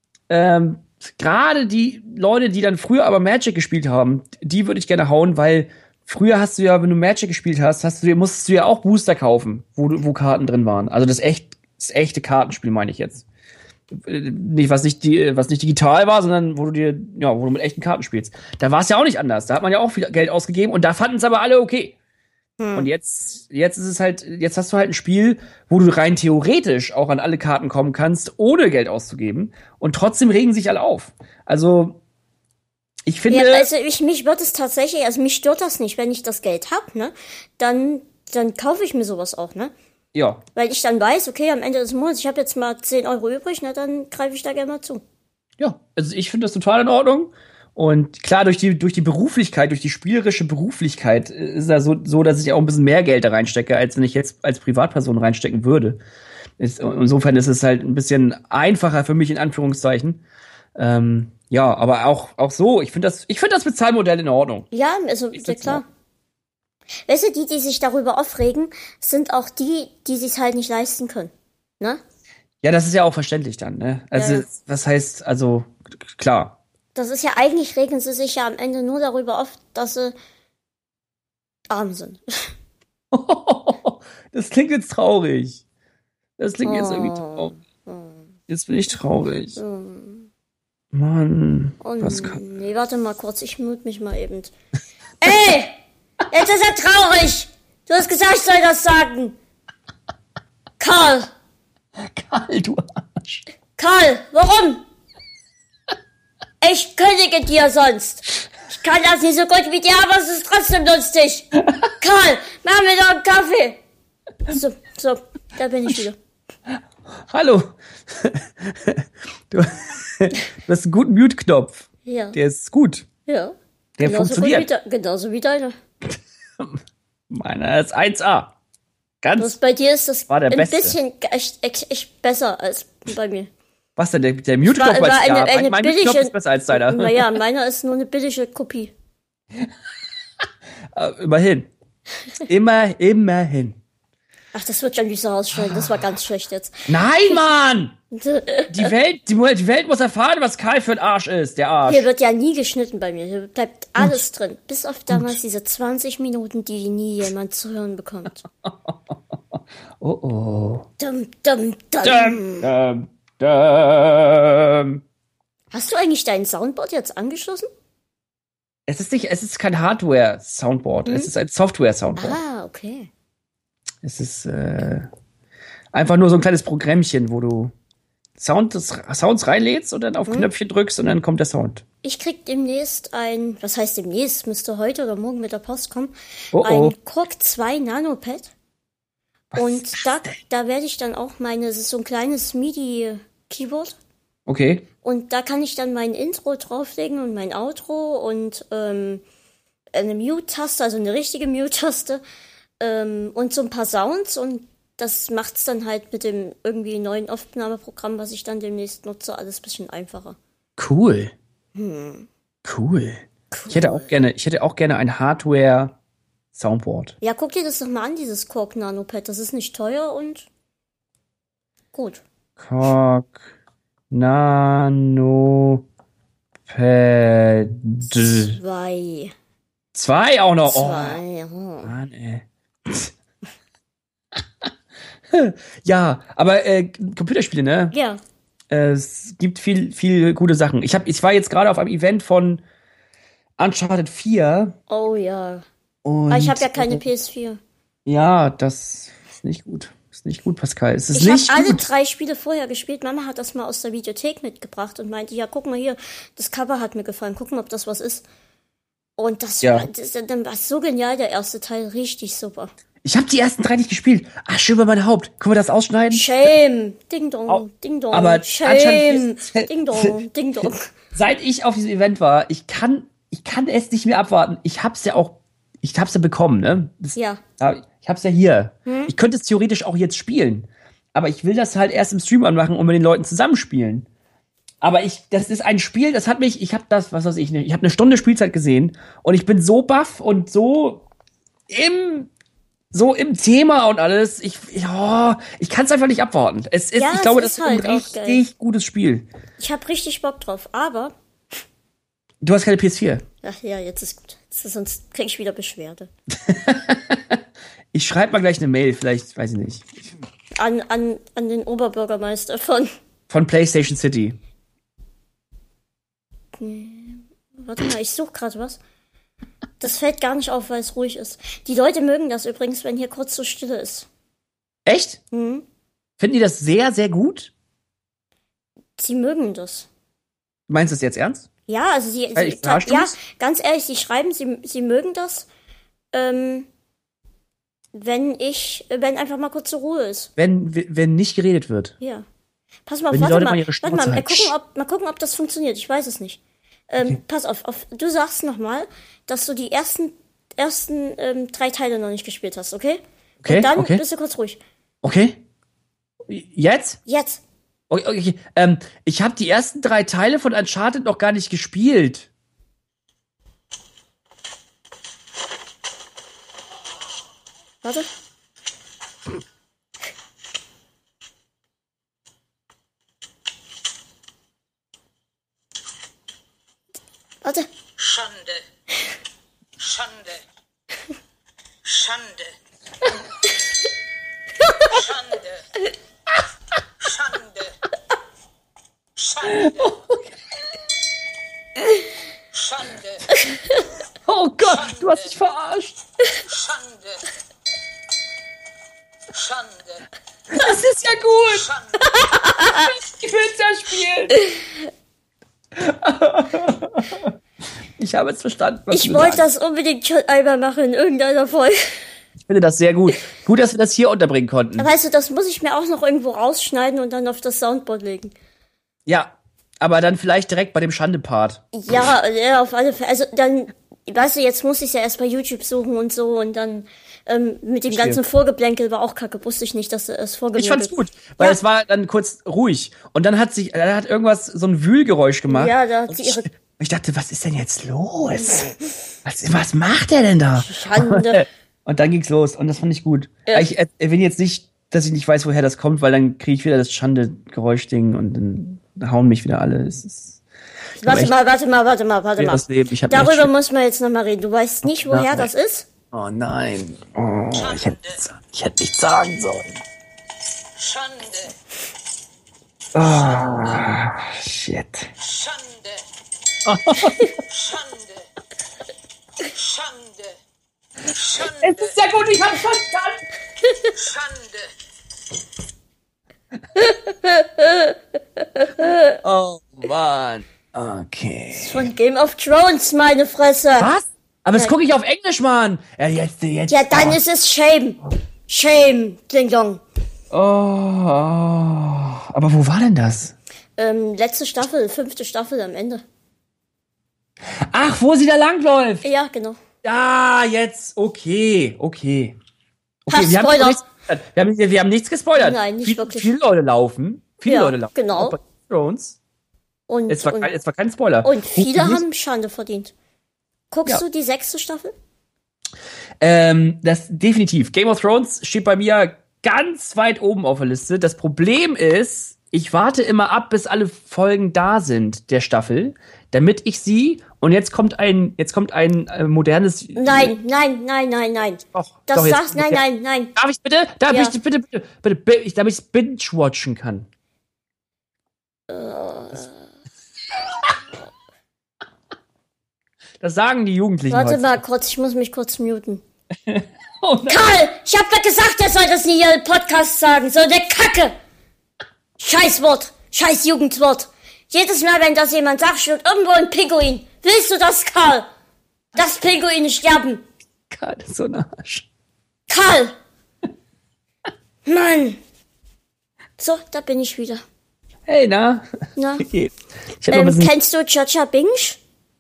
gerade die Leute, die dann früher aber Magic gespielt haben, die würde ich gerne hauen, weil früher hast du ja, wenn du Magic gespielt hast, musstest du ja auch Booster kaufen, wo Karten drin waren. Also das echte Kartenspiel meine ich jetzt. Nicht, was nicht digital war, sondern wo du mit echten Karten spielst. Da war es ja auch nicht anders. Da hat man ja auch viel Geld ausgegeben und da fanden es aber alle okay. Und jetzt ist es halt, jetzt hast du halt ein Spiel, wo du rein theoretisch auch an alle Karten kommen kannst, ohne Geld auszugeben. Und trotzdem regen sich alle auf. Also, ich finde. Ja, also mich wird es tatsächlich, also mich stört das nicht, wenn ich das Geld hab, ne? Dann kaufe ich mir sowas auch, ne? Ja. Weil ich dann weiß, okay, am Ende des Monats, ich habe jetzt mal 10 Euro übrig, na dann greife ich da gerne mal zu. Ja, also ich finde das total in Ordnung. Und klar, durch die Beruflichkeit, durch die spielerische Beruflichkeit ist es so, dass ich auch ein bisschen mehr Geld da reinstecke, als wenn ich jetzt als Privatperson reinstecken würde. Insofern ist es halt ein bisschen einfacher für mich, in Anführungszeichen. Ja, aber auch so, ich finde das Bezahlmodell in Ordnung. Ja, also sehr klar. Weißt du, die sich darüber aufregen, sind auch die sich halt nicht leisten können. Ne? Ja, das ist ja auch verständlich dann, ne? Also, was heißt, also, klar. Das ist ja, eigentlich regen sie sich ja am Ende nur darüber auf, dass sie arm sind. Das klingt jetzt traurig. Das klingt jetzt irgendwie traurig. Jetzt bin ich traurig. Mann. Nee, warte mal kurz, ich mute mich mal eben. Ey! Jetzt ist er traurig! Du hast gesagt, ich soll das sagen! Karl, du Arsch. Karl, warum? Ich kündige dir sonst. Ich kann das nicht so gut wie dir, aber es ist trotzdem lustig. Karl, mach mir doch einen Kaffee. So, da bin ich wieder. Hallo. Du hast einen guten Mute-Knopf. Ja. Der ist gut. Ja. Der funktioniert. Genauso wie deiner. Meiner ist 1A. Bei dir ist das war der ein Beste. bisschen echt besser als bei mir. Was denn? Der Mute-Knopf war mein Mute-Knopf ist besser als deiner. Naja, meiner ist nur eine billige Kopie. Immerhin. Immerhin. Ach, das wird schon nicht so rausschneiden. Das war ganz schlecht jetzt. Nein, Mann! Die Welt muss erfahren, was Karl für ein Arsch ist, der Arsch. Hier wird ja nie geschnitten bei mir. Hier bleibt alles drin. Bis auf damals diese 20 Minuten, die nie jemand zu hören bekommt. Oh. Dum, dum, dum. Hast du eigentlich dein Soundboard jetzt angeschlossen? Es ist kein Hardware-Soundboard, es ist ein Software-Soundboard. Ah, okay. Es ist einfach nur so ein kleines Programmchen, wo du Sounds reinlädst und dann auf Knöpfchen drückst und dann kommt der Sound. Ich krieg demnächst was heißt demnächst, müsste heute oder morgen mit der Post kommen, Oh. ein Korg 2 Nanopad. Und da werde ich dann auch das ist so ein kleines MIDI-Keyboard. Okay. Und da kann ich dann mein Intro drauflegen und mein Outro und eine Mute-Taste, also eine richtige Mute-Taste und so ein paar Sounds und das macht's dann halt mit dem irgendwie neuen Aufnahmeprogramm, was ich dann demnächst nutze, alles ein bisschen einfacher. Cool. Cool. Ich hätte auch gerne ein Hardware-Soundboard. Ja, guck dir das doch mal an, dieses Korg Nanopad. Das ist nicht teuer und gut. Korg Nanopad. 2. 2 auch noch. 2. Oh, Mann, ey. Ja, aber Computerspiele, ne? Ja. Es gibt viel gute Sachen. Ich war jetzt gerade auf einem Event von Uncharted 4. Oh ja. Und, Aber ich habe ja keine PS4. Ja, das ist nicht gut. Ist nicht gut, Pascal. Es ist Ich habe nicht alle gut. 3 Spiele vorher gespielt. Mama hat das mal aus der Videothek mitgebracht und meinte, ja, guck mal hier, das Cover hat mir gefallen. Guck mal, ob das was ist. Und dann war so genial, der erste Teil. Richtig super. Ich habe die ersten 3 nicht gespielt. Ach, schön über mein Haupt. Können wir das ausschneiden? Shame. Ding dong, ding dong. Aber Shame. Uncharted- Ding dong, ding dong. Seit ich auf diesem Event war, ich kann es nicht mehr abwarten. Ich hab's ja bekommen, ne? Ja. Ich hab's ja hier. Ich könnte es theoretisch auch jetzt spielen. Aber ich will das halt erst im Stream anmachen und mit den Leuten zusammenspielen. Aber das ist ein Spiel, das hat mich, ich habe eine Stunde Spielzeit gesehen und ich bin so baff und so im Thema und alles. Ich kann es einfach nicht abwarten. Ich glaube, das ist halt ein richtig gutes Spiel. Ich habe richtig Bock drauf, aber Du hast keine PS4. ach ja, jetzt ist gut. Sonst krieg ich wieder Beschwerde. Ich schreibe mal gleich eine Mail, vielleicht, weiß ich nicht. An den Oberbürgermeister von PlayStation City. Warte mal, ich suche gerade was. Das fällt gar nicht auf, weil es ruhig ist. Die Leute mögen das übrigens, wenn hier kurz so Stille ist. Echt? Finden die das sehr, sehr gut? Sie mögen das. Meinst du das jetzt ernst? Ja, also ja, ganz ehrlich, sie schreiben, sie mögen das, wenn einfach mal kurz zur Ruhe ist. Wenn nicht geredet wird. Ja. Pass mal auf, Wenn die warte Leute mal, mal ihre Schnauze halten. mal gucken, ob das funktioniert. Ich weiß es nicht. Pass auf, du sagst nochmal, dass du die ersten 3 Teile noch nicht gespielt hast, okay? Okay, Und dann okay. bist du kurz ruhig. Okay. Jetzt? Jetzt. Okay. Ich habe die ersten 3 Teile von Uncharted noch gar nicht gespielt. Warte. Warte. Schande. Schande. Schande. Schande. Schande. Schande. Schande. Oh Gott, du hast dich verarscht. Schande. Schande. Das ist ja gut. Schande. Ich will das spielen. Ich habe es verstanden. Was Ich du wollte sagst. das unbedingt schon einmal machen in irgendeiner Folge. Ich finde das sehr gut. Gut, dass wir das hier unterbringen konnten. Weißt du, das muss ich mir auch noch irgendwo rausschneiden und dann auf das Soundboard legen. Ja, aber dann vielleicht direkt bei dem Schande-Part. Ja, auf alle Fälle. Also dann, weißt du, jetzt muss ich ja erst bei YouTube suchen und so und dann mit dem ganzen Vorgeplänkel war auch kacke. Wusste ich nicht, dass es Ich fand's gut, weil es war dann kurz ruhig. Und dann hat irgendwas, so ein Wühlgeräusch gemacht. Ja, da hat und sie ihre ich dachte, was ist denn jetzt los? Was macht der denn da? Schande. Und dann ging's los und das fand ich gut. Ja. Ich erwähne jetzt nicht dass ich nicht weiß, woher das kommt, weil dann kriege ich wieder das Schande-Geräusch-Ding und dann hauen mich wieder alle. Es ist Warte mal. das Leben. Ich hab Darüber echt- muss man jetzt nochmal reden. Du weißt nicht, woher Nein. das ist? Oh nein. Oh, ich hätte nichts sagen sollen. Schande, Shit. Schande, Schande, Schande, Schande, ist ja gut, ich hab's verstanden. Schande. Oh Mann. Okay. Von Game of Thrones, meine Fresse. Was? Aber das gucke ich auf Englisch, Mann. Ja, jetzt. Ja, dann ist es Shame. Shame, Ding Dong. Oh. Aber wo war denn das? Letzte Staffel, 5. Staffel am Ende. Ach, wo sie da langläuft. Ja, genau. Ja, jetzt. Okay. Ha, Wir Spoiler. wir haben nichts gespoilert. Nein, nicht wirklich. Viele Leute laufen. Ja, genau. Auch bei Thrones. Und, Es war kein Spoiler. und viele Hoch- haben Schande verdient. Guckst Ja. du die 6. Staffel? Das definitiv. Game of Thrones steht bei mir ganz weit oben auf der Liste. Das Problem ist, ich warte immer ab, bis alle Folgen da sind der Staffel, damit ich sie und jetzt kommt ein modernes. Nein. Doch, Das doch, jetzt sagst, kommt nein. Darf ich bitte? Damit Ja. ich es binge-watchen kann. Das sagen die Jugendlichen Warte heute. mal kurz, ich muss mich kurz muten. Oh nein. Karl, ich hab doch gesagt, er soll das nie hier im Podcast sagen. So eine Kacke. Scheißwort. Scheiß Jugendwort. Jedes Mal, wenn das jemand sagt, steht irgendwo ein Pinguin. Willst du das, Karl? Dass Pinguine sterben. Karl ist so ein Arsch. Karl! Mann. So, da bin ich wieder. Hey, na? Na? Okay. Ich hab noch ein bisschen Kennst du Chacha Binge?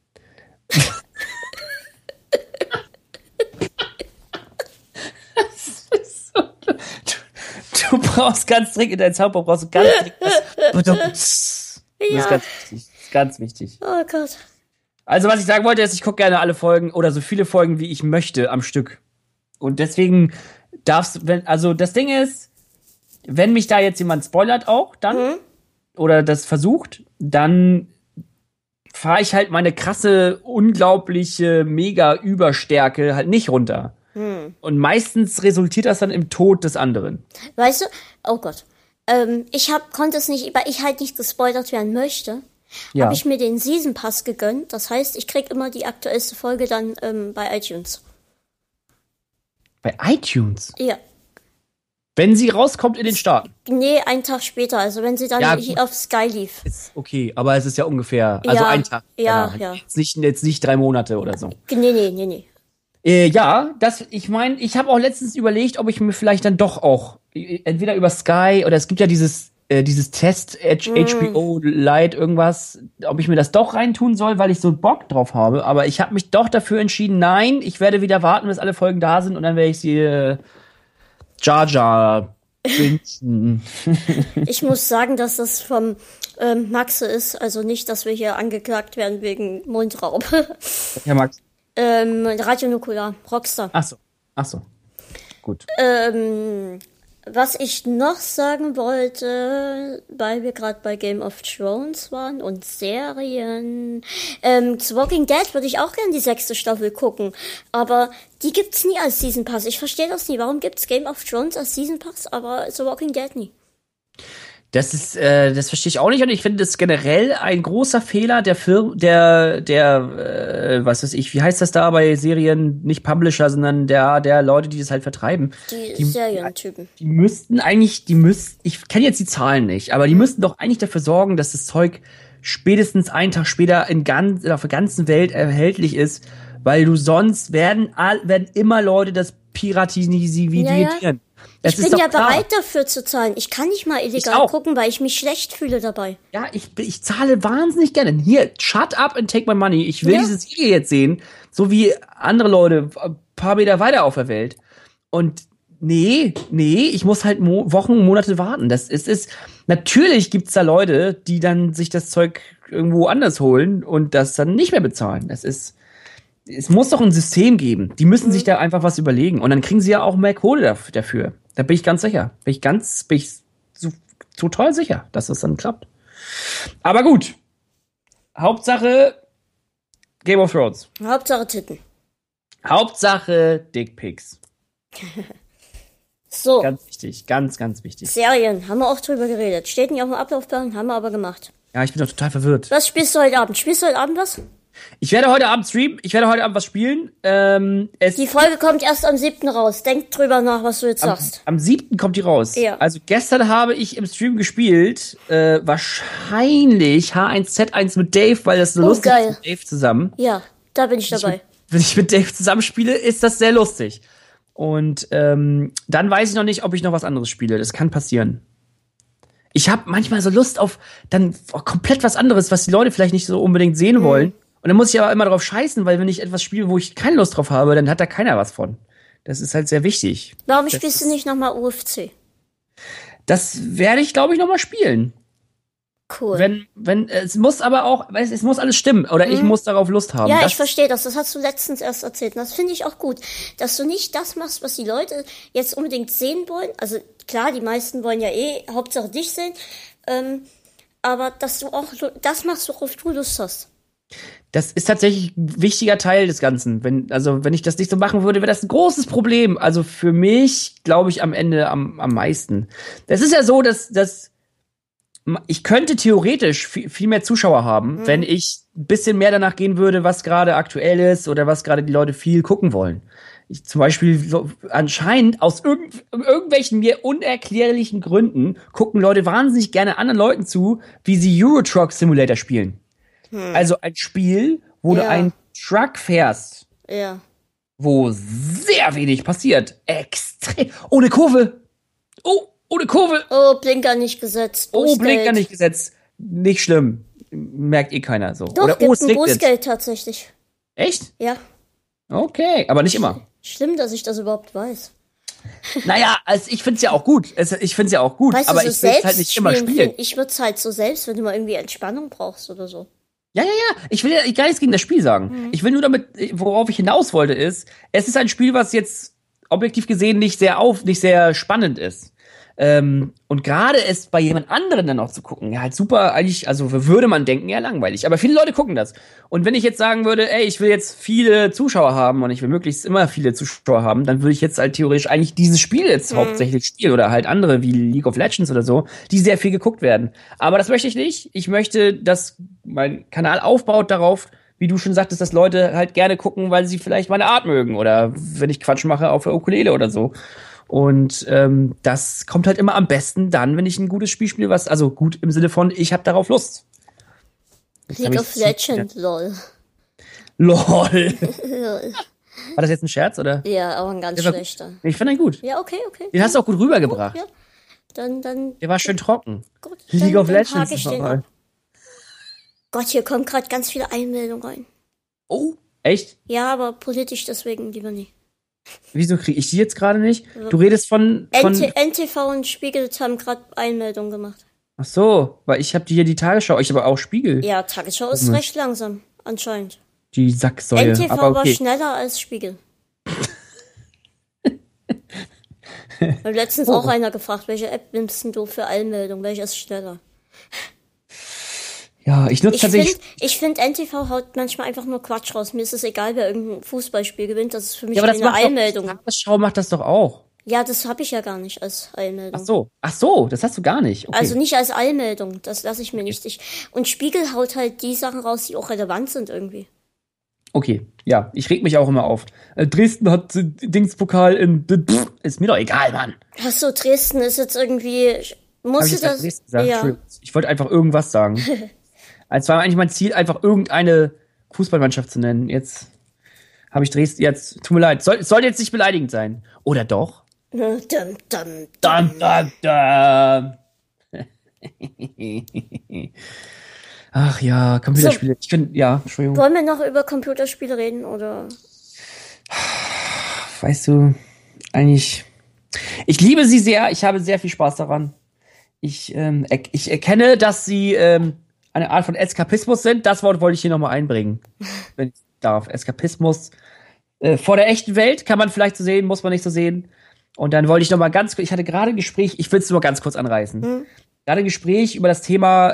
Du brauchst ganz dringend in deinem Soundboard brauchst du ganz dringend das. Das ist ganz wichtig. Das ist ganz wichtig. Oh Gott. Also, was ich sagen wollte, ist, ich gucke gerne alle Folgen oder so viele Folgen, wie ich möchte am Stück. Und deswegen das Ding ist, wenn mich da jetzt jemand spoilert auch, dann, oder das versucht, dann fahre ich halt meine krasse, unglaubliche, mega Überstärke halt nicht runter. Und meistens resultiert das dann im Tod des anderen. Weißt du? Oh Gott. Konnte es nicht, weil ich halt nicht gespoilert werden möchte. Ja. Habe ich mir den Season Pass gegönnt. Das heißt, ich krieg immer die aktuellste Folge dann bei iTunes. Bei iTunes? Ja. Wenn sie rauskommt in den Staaten. Nee, einen Tag später. Also wenn sie dann Ja, hier gut. auf Sky lief. Ist okay, aber es ist ja ungefähr, also Ja, ein Tag. ja, danach. ja. Jetzt nicht 3 Monate oder so. Nee. Ja, ich habe auch letztens überlegt, ob ich mir vielleicht dann doch auch entweder über Sky oder es gibt ja dieses Test HBO Lite irgendwas, ob ich mir das doch reintun soll, weil ich so Bock drauf habe. Aber ich habe mich doch dafür entschieden, nein, ich werde wieder warten, bis alle Folgen da sind und dann werde ich sie Jar Jar bingen. Ich muss sagen, dass das vom Maxe ist. Also nicht, dass wir hier angeklagt werden wegen Mundraub. Ja, Max. Radio Nukular, Rockstar. Ach so. Gut. Was ich noch sagen wollte, weil wir gerade bei Game of Thrones waren und Serien, zu Walking Dead würde ich auch gerne die 6. Staffel gucken, aber die gibt's nie als Season Pass. Ich verstehe das nie. Warum gibt's Game of Thrones als Season Pass, aber zu Walking Dead nie? Das verstehe ich auch nicht und ich finde das generell ein großer Fehler der was weiß ich, wie heißt das da bei Serien, nicht Publisher, sondern der Leute, die das halt vertreiben. Die Serientypen. Ich kenne jetzt die Zahlen nicht, aber die müssten doch eigentlich dafür sorgen, dass das Zeug spätestens einen Tag später auf der ganzen Welt erhältlich ist, weil du sonst werden immer Leute das piratisieren. Ja. Das Ich ist bin doch ja klar. bereit dafür zu zahlen. Ich kann nicht mal Ich illegal auch. gucken, weil ich mich schlecht fühle dabei. Ja, ich zahle wahnsinnig gerne. Hier, shut up and take my money. Ich will Ja. diese Serie jetzt sehen, so wie andere Leute ein paar Meter weiter auf der Welt. Und nee, ich muss halt Wochen, Monate warten. Natürlich gibt's da Leute, die dann sich das Zeug irgendwo anders holen und das dann nicht mehr bezahlen. Es muss doch ein System geben. Die müssen sich da einfach was überlegen. Und dann kriegen sie ja auch mehr Kohle dafür. Da bin ich ganz sicher. Bin ich total sicher, dass das dann klappt. Aber gut. Hauptsache Game of Thrones. Hauptsache Titten. Hauptsache Dickpics. So, Ganz wichtig, ganz, ganz wichtig. Serien, haben wir auch drüber geredet. Steht nicht auf dem Ablaufplan, haben wir aber gemacht. Ja, ich bin doch total verwirrt. Was spielst du heute Abend? Spielst du heute Abend was? Ich werde heute Abend streamen. Ich werde heute Abend was spielen. Die Folge kommt erst am 7. raus. Denk drüber nach, was du jetzt sagst. Am 7. kommt die raus. Ja. Also gestern habe ich im Stream gespielt. Wahrscheinlich H1Z1 mit Dave, weil das so lustig geil. ist mit Dave zusammen. Ja, da bin ich dabei. Wenn ich mit Dave zusammenspiele, ist das sehr lustig. Und dann weiß ich noch nicht, ob ich noch was anderes spiele. Das kann passieren. Ich habe manchmal so Lust auf dann komplett was anderes, was die Leute vielleicht nicht so unbedingt sehen wollen. Und dann muss ich aber immer drauf scheißen, weil wenn ich etwas spiele, wo ich keine Lust drauf habe, dann hat da keiner was von. Das ist halt sehr wichtig. Warum spielst du nicht nochmal UFC? Das werde ich, glaube ich, noch mal spielen. Cool. Wenn es muss aber auch, es muss alles stimmen oder ich muss darauf Lust haben. Ja, Das- ich verstehe das. Das hast du letztens erst erzählt. Und das finde ich auch gut, dass du nicht das machst, was die Leute jetzt unbedingt sehen wollen. Also klar, die meisten wollen ja Hauptsache dich sehen. Aber dass du auch das machst, worauf du Lust hast. Das ist tatsächlich ein wichtiger Teil des Ganzen. Wenn ich das nicht so machen würde, wäre das ein großes Problem. Also für mich, glaube ich, am Ende am meisten. Das ist ja so, dass ich könnte theoretisch viel mehr Zuschauer haben, wenn ich ein bisschen mehr danach gehen würde, was gerade aktuell ist oder was gerade die Leute viel gucken wollen. Ich zum Beispiel so, anscheinend aus irgendwelchen mir unerklärlichen Gründen gucken Leute wahnsinnig gerne anderen Leuten zu, wie sie Euro Truck Simulator spielen. Also ein Spiel, wo du Ja. einen Truck fährst, Ja. wo sehr wenig passiert. Extrem. Ohne Kurve. Oh, ohne Kurve. Oh, Blinker nicht gesetzt. Oh, Bußgeld. Blinker nicht gesetzt. Nicht schlimm. Merkt eh keiner so. Doch, Oder gibt es ein liegt jetzt. Bußgeld tatsächlich. Echt? Ja. Okay, aber nicht immer. Schlimm, dass ich das überhaupt weiß. Naja, also ich find's ja auch gut. Ich find's ja auch gut, Weißt aber du, ich so will's halt nicht immer spielen. Ich würde es halt so selbst, wenn du mal irgendwie Entspannung brauchst oder so. Ja. Ich will ja gar nichts gegen das Spiel sagen. Ich will nur damit, worauf ich hinaus wollte, ist, es ist ein Spiel, was jetzt objektiv gesehen nicht sehr spannend ist. Und gerade es bei jemand anderen dann auch zu gucken, ja, halt super, eigentlich, also würde man denken, ja, langweilig. Aber viele Leute gucken das. Und wenn ich jetzt sagen würde, ey, ich will jetzt viele Zuschauer haben und ich will möglichst immer viele Zuschauer haben, dann würde ich jetzt halt theoretisch eigentlich dieses Spiel jetzt hauptsächlich spielen oder halt andere wie League of Legends oder so, die sehr viel geguckt werden. Aber das möchte ich nicht. Ich möchte, dass mein Kanal aufbaut darauf, wie du schon sagtest, dass Leute halt gerne gucken, weil sie vielleicht meine Art mögen oder wenn ich Quatsch mache auf der Ukulele oder so. Und das kommt halt immer am besten dann, wenn ich ein gutes Spiel spiele, was, also gut im Sinne von, ich habe darauf Lust. Jetzt hab League ich's of Legends, lol. LOL. War das jetzt ein Scherz, oder? Ja, aber ein ganz Der war schlechter. Ich fand ihn gut. Ja, okay. Den hast du auch gut rübergebracht. Ja. Dann, Der war schön trocken. gut. League of dann Legends hake ich den nochmal. ab. Gott, hier kommen gerade ganz viele Einmeldungen rein. Oh, echt? Ja, aber politisch deswegen lieber nicht. Wieso kriege ich die jetzt gerade nicht? Du redest von NTV und Spiegel haben gerade Einmeldungen gemacht. Ach so, weil ich habe hier die Tagesschau, ich aber auch Spiegel. Ja, Tagesschau ist recht langsam, anscheinend. Die Sacksäue. NTV Aber war okay. schneller als Spiegel. Weil letztens auch einer gefragt, welche App nimmst denn du für Einmeldung? Welche ist schneller? Ja, ich nutze tatsächlich. Ich finde, NTV haut manchmal einfach nur Quatsch raus. Mir ist es egal, wer irgendein Fußballspiel gewinnt. Das ist für mich Ja, aber das eine macht doch, Einmeldung. Tagesschau macht das doch auch. Ja, das habe ich ja gar nicht als Einmeldung. Ach so, das hast du gar nicht. Okay. Also nicht als Einmeldung. Das lasse ich mir nicht. Und Spiegel haut halt die Sachen raus, die auch relevant sind irgendwie. Okay, ja, ich reg mich auch immer auf. Dresden hat Dingspokal in. Ist mir doch egal, Mann. Ach so, Dresden ist jetzt irgendwie. Hab ich Musste jetzt das. Dresden gesagt? Ja. Entschuldigung. Ich wollte einfach irgendwas sagen. Es war eigentlich mein Ziel, einfach irgendeine Fußballmannschaft zu nennen. Jetzt habe ich Dresden. Jetzt, tut mir leid. Soll jetzt nicht beleidigend sein. Oder doch? Dum, dum. Dum. Ach ja, Computerspiele. Ich finde, ja, Entschuldigung. Wollen wir noch über Computerspiele reden oder? Weißt du, eigentlich, ich liebe sie sehr. Ich habe sehr viel Spaß daran. Ich erkenne, dass sie eine Art von Eskapismus sind. Das Wort wollte ich hier nochmal einbringen, wenn ich darf. Eskapismus vor der echten Welt kann man vielleicht so sehen, muss man nicht so sehen. Und dann wollte ich noch mal ich hatte gerade ein Gespräch, ich will es nur ganz kurz anreißen. Gerade ein Gespräch über das Thema,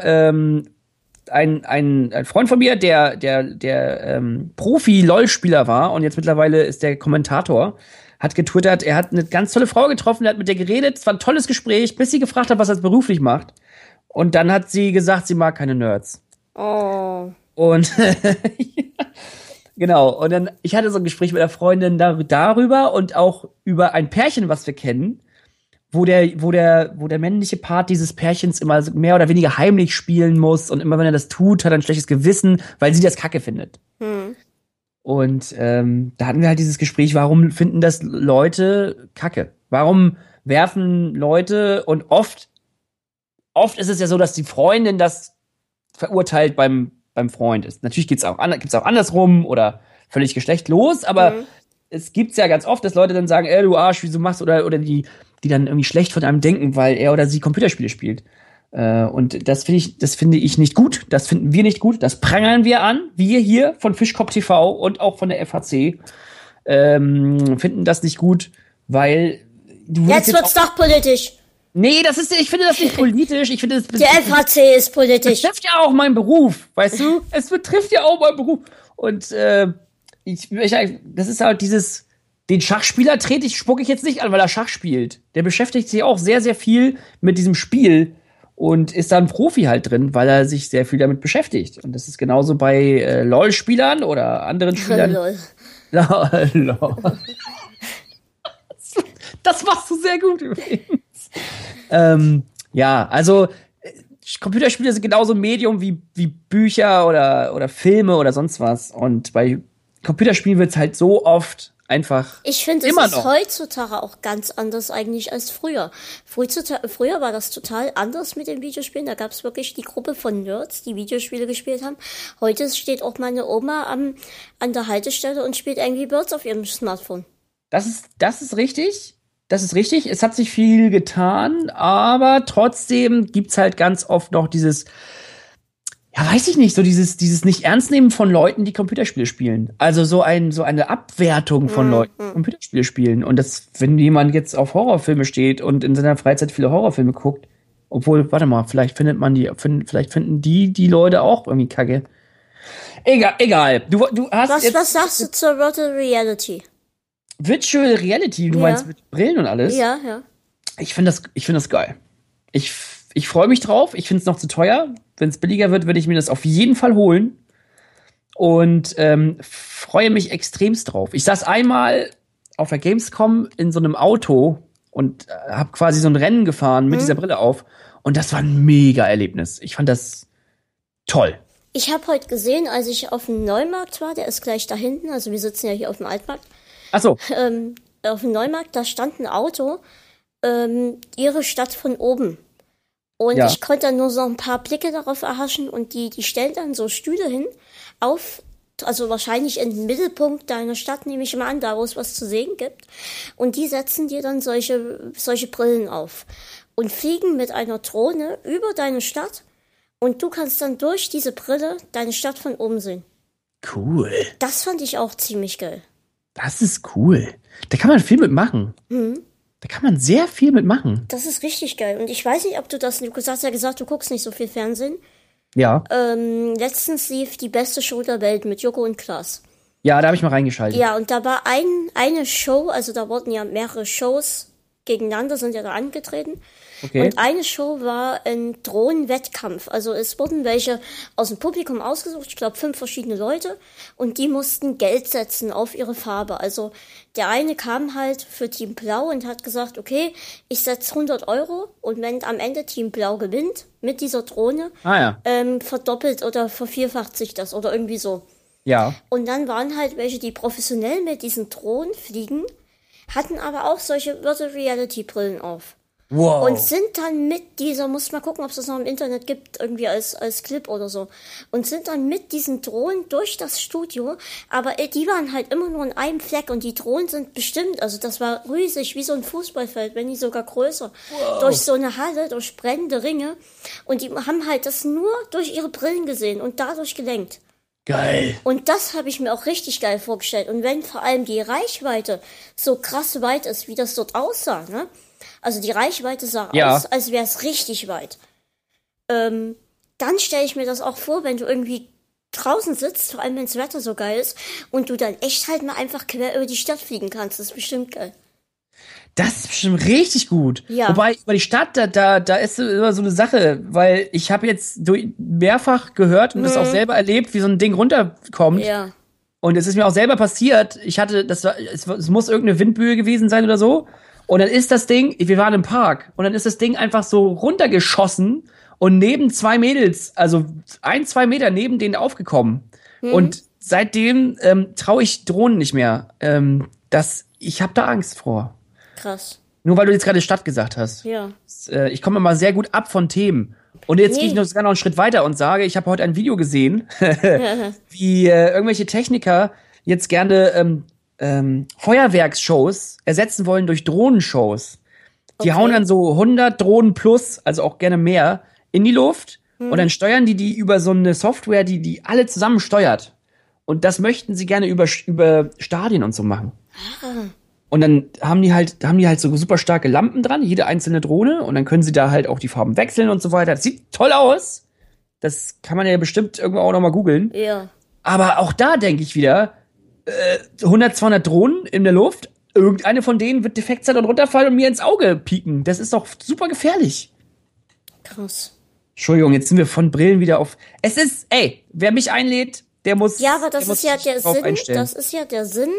ein Freund von mir, der Profi-LOL-Spieler war und jetzt mittlerweile ist der Kommentator, hat getwittert, er hat eine ganz tolle Frau getroffen, der hat mit der geredet, es war ein tolles Gespräch, bis sie gefragt hat, was er beruflich macht. Und dann hat sie gesagt, sie mag keine Nerds. Oh. Und genau, und dann, ich hatte so ein Gespräch mit der Freundin darüber und auch über ein Pärchen, was wir kennen, wo der männliche Part dieses Pärchens immer so mehr oder weniger heimlich spielen muss und immer wenn er das tut, hat er ein schlechtes Gewissen, weil sie das Kacke findet. Und da hatten wir halt dieses Gespräch, warum finden das Leute Kacke? Warum werfen Leute, und oft ist es ja so, dass die Freundin das verurteilt beim Freund ist. Natürlich gibt's auch andersrum oder völlig geschlechtlos, aber es gibt's ja ganz oft, dass Leute dann sagen, du Arsch, wieso machst du, oder die dann irgendwie schlecht von einem denken, weil er oder sie Computerspiele spielt. Und das finde ich nicht gut, das finden wir nicht gut, das prangern wir an, wir hier von Fischkopf TV und auch von der FHC finden das nicht gut, weil du Jetzt wird's doch politisch. Nee, ich finde das nicht politisch. Ich finde, Die FHC ist politisch. betrifft ja auch meinen Beruf, weißt du? Es betrifft ja auch meinen Beruf. Und das ist halt den Schachspieler spucke ich jetzt nicht an, weil er Schach spielt. Der beschäftigt sich auch sehr, sehr viel mit diesem Spiel und ist da ein Profi halt drin, weil er sich sehr viel damit beschäftigt. Und das ist genauso bei LOL-Spielern oder anderen Spielern. Lol. LOL. Das machst du sehr gut übrigens. Ja, also Computerspiele sind genauso ein Medium wie Bücher oder Filme oder sonst was. Und bei Computerspielen wird's halt so oft einfach Ich finde, es immer ist noch. heutzutage auch ganz anders eigentlich als früher. Früher war das total anders mit den Videospielen. Da gab es wirklich die Gruppe von Nerds, die Videospiele gespielt haben. Heute steht auch meine Oma an der Haltestelle und spielt Angry Birds auf ihrem Smartphone. Das ist richtig. Das ist richtig. Es hat sich viel getan, aber trotzdem gibt's halt ganz oft noch dieses, ja, weiß ich nicht, so dieses nicht ernst nehmen von Leuten, die Computerspiele spielen. Also so eine Abwertung von Leuten, die Computerspiele spielen. Und das, wenn jemand jetzt auf Horrorfilme steht und in seiner Freizeit viele Horrorfilme guckt, obwohl, warte mal, vielleicht finden die Leute auch irgendwie kacke. Egal. Du hast jetzt Was sagst du zur Virtual Reality? Virtual Reality, du Ja. meinst mit Brillen und alles? Ja. Ich finde das geil. Ich freue mich drauf. Ich finde es noch zu teuer. Wenn es billiger wird, würde ich mir das auf jeden Fall holen. Und freue mich extremst drauf. Ich saß einmal auf der Gamescom in so einem Auto und habe quasi so ein Rennen gefahren mit dieser Brille auf. Und das war ein mega Erlebnis. Ich fand das toll. Ich habe heute gesehen, als ich auf dem Neumarkt war, der ist gleich da hinten, also wir sitzen ja hier auf dem Altmarkt, Ach so. auf dem Neumarkt, da stand ein Auto, ihre Stadt von oben. Und Ja. ich konnte dann nur so ein paar Blicke darauf erhaschen und die stellen dann so Stühle hin, also wahrscheinlich in den Mittelpunkt deiner Stadt, nehme ich mal an, da wo es was zu sehen gibt. Und die setzen dir dann solche Brillen auf und fliegen mit einer Drohne über deine Stadt und du kannst dann durch diese Brille deine Stadt von oben sehen. Cool. Das fand ich auch ziemlich geil. Das ist cool. Da kann man viel mitmachen. Da kann man sehr viel mitmachen. Das ist richtig geil. Und ich weiß nicht, ob du hast ja gesagt, du guckst nicht so viel Fernsehen. Ja. Letztens lief die beste Show der Welt mit Joko und Klaas. Ja, da habe ich mal reingeschaltet. Ja, und da war eine Show, also da wurden ja mehrere Shows gegeneinander, sind ja da angetreten. Okay. Und eine Show war ein Drohnenwettkampf. Also es wurden welche aus dem Publikum ausgesucht, ich glaube 5 verschiedene Leute, und die mussten Geld setzen auf ihre Farbe. Also der eine kam halt für Team Blau und hat gesagt, okay, ich setze 100 € und wenn am Ende Team Blau gewinnt mit dieser Drohne, verdoppelt oder vervierfacht sich das oder irgendwie so. Ja. Und dann waren halt welche, die professionell mit diesen Drohnen fliegen, hatten aber auch solche Virtual Reality Brillen auf. Wow. Und sind dann mit dieser, muss mal gucken, ob es das noch im Internet gibt, irgendwie als Clip oder so. Und sind dann mit diesen Drohnen durch das Studio, aber die waren halt immer nur in einem Fleck und die Drohnen sind bestimmt, also das war riesig, wie so ein Fußballfeld, wenn nicht sogar größer. Wow. Durch so eine Halle, durch brennende Ringe. Und die haben halt das nur durch ihre Brillen gesehen und dadurch gelenkt. Geil. Und das habe ich mir auch richtig geil vorgestellt. Und wenn vor allem die Reichweite so krass weit ist, wie das dort aussah, ne? Also die Reichweite sah aus, als wäre es richtig weit. Dann stelle ich mir das auch vor, wenn du irgendwie draußen sitzt, vor allem wenn das Wetter so geil ist, und du dann echt halt mal einfach quer über die Stadt fliegen kannst. Das ist bestimmt geil. Das ist bestimmt richtig gut. Ja. Wobei, über die Stadt, da ist immer so eine Sache, weil ich habe jetzt mehrfach gehört und das auch selber erlebt, wie so ein Ding runterkommt. Ja. Und es ist mir auch selber passiert. Es muss irgendeine Windböe gewesen sein oder so. Und dann ist das Ding, wir waren im Park, und dann ist das Ding einfach so runtergeschossen und neben zwei Mädels, also 2 Meter neben denen aufgekommen. Und seitdem traue ich Drohnen nicht mehr. Ich habe da Angst vor. Krass. Nur weil du jetzt gerade Stadt gesagt hast. Ja. Ich komme immer sehr gut ab von Themen. Und jetzt gehe ich sogar noch einen Schritt weiter und sage, ich habe heute ein Video gesehen, wie irgendwelche Techniker jetzt gerne Feuerwerksshows ersetzen wollen durch Drohnenshows. Die hauen dann so 100 Drohnen plus, also auch gerne mehr, in die Luft. Und dann steuern die über so eine Software, die alle zusammen steuert. Und das möchten sie gerne über Stadien und so machen. Und dann haben die halt so super starke Lampen dran, jede einzelne Drohne. Und dann können sie da halt auch die Farben wechseln und so weiter. Das sieht toll aus. Das kann man ja bestimmt irgendwo auch noch mal googeln. Ja. Aber auch da denke ich wieder, 100, 200 Drohnen in der Luft. Irgendeine von denen wird defekt sein und runterfallen und mir ins Auge pieken. Das ist doch super gefährlich. Krass. Entschuldigung, jetzt sind wir von Brillen wieder auf. Wer mich einlädt, der muss. Ja, aber das der ist ja muss sich der drauf Sinn. einstellen. Das ist ja der Sinn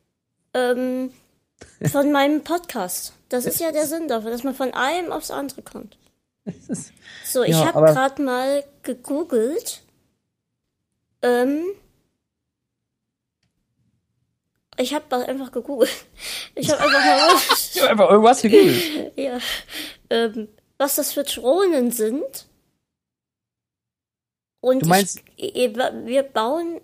von meinem Podcast. Das ist ja der Sinn dafür, dass man von einem aufs andere kommt. So, ich habe gerade mal gegoogelt. Ich habe einfach gegoogelt. Ich habe einfach irgendwas gegoogelt. Ja. Was das für Drohnen sind. Und Du meinst, wir bauen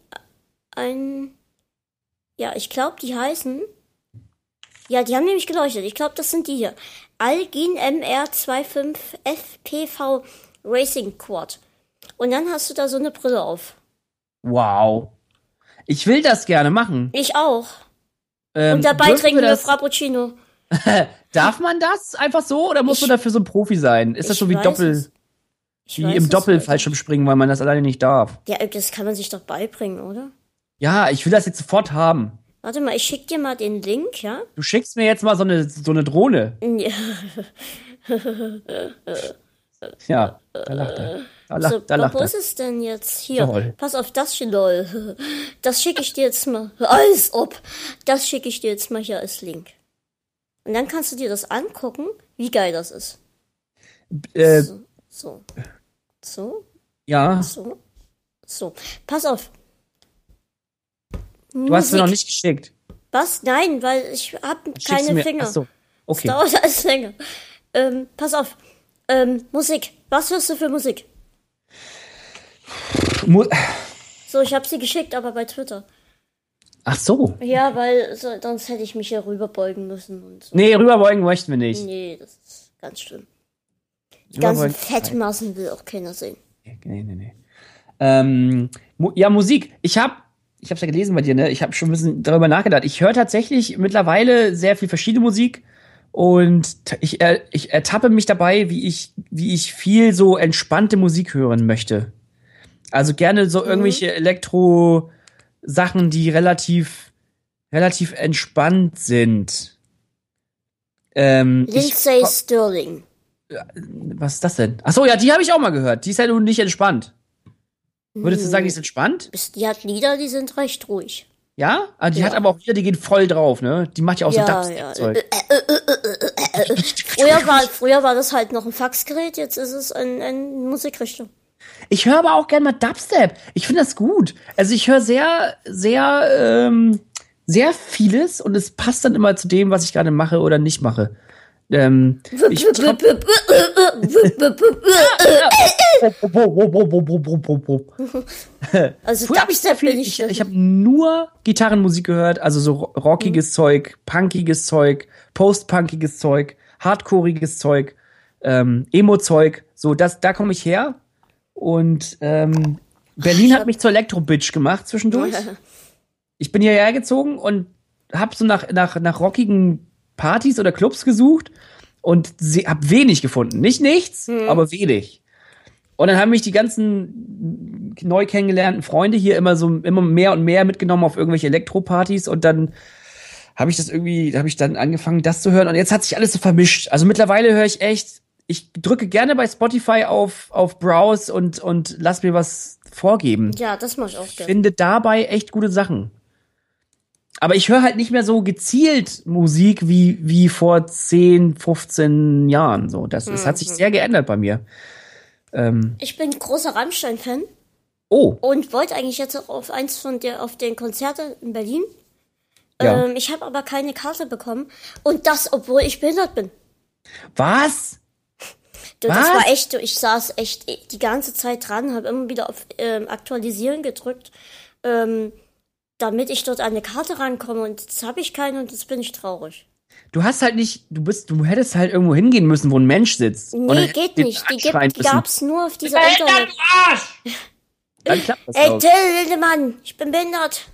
ich glaube, die heißen. Ja, die haben nämlich geleuchtet. Ich glaube, das sind die hier. Algin MR25 FPV Racing Quad. Und dann hast du da so eine Brille auf. wow. Ich will das gerne machen. Ich auch. Und dabei trinken wir Frappuccino. Darf man das einfach so oder musst du dafür so ein Profi sein? Ist das so wie im Doppelfallschirmspringen, weil man das alleine nicht darf? Ja, das kann man sich doch beibringen, oder? Ja, ich will das jetzt sofort haben. Warte mal, ich schick dir mal den Link, ja? Du schickst mir jetzt mal so eine Drohne. Ja. Ja, da lacht er. Wo ist es denn jetzt? Hier, Lol. pass auf, das hier, lol. Das schicke ich dir jetzt mal. Als ob. Das schicke ich dir jetzt mal hier als Link. Und dann kannst du dir das angucken, wie geil das ist. So. Ja. So. Pass auf. Du hast mir noch nicht geschickt. Was? Nein, weil ich habe keine Finger. Ach so. Okay. Das dauert alles länger. Pass auf. Musik. Was hörst du für Musik? So, ich habe sie geschickt, aber bei Twitter. Ach so. Ja, weil sonst hätte ich mich ja rüberbeugen müssen und so. Nee, rüberbeugen möchten wir nicht. Nee, das ist ganz schlimm. Die ganzen Fettmassen will auch keiner sehen. Nee. Musik. Ich hab's ja gelesen bei dir, ne? Ich habe schon ein bisschen darüber nachgedacht. Ich höre tatsächlich mittlerweile sehr viel verschiedene Musik und ich ertappe mich dabei, wie ich viel so entspannte Musik hören möchte. Also gerne so irgendwelche Elektro-Sachen, die relativ entspannt sind. Lindsay Sterling. Was ist das denn? Ach so, ja, die habe ich auch mal gehört. Die ist ja nun nicht entspannt. Würdest du sagen, die ist entspannt? Die hat Lieder, die sind recht ruhig. Ja? Die hat aber auch Lieder, die gehen voll drauf, ne? Die macht ja auch so Dubstep-Zeug. Früher war das halt noch ein Faxgerät, jetzt ist es eine Musikrichtung. Ich höre aber auch gerne mal Dubstep. Ich finde das gut. Also ich höre sehr vieles und es passt dann immer zu dem, was ich gerade mache oder nicht mache. Also Dubstep bin ich habe nur Gitarrenmusik gehört, also so rockiges Zeug, punkiges Zeug, postpunkiges Zeug, hardcoreiges Zeug, Emo-Zeug, so da komme ich her und Berlin hat mich zur Elektro-Bitch gemacht zwischendurch. Ich bin hierher gezogen und hab so nach rockigen Partys oder Clubs gesucht und hab wenig gefunden. Nicht nichts, aber wenig. Und dann haben mich die ganzen neu kennengelernten Freunde hier immer mehr und mehr mitgenommen auf irgendwelche Elektropartys und dann habe ich dann angefangen, das zu hören und jetzt hat sich alles so vermischt. Also mittlerweile höre ich drücke gerne bei Spotify auf Browse und lass mir was vorgeben. Ja, das mach ich auch Ich gerne. finde dabei echt gute Sachen. Aber ich höre halt nicht mehr so gezielt Musik wie vor 10, 15 Jahren. So, das hat sich sehr geändert bei mir. Ich bin großer Rammstein-Fan Oh, und wollte eigentlich jetzt auch auf den Konzerten in Berlin. ja. Ich habe aber keine Karte bekommen. Und das, obwohl ich behindert bin. Was? Du, das Was? war echt, ich saß echt die ganze Zeit dran, habe immer wieder auf Aktualisieren gedrückt, damit ich dort an eine Karte rankomme. Und jetzt habe ich keine und jetzt bin ich traurig. Du hast halt nicht, du hättest halt irgendwo hingehen müssen, wo ein Mensch sitzt. Und dann Nee, hättest geht du den nicht. Die anschreien müssen. gab's nur auf dieser Internet. Dann klappt das Ey, auch. Till Lindemann, ich bin behindert.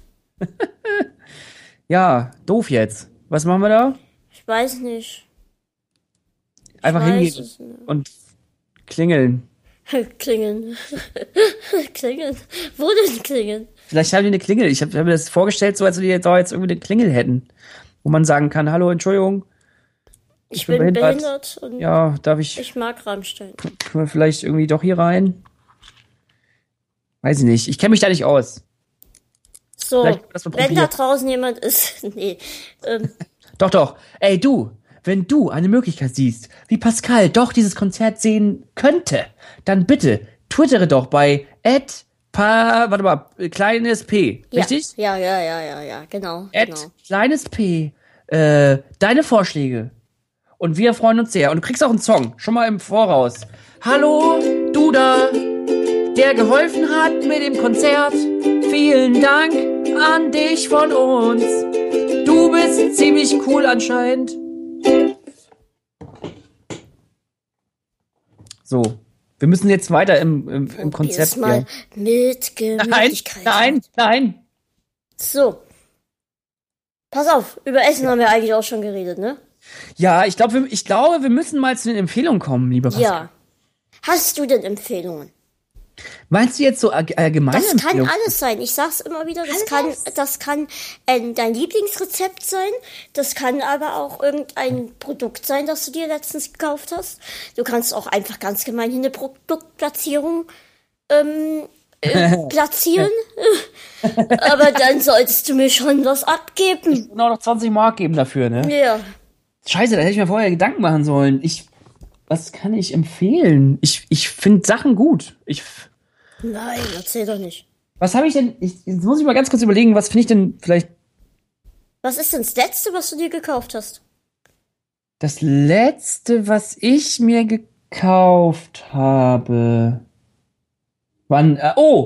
Ja, doof jetzt. Was machen wir da? Ich weiß nicht. Einfach weiß hingehen es nicht. und klingeln. Klingeln. Klingeln. Wo denn klingeln? Vielleicht haben die eine Klingel. Ich hab mir das vorgestellt, so als wenn die da jetzt irgendwie eine Klingel hätten. Wo man sagen kann, hallo, Entschuldigung, Ich bin behindert und ja, darf ich ich mag Rammstein. können wir vielleicht irgendwie doch hier rein? Weiß ich nicht. Ich kenne mich da nicht aus. So, Vielleicht können wir das mal wenn da probieren. draußen jemand ist, nee, Doch. Ey, du, wenn du eine Möglichkeit siehst, wie Pascal doch dieses Konzert sehen könnte, dann bitte twittere doch bei kleines P, ja, richtig? ja, genau, genau. Kleines P, deine Vorschläge. Und wir freuen uns sehr. Und du kriegst auch einen Song, schon mal im Voraus. Hallo, du da, der geholfen hat mit dem Konzert. Vielen Dank an dich von uns. Du bist ziemlich cool anscheinend. So, wir müssen jetzt weiter im Konzept Probier's mal mit Gemütlichkeit. Nein. So. Pass auf, über Essen haben wir eigentlich auch schon geredet, ne? Ja, ich glaube, wir müssen mal zu den Empfehlungen kommen, lieber Pascal. Ja. Hast du denn Empfehlungen? Meinst du jetzt so allgemeine Das kann Empfehlungen? alles sein. Ich sag's immer wieder, das kann dein Lieblingsrezept sein. Das kann aber auch irgendein Produkt sein, das du dir letztens gekauft hast. Du kannst auch einfach ganz gemeinhin eine Produktplatzierung platzieren. Aber dann solltest du mir schon was abgeben. Genau noch 20 Mark geben dafür, ne? Ja. Scheiße, da hätte ich mir vorher Gedanken machen sollen. Was kann ich empfehlen? Ich finde Sachen gut. Nein, erzähl doch nicht. Was habe ich denn? Jetzt muss ich mal ganz kurz überlegen, was finde ich denn vielleicht Was ist denn das Letzte, was du dir gekauft hast? das Letzte, was ich mir gekauft habe? Wann?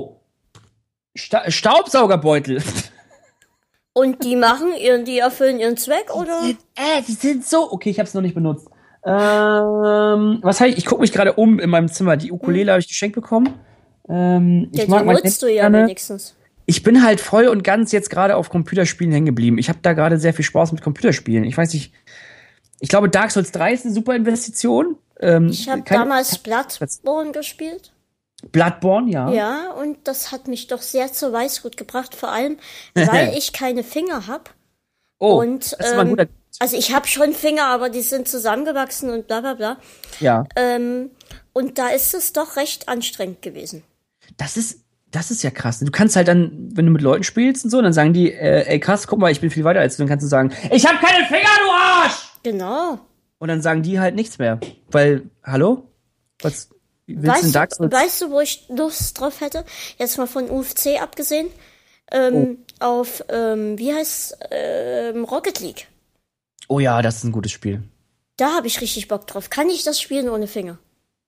Staubsaugerbeutel. Und die die erfüllen ihren Zweck, oder? Die sind so. Okay, ich habe es noch nicht benutzt. Was habe ich? Ich gucke mich gerade um in meinem Zimmer. Die Ukulele habe ich geschenkt bekommen. Ja, Ich die mag mein nutzt du Handy ja gerne. wenigstens. Ich bin halt voll und ganz jetzt gerade auf Computerspielen hängen geblieben. Ich habe da gerade sehr viel Spaß mit Computerspielen. Ich weiß nicht. Ich glaube, Dark Souls 3 ist eine super Investition. Ich habe damals Bloodborne gespielt. Bloodborne, ja. Ja, und das hat mich doch sehr zur Weißglut gebracht, vor allem, weil ich keine Finger habe. Oh, Und das ist mal ein guter. also ich habe schon Finger, aber die sind zusammengewachsen und bla bla bla. Ja. Und da ist es doch recht anstrengend gewesen. Das ist ja krass. Du kannst halt dann, wenn du mit Leuten spielst und so, dann sagen die, ey krass, guck mal, ich bin viel weiter als du. Dann kannst du sagen, ich habe keine Finger, du Arsch! Genau. Und dann sagen die halt nichts mehr. Weil, hallo? Was willst du in Dark Souls? Weißt du, wo ich Lust drauf hätte? Jetzt mal von UFC abgesehen. Auf, wie heißt Rocket League. Oh ja, das ist ein gutes Spiel. Da habe ich richtig Bock drauf. Kann ich das spielen ohne Finger?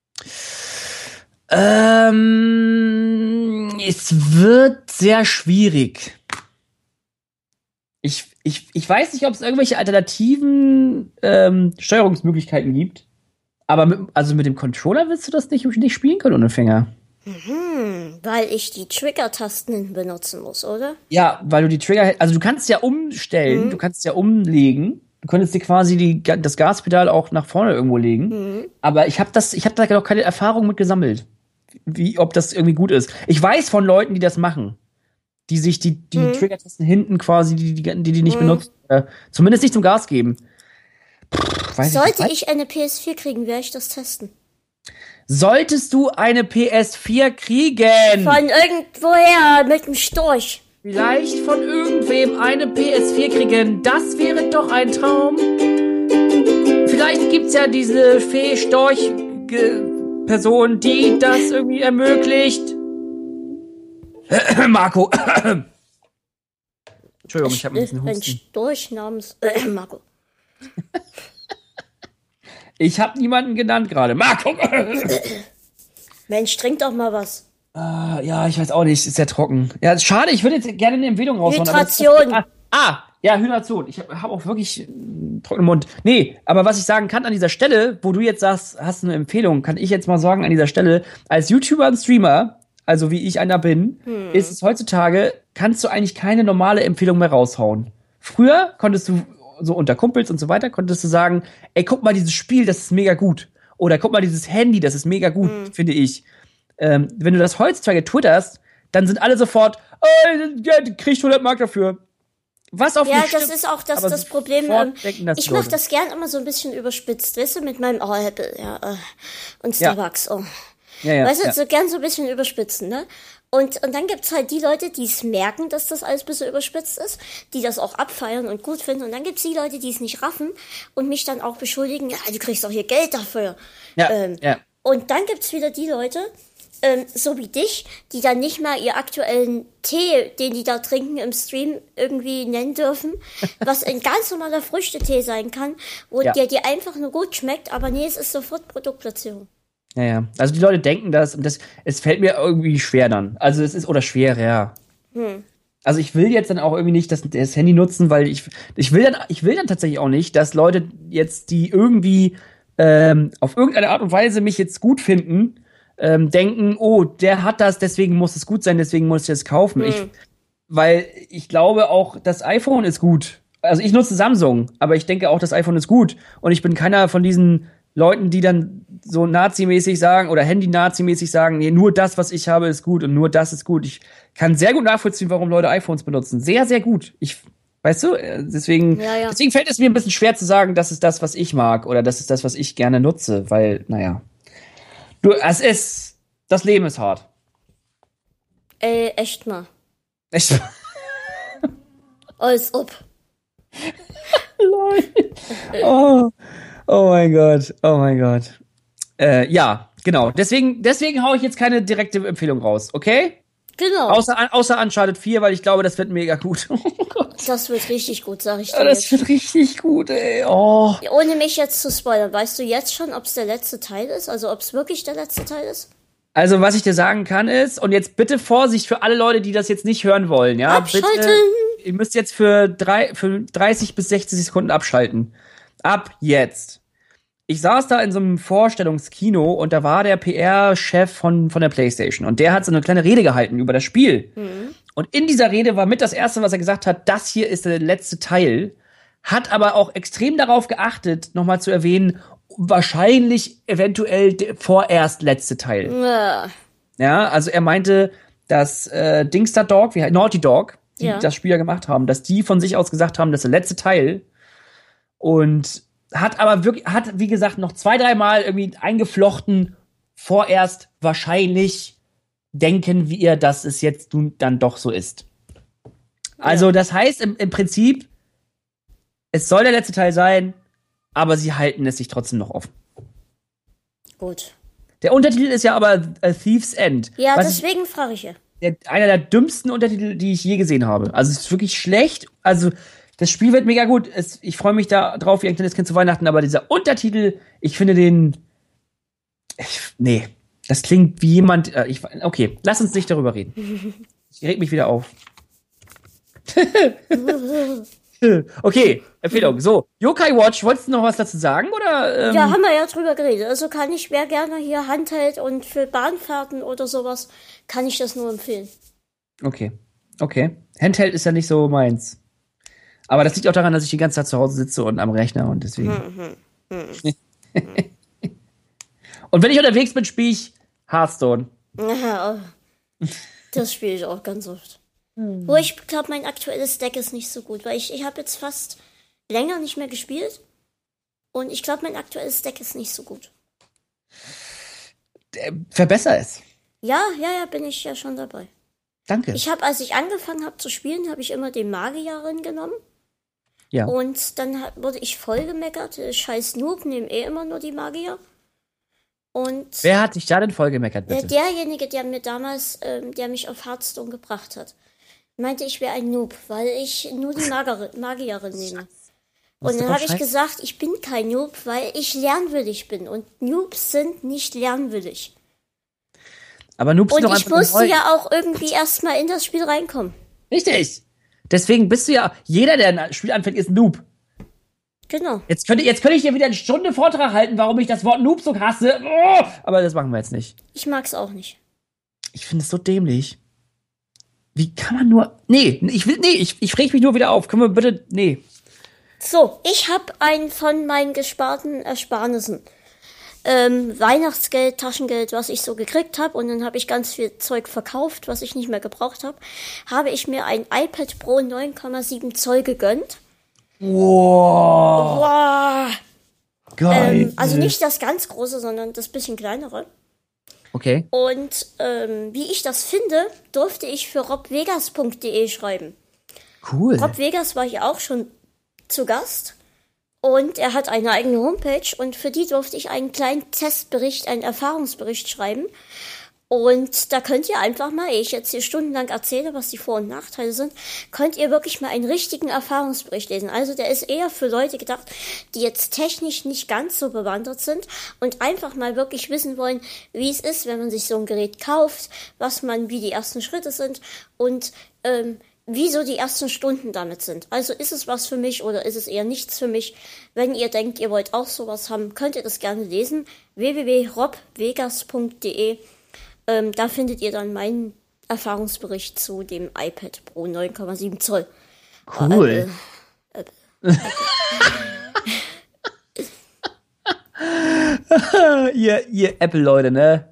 Es wird sehr schwierig. Ich weiß nicht, ob es irgendwelche alternativen Steuerungsmöglichkeiten gibt. Aber mit dem Controller willst du das nicht spielen können ohne Finger. Weil ich die Trigger-Tasten benutzen muss, oder? Ja, weil du die Trigger, also du kannst ja umstellen, du kannst ja umlegen. Du könntest dir quasi das Gaspedal auch nach vorne irgendwo legen. Aber ich habe da noch keine Erfahrung mit gesammelt, ob das irgendwie gut ist. Ich weiß von Leuten, die das machen, die sich die Trigger-Tasten hinten quasi, die nicht benutzen, zumindest nicht zum Gas geben. Sollte ich eine PS4 kriegen, werde ich das testen. Solltest du eine PS4 kriegen? Von irgendwoher mit dem Storch. Vielleicht von irgendwem eine PS4 kriegen, das wäre doch ein Traum. Vielleicht gibt's ja diese Fee-Storch-Person, die das irgendwie ermöglicht. Marco. Entschuldigung, ich habe ein bisschen Ein Husten. Storch namens Marco. Ich habe niemanden genannt gerade. Marco. Mensch, trink doch mal was. Ja, ich weiß auch nicht, ist ja trocken. Ja, ist schade, ich würde jetzt gerne eine Empfehlung raushauen. Hydration. Ja, Hydration. Ich habe auch wirklich einen trockenen Mund. Nee, aber was ich sagen kann an dieser Stelle, wo du jetzt sagst, hast eine Empfehlung, kann ich jetzt mal sagen an dieser Stelle, als YouTuber und Streamer, also wie ich einer bin, ist es heutzutage, kannst du eigentlich keine normale Empfehlung mehr raushauen. Früher konntest du so unter Kumpels und so weiter, konntest du sagen, ey, guck mal dieses Spiel, das ist mega gut. Oder guck mal dieses Handy, das ist mega gut, finde ich. Wenn du das heutzutage twitterst, dann sind alle sofort, ja, du kriegst 100 Mark dafür. Was auf Ja, mich das stimmt, ist auch aber das Problem. denken das Ich Leute. mache das gern immer so ein bisschen überspitzt, weißt du, mit meinem Apple, und Starbucks, Ja, weißt du, ja. so gern so ein bisschen überspitzen, ne? Und dann gibt's halt die Leute, die es merken, dass das alles ein bisschen überspitzt ist, die das auch abfeiern und gut finden. Und dann gibt's die Leute, die es nicht raffen und mich dann auch beschuldigen, ja, du kriegst doch hier Geld dafür. Ja. Und dann gibt's wieder die Leute, so wie dich, die dann nicht mal ihr aktuellen Tee, den die da trinken im Stream, irgendwie nennen dürfen, was ein ganz normaler Früchtetee sein kann, wo Ja. der dir einfach nur gut schmeckt, aber nee, es ist sofort Produktplatzierung. Ja. Also die Leute denken das und es fällt mir irgendwie schwer dann. Also es ist, oder schwerer. Also ich will jetzt dann auch irgendwie nicht das Handy nutzen, weil ich will dann tatsächlich auch nicht, dass Leute jetzt, die irgendwie auf irgendeine Art und Weise mich jetzt gut finden, denken, oh, der hat das, deswegen muss es gut sein, deswegen muss ich es kaufen. Weil ich glaube auch, das iPhone ist gut. Also ich nutze Samsung, aber ich denke auch, das iPhone ist gut. Und ich bin keiner von diesen Leuten, die dann so Nazi-mäßig sagen oder Handy-Nazi-mäßig sagen, nee, nur das, was ich habe, ist gut und nur das ist gut. Ich kann sehr gut nachvollziehen, warum Leute iPhones benutzen. Sehr, sehr gut. Weißt du, deswegen fällt es mir ein bisschen schwer zu sagen, das ist das, was ich mag oder das ist das, was ich gerne nutze, weil, naja. Das Leben ist hart. Echt mal. Echt? Als ob. Oh mein Gott. Ja, genau. Deswegen hau ich jetzt keine direkte Empfehlung raus, okay? Genau. Außer Uncharted 4, weil ich glaube, das wird mega gut. Oh Gott. Das wird richtig gut, sag ich dir Das jetzt. wird richtig gut, ey. Oh. Ohne mich jetzt zu spoilern, weißt du jetzt schon, ob es der letzte Teil ist? Also ob es wirklich der letzte Teil ist? Also, was ich dir sagen kann ist, und jetzt bitte Vorsicht für alle Leute, die das jetzt nicht hören wollen, ja? Abschalten! Bitte, ihr müsst jetzt für 30 bis 60 Sekunden abschalten. Ab jetzt. Ich saß da in so einem Vorstellungskino und da war der PR-Chef von der PlayStation und der hat so eine kleine Rede gehalten über das Spiel. Und in dieser Rede war mit das Erste, was er gesagt hat, das hier ist der letzte Teil, hat aber auch extrem darauf geachtet, nochmal zu erwähnen, wahrscheinlich eventuell der vorerst letzte Teil. Ja, also er meinte, dass Dingsda Dog, Naughty Dog, die das Spiel ja gemacht haben, dass die von sich aus gesagt haben, das ist der letzte Teil. Und hat aber wirklich, wie gesagt, noch 2-3 Mal irgendwie eingeflochten, vorerst wahrscheinlich denken wir, dass es jetzt dann doch so ist. Also das heißt im Prinzip, es soll der letzte Teil sein, aber sie halten es sich trotzdem noch offen. Gut. Der Untertitel ist ja aber A Thief's End. Ja, deswegen frage ich ja. Einer der dümmsten Untertitel, die ich je gesehen habe. Also es ist wirklich schlecht. Also das Spiel wird mega gut. Ich freue mich da drauf wie ein kleines Kind zu Weihnachten, aber dieser Untertitel, ich finde den. Nee, das klingt wie jemand. Okay, lass uns nicht darüber reden. Ich reg mich wieder auf. Okay, Empfehlung. So, Yokai Watch, wolltest du noch was dazu sagen, oder? Ja, haben wir ja drüber geredet. Also kann ich, wer gerne hier Handheld und für Bahnfahrten oder sowas, kann ich das nur empfehlen. Okay. Handheld ist ja nicht so meins. Aber das liegt auch daran, dass ich die ganze Zeit zu Hause sitze und am Rechner und deswegen. Und wenn ich unterwegs bin, spiele ich Hearthstone. Ja, das spiele ich auch ganz oft. Wo ich glaube, mein aktuelles Deck ist nicht so gut, weil ich habe jetzt fast länger nicht mehr gespielt und ich glaube, mein aktuelles Deck ist nicht so gut. Verbesser es. Ja, bin ich ja schon dabei. Danke. Als ich angefangen habe zu spielen, habe ich immer den Magierin genommen. Ja. Und dann wurde ich voll gemeckert. Scheiß Noob, nehmen immer nur die Magier. Und Wer hat dich da denn voll gemeckert, bitte? derjenige, der mir damals, der mich auf Hearthstone gebracht hat, meinte, ich wäre ein Noob, weil ich nur die Magierin nehme. Und dann habe ich gesagt, ich bin kein Noob, weil ich lernwillig bin. Und Noobs sind nicht lernwillig. Aber Noobs sind Und doch ich einfach musste neu. ja auch irgendwie erstmal in das Spiel reinkommen. Richtig. Deswegen bist du ja, jeder, der ein Spiel anfängt, ist ein Noob. Genau. Jetzt könnte ich dir wieder eine Stunde Vortrag halten, warum ich das Wort Noob so hasse. Oh, aber das machen wir jetzt nicht. Ich mag's auch nicht. Ich finde es so dämlich. Wie kann man nur. Ich reg mich nur wieder auf. Können wir bitte. Nee. So, ich habe einen von meinen gesparten Ersparnissen. Weihnachtsgeld, Taschengeld, was ich so gekriegt habe, und dann habe ich ganz viel Zeug verkauft, was ich nicht mehr gebraucht habe ich mir ein iPad Pro 9,7 Zoll gegönnt. Wow. Wow. Geil. Also nicht das ganz große, sondern das bisschen kleinere. Okay. Und wie ich das finde, durfte ich für robvegas.de schreiben. Cool. Rob Vegas war hier auch schon zu Gast. Und er hat eine eigene Homepage und für die durfte ich einen kleinen Testbericht, einen Erfahrungsbericht schreiben. Und da könnt ihr einfach mal, ehe ich jetzt hier stundenlang erzähle, was die Vor- und Nachteile sind, könnt ihr wirklich mal einen richtigen Erfahrungsbericht lesen. Also der ist eher für Leute gedacht, die jetzt technisch nicht ganz so bewandert sind und einfach mal wirklich wissen wollen, wie es ist, wenn man sich so ein Gerät kauft, wie die ersten Schritte sind und wie so die ersten Stunden damit sind. Also ist es was für mich oder ist es eher nichts für mich? Wenn ihr denkt, ihr wollt auch sowas haben, könnt ihr das gerne lesen. www.robvegas.de. Da findet ihr dann meinen Erfahrungsbericht zu dem iPad Pro 9,7 Zoll. Cool. Ihr Apple-Leute, ne?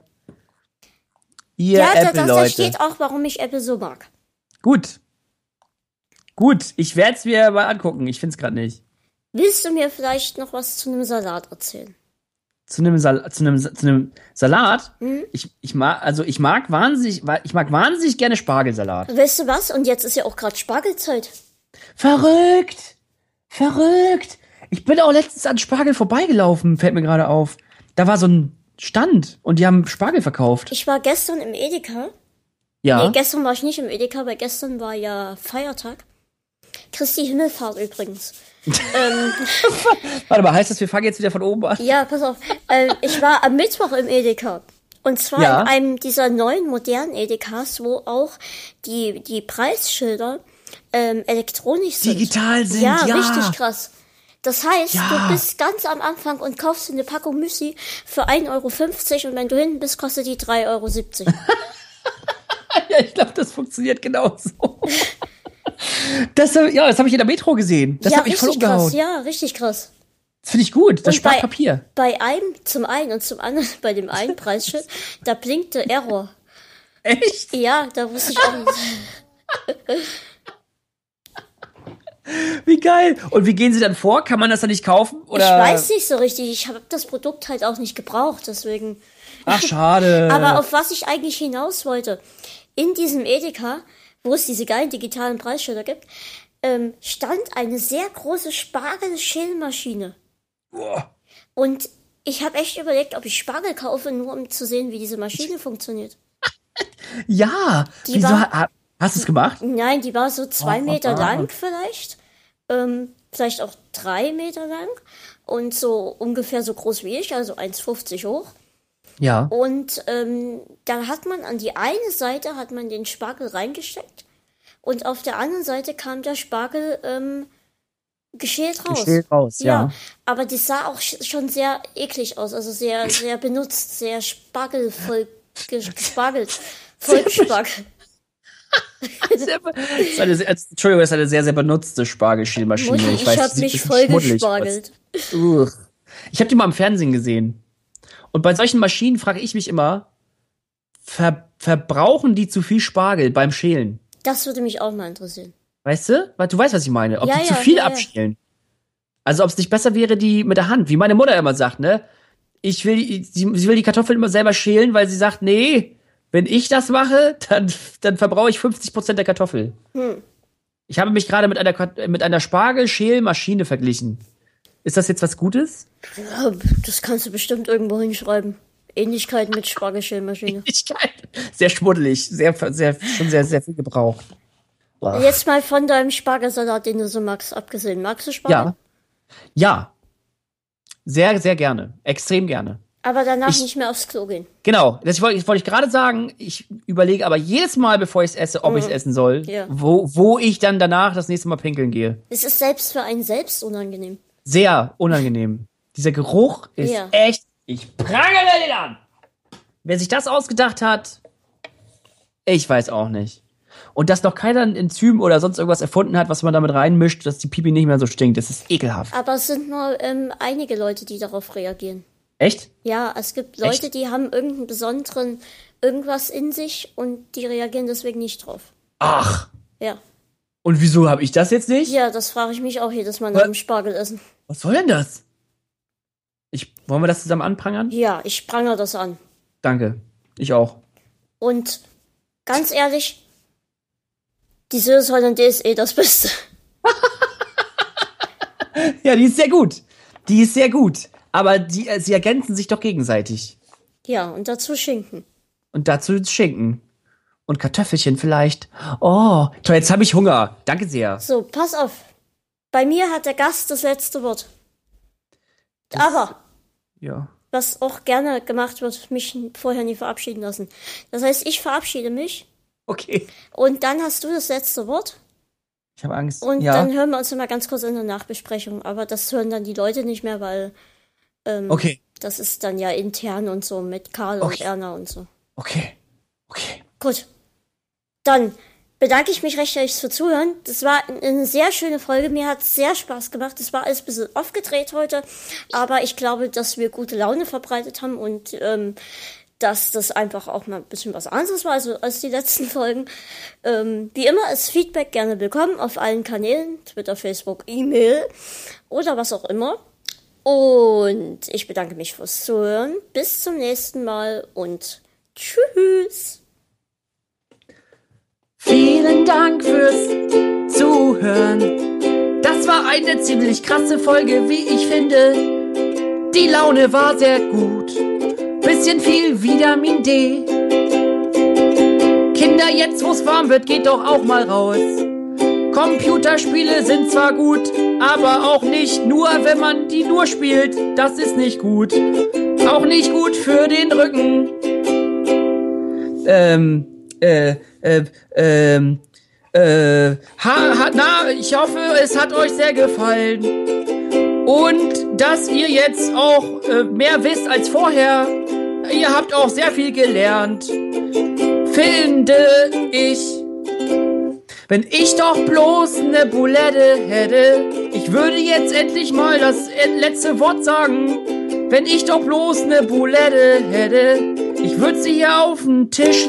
Da Apple-Leute. steht auch, warum ich Apple so mag. Gut, ich werde es mir mal angucken. Ich finde es gerade nicht. Willst du mir vielleicht noch was zu einem Salat erzählen? Zu einem Salat? Ich mag wahnsinnig gerne Spargelsalat. Weißt du was? Und jetzt ist ja auch gerade Spargelzeit. Verrückt! Ich bin auch letztens an Spargel vorbeigelaufen, fällt mir gerade auf. Da war so ein Stand und die haben Spargel verkauft. Ich war gestern im Edeka. Ja. Nee, gestern war ich nicht im Edeka, weil gestern war ja Feiertag. Christi Himmelfahrt übrigens. Warte mal, heißt das, wir fangen jetzt wieder von oben an? Ja, pass auf. Ich war am Mittwoch im Edeka. Und zwar Ja. in einem dieser neuen modernen Edekas, wo auch die Preisschilder elektronisch sind. Digital sind, ja. ja. Richtig krass. Das heißt, Ja. du bist ganz am Anfang und kaufst eine Packung Müsli für 1,50 € und wenn du hinten bist, kostet die 3,70 €. Ja, ich glaube, das funktioniert genauso. Das habe ich in der Metro gesehen. Das ja, habe ich voll richtig krass. umgehauen. Ja, richtig krass. Das finde ich gut. Das Und spart Papier. Bei einem, zum einen und zum anderen, bei dem einen Preisschild, da blinkte Error. Echt? Ja, da wusste ich auch nicht. Wie geil. Und wie gehen sie dann vor? Kann man das dann nicht kaufen? Oder? Ich weiß nicht so richtig. Ich habe das Produkt halt auch nicht gebraucht, deswegen. Ach, schade. Aber auf was ich eigentlich hinaus wollte, in diesem Edeka, wo es diese geilen digitalen Preisschilder gibt, stand eine sehr große Spargelschälmaschine. Boah. Und ich habe echt überlegt, ob ich Spargel kaufe, nur um zu sehen, wie diese Maschine funktioniert. Ja. Die Wieso? war- Hast du es gemacht? Nein, die war so 2 Meter ah. lang vielleicht. Vielleicht auch 3 Meter lang. Und so ungefähr so groß wie ich, also 1,50 hoch. Ja. Und da hat man an die eine Seite den Spargel reingesteckt und auf der anderen Seite kam der Spargel geschält raus. Geschält raus, ja. Aber die sah auch schon sehr eklig aus, also sehr, sehr benutzt, sehr gespargelt. Vollgespargelt. Entschuldigung, das ist eine sehr, sehr benutzte Spargelschälmaschine. Ich habe mich voll gespargelt. Ich habe die mal im Fernsehen gesehen. Und bei solchen Maschinen frage ich mich immer, verbrauchen die zu viel Spargel beim Schälen? Das würde mich auch mal interessieren. Weißt du? Weil du weißt, was ich meine. Ob Ja, die zu ja, viel ja, ja. abschälen. Also ob es nicht besser wäre, die mit der Hand, wie meine Mutter immer sagt, ne? Sie will die Kartoffeln immer selber schälen, weil sie sagt, nee, wenn ich das mache, dann verbrauche ich 50% der Kartoffel. Ich habe mich gerade mit einer Spargelschälmaschine verglichen. Ist das jetzt was Gutes? Ja, das kannst du bestimmt irgendwo hinschreiben. Ähnlichkeit mit Spargelschälmaschine. Sehr schmuddelig, schon sehr viel gebraucht. Boah. Jetzt mal von deinem Spargelsalat, den du so magst, abgesehen. Magst du Spargel? Ja. Sehr, sehr gerne. Extrem gerne. Aber danach nicht mehr aufs Klo gehen. Genau, das wollte ich gerade sagen. Ich überlege aber jedes Mal, bevor ich es esse, ob ich es essen soll, Ja. wo ich dann danach das nächste Mal pinkeln gehe. Es ist selbst für einen selbst unangenehm. Sehr unangenehm. Dieser Geruch ist Ja. echt, ich prangere den an. Wer sich das ausgedacht hat, ich weiß auch nicht. Und dass noch keiner ein Enzym oder sonst irgendwas erfunden hat, was man damit reinmischt, dass die Pipi nicht mehr so stinkt. Das ist ekelhaft. Aber es sind nur einige Leute, die darauf reagieren. Echt? Ja, es gibt Leute, die haben irgendeinen besonderen irgendwas in sich und die reagieren deswegen nicht drauf. Ach. Ja. Und wieso habe ich das jetzt nicht? Ja, das frage ich mich auch jedes Mal nach dem Spargelessen. Was soll denn das? Wollen wir das zusammen anprangern? Ja, ich prangere das an. Danke. Ich auch. Und ganz ehrlich, die Sauce Hollandaise ist eh das Beste. Ja, die ist sehr gut. Die ist sehr gut. Aber sie ergänzen sich doch gegenseitig. Ja, und dazu Schinken. Und dazu Schinken. Und Kartoffelchen vielleicht. Oh, toll, jetzt habe ich Hunger. Danke sehr. So, pass auf. Bei mir hat der Gast das letzte Wort. Aber, Ja. was auch gerne gemacht wird, mich vorher nie verabschieden lassen. Das heißt, ich verabschiede mich Okay. und dann hast du das letzte Wort. Ich habe Angst. Und ja. dann hören wir uns noch mal ganz kurz in der Nachbesprechung. Aber das hören dann die Leute nicht mehr, weil Okay. das ist dann ja intern und so mit Karl und Erna und so. Okay. Gut. Dann bedanke ich mich recht herzlich fürs Zuhören. Das war eine sehr schöne Folge. Mir hat es sehr Spaß gemacht. Es war alles ein bisschen aufgedreht heute. Aber ich glaube, dass wir gute Laune verbreitet haben und dass das einfach auch mal ein bisschen was anderes war als die letzten Folgen. Wie immer ist Feedback gerne willkommen auf allen Kanälen. Twitter, Facebook, E-Mail oder was auch immer. Und ich bedanke mich fürs Zuhören. Bis zum nächsten Mal und tschüss. Vielen Dank fürs Zuhören. Das war eine ziemlich krasse Folge, wie ich finde. Die Laune war sehr gut. Bisschen viel Vitamin D. Kinder, jetzt wo's warm wird, geht doch auch mal raus. Computerspiele sind zwar gut, aber auch nicht nur, wenn man die nur spielt. Das ist nicht gut. Auch nicht gut für den Rücken. Ich hoffe, es hat euch sehr gefallen. Und dass ihr jetzt auch mehr wisst als vorher. Ihr habt auch sehr viel gelernt. Finde ich. Wenn ich doch bloß eine Bulette hätte, ich würde jetzt endlich mal das letzte Wort sagen. Wenn ich doch bloß eine Bulette hätte, ich würde sie hier auf den Tisch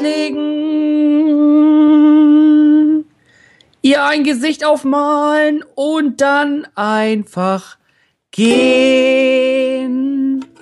legen, ihr ein Gesicht aufmalen und dann einfach gehen.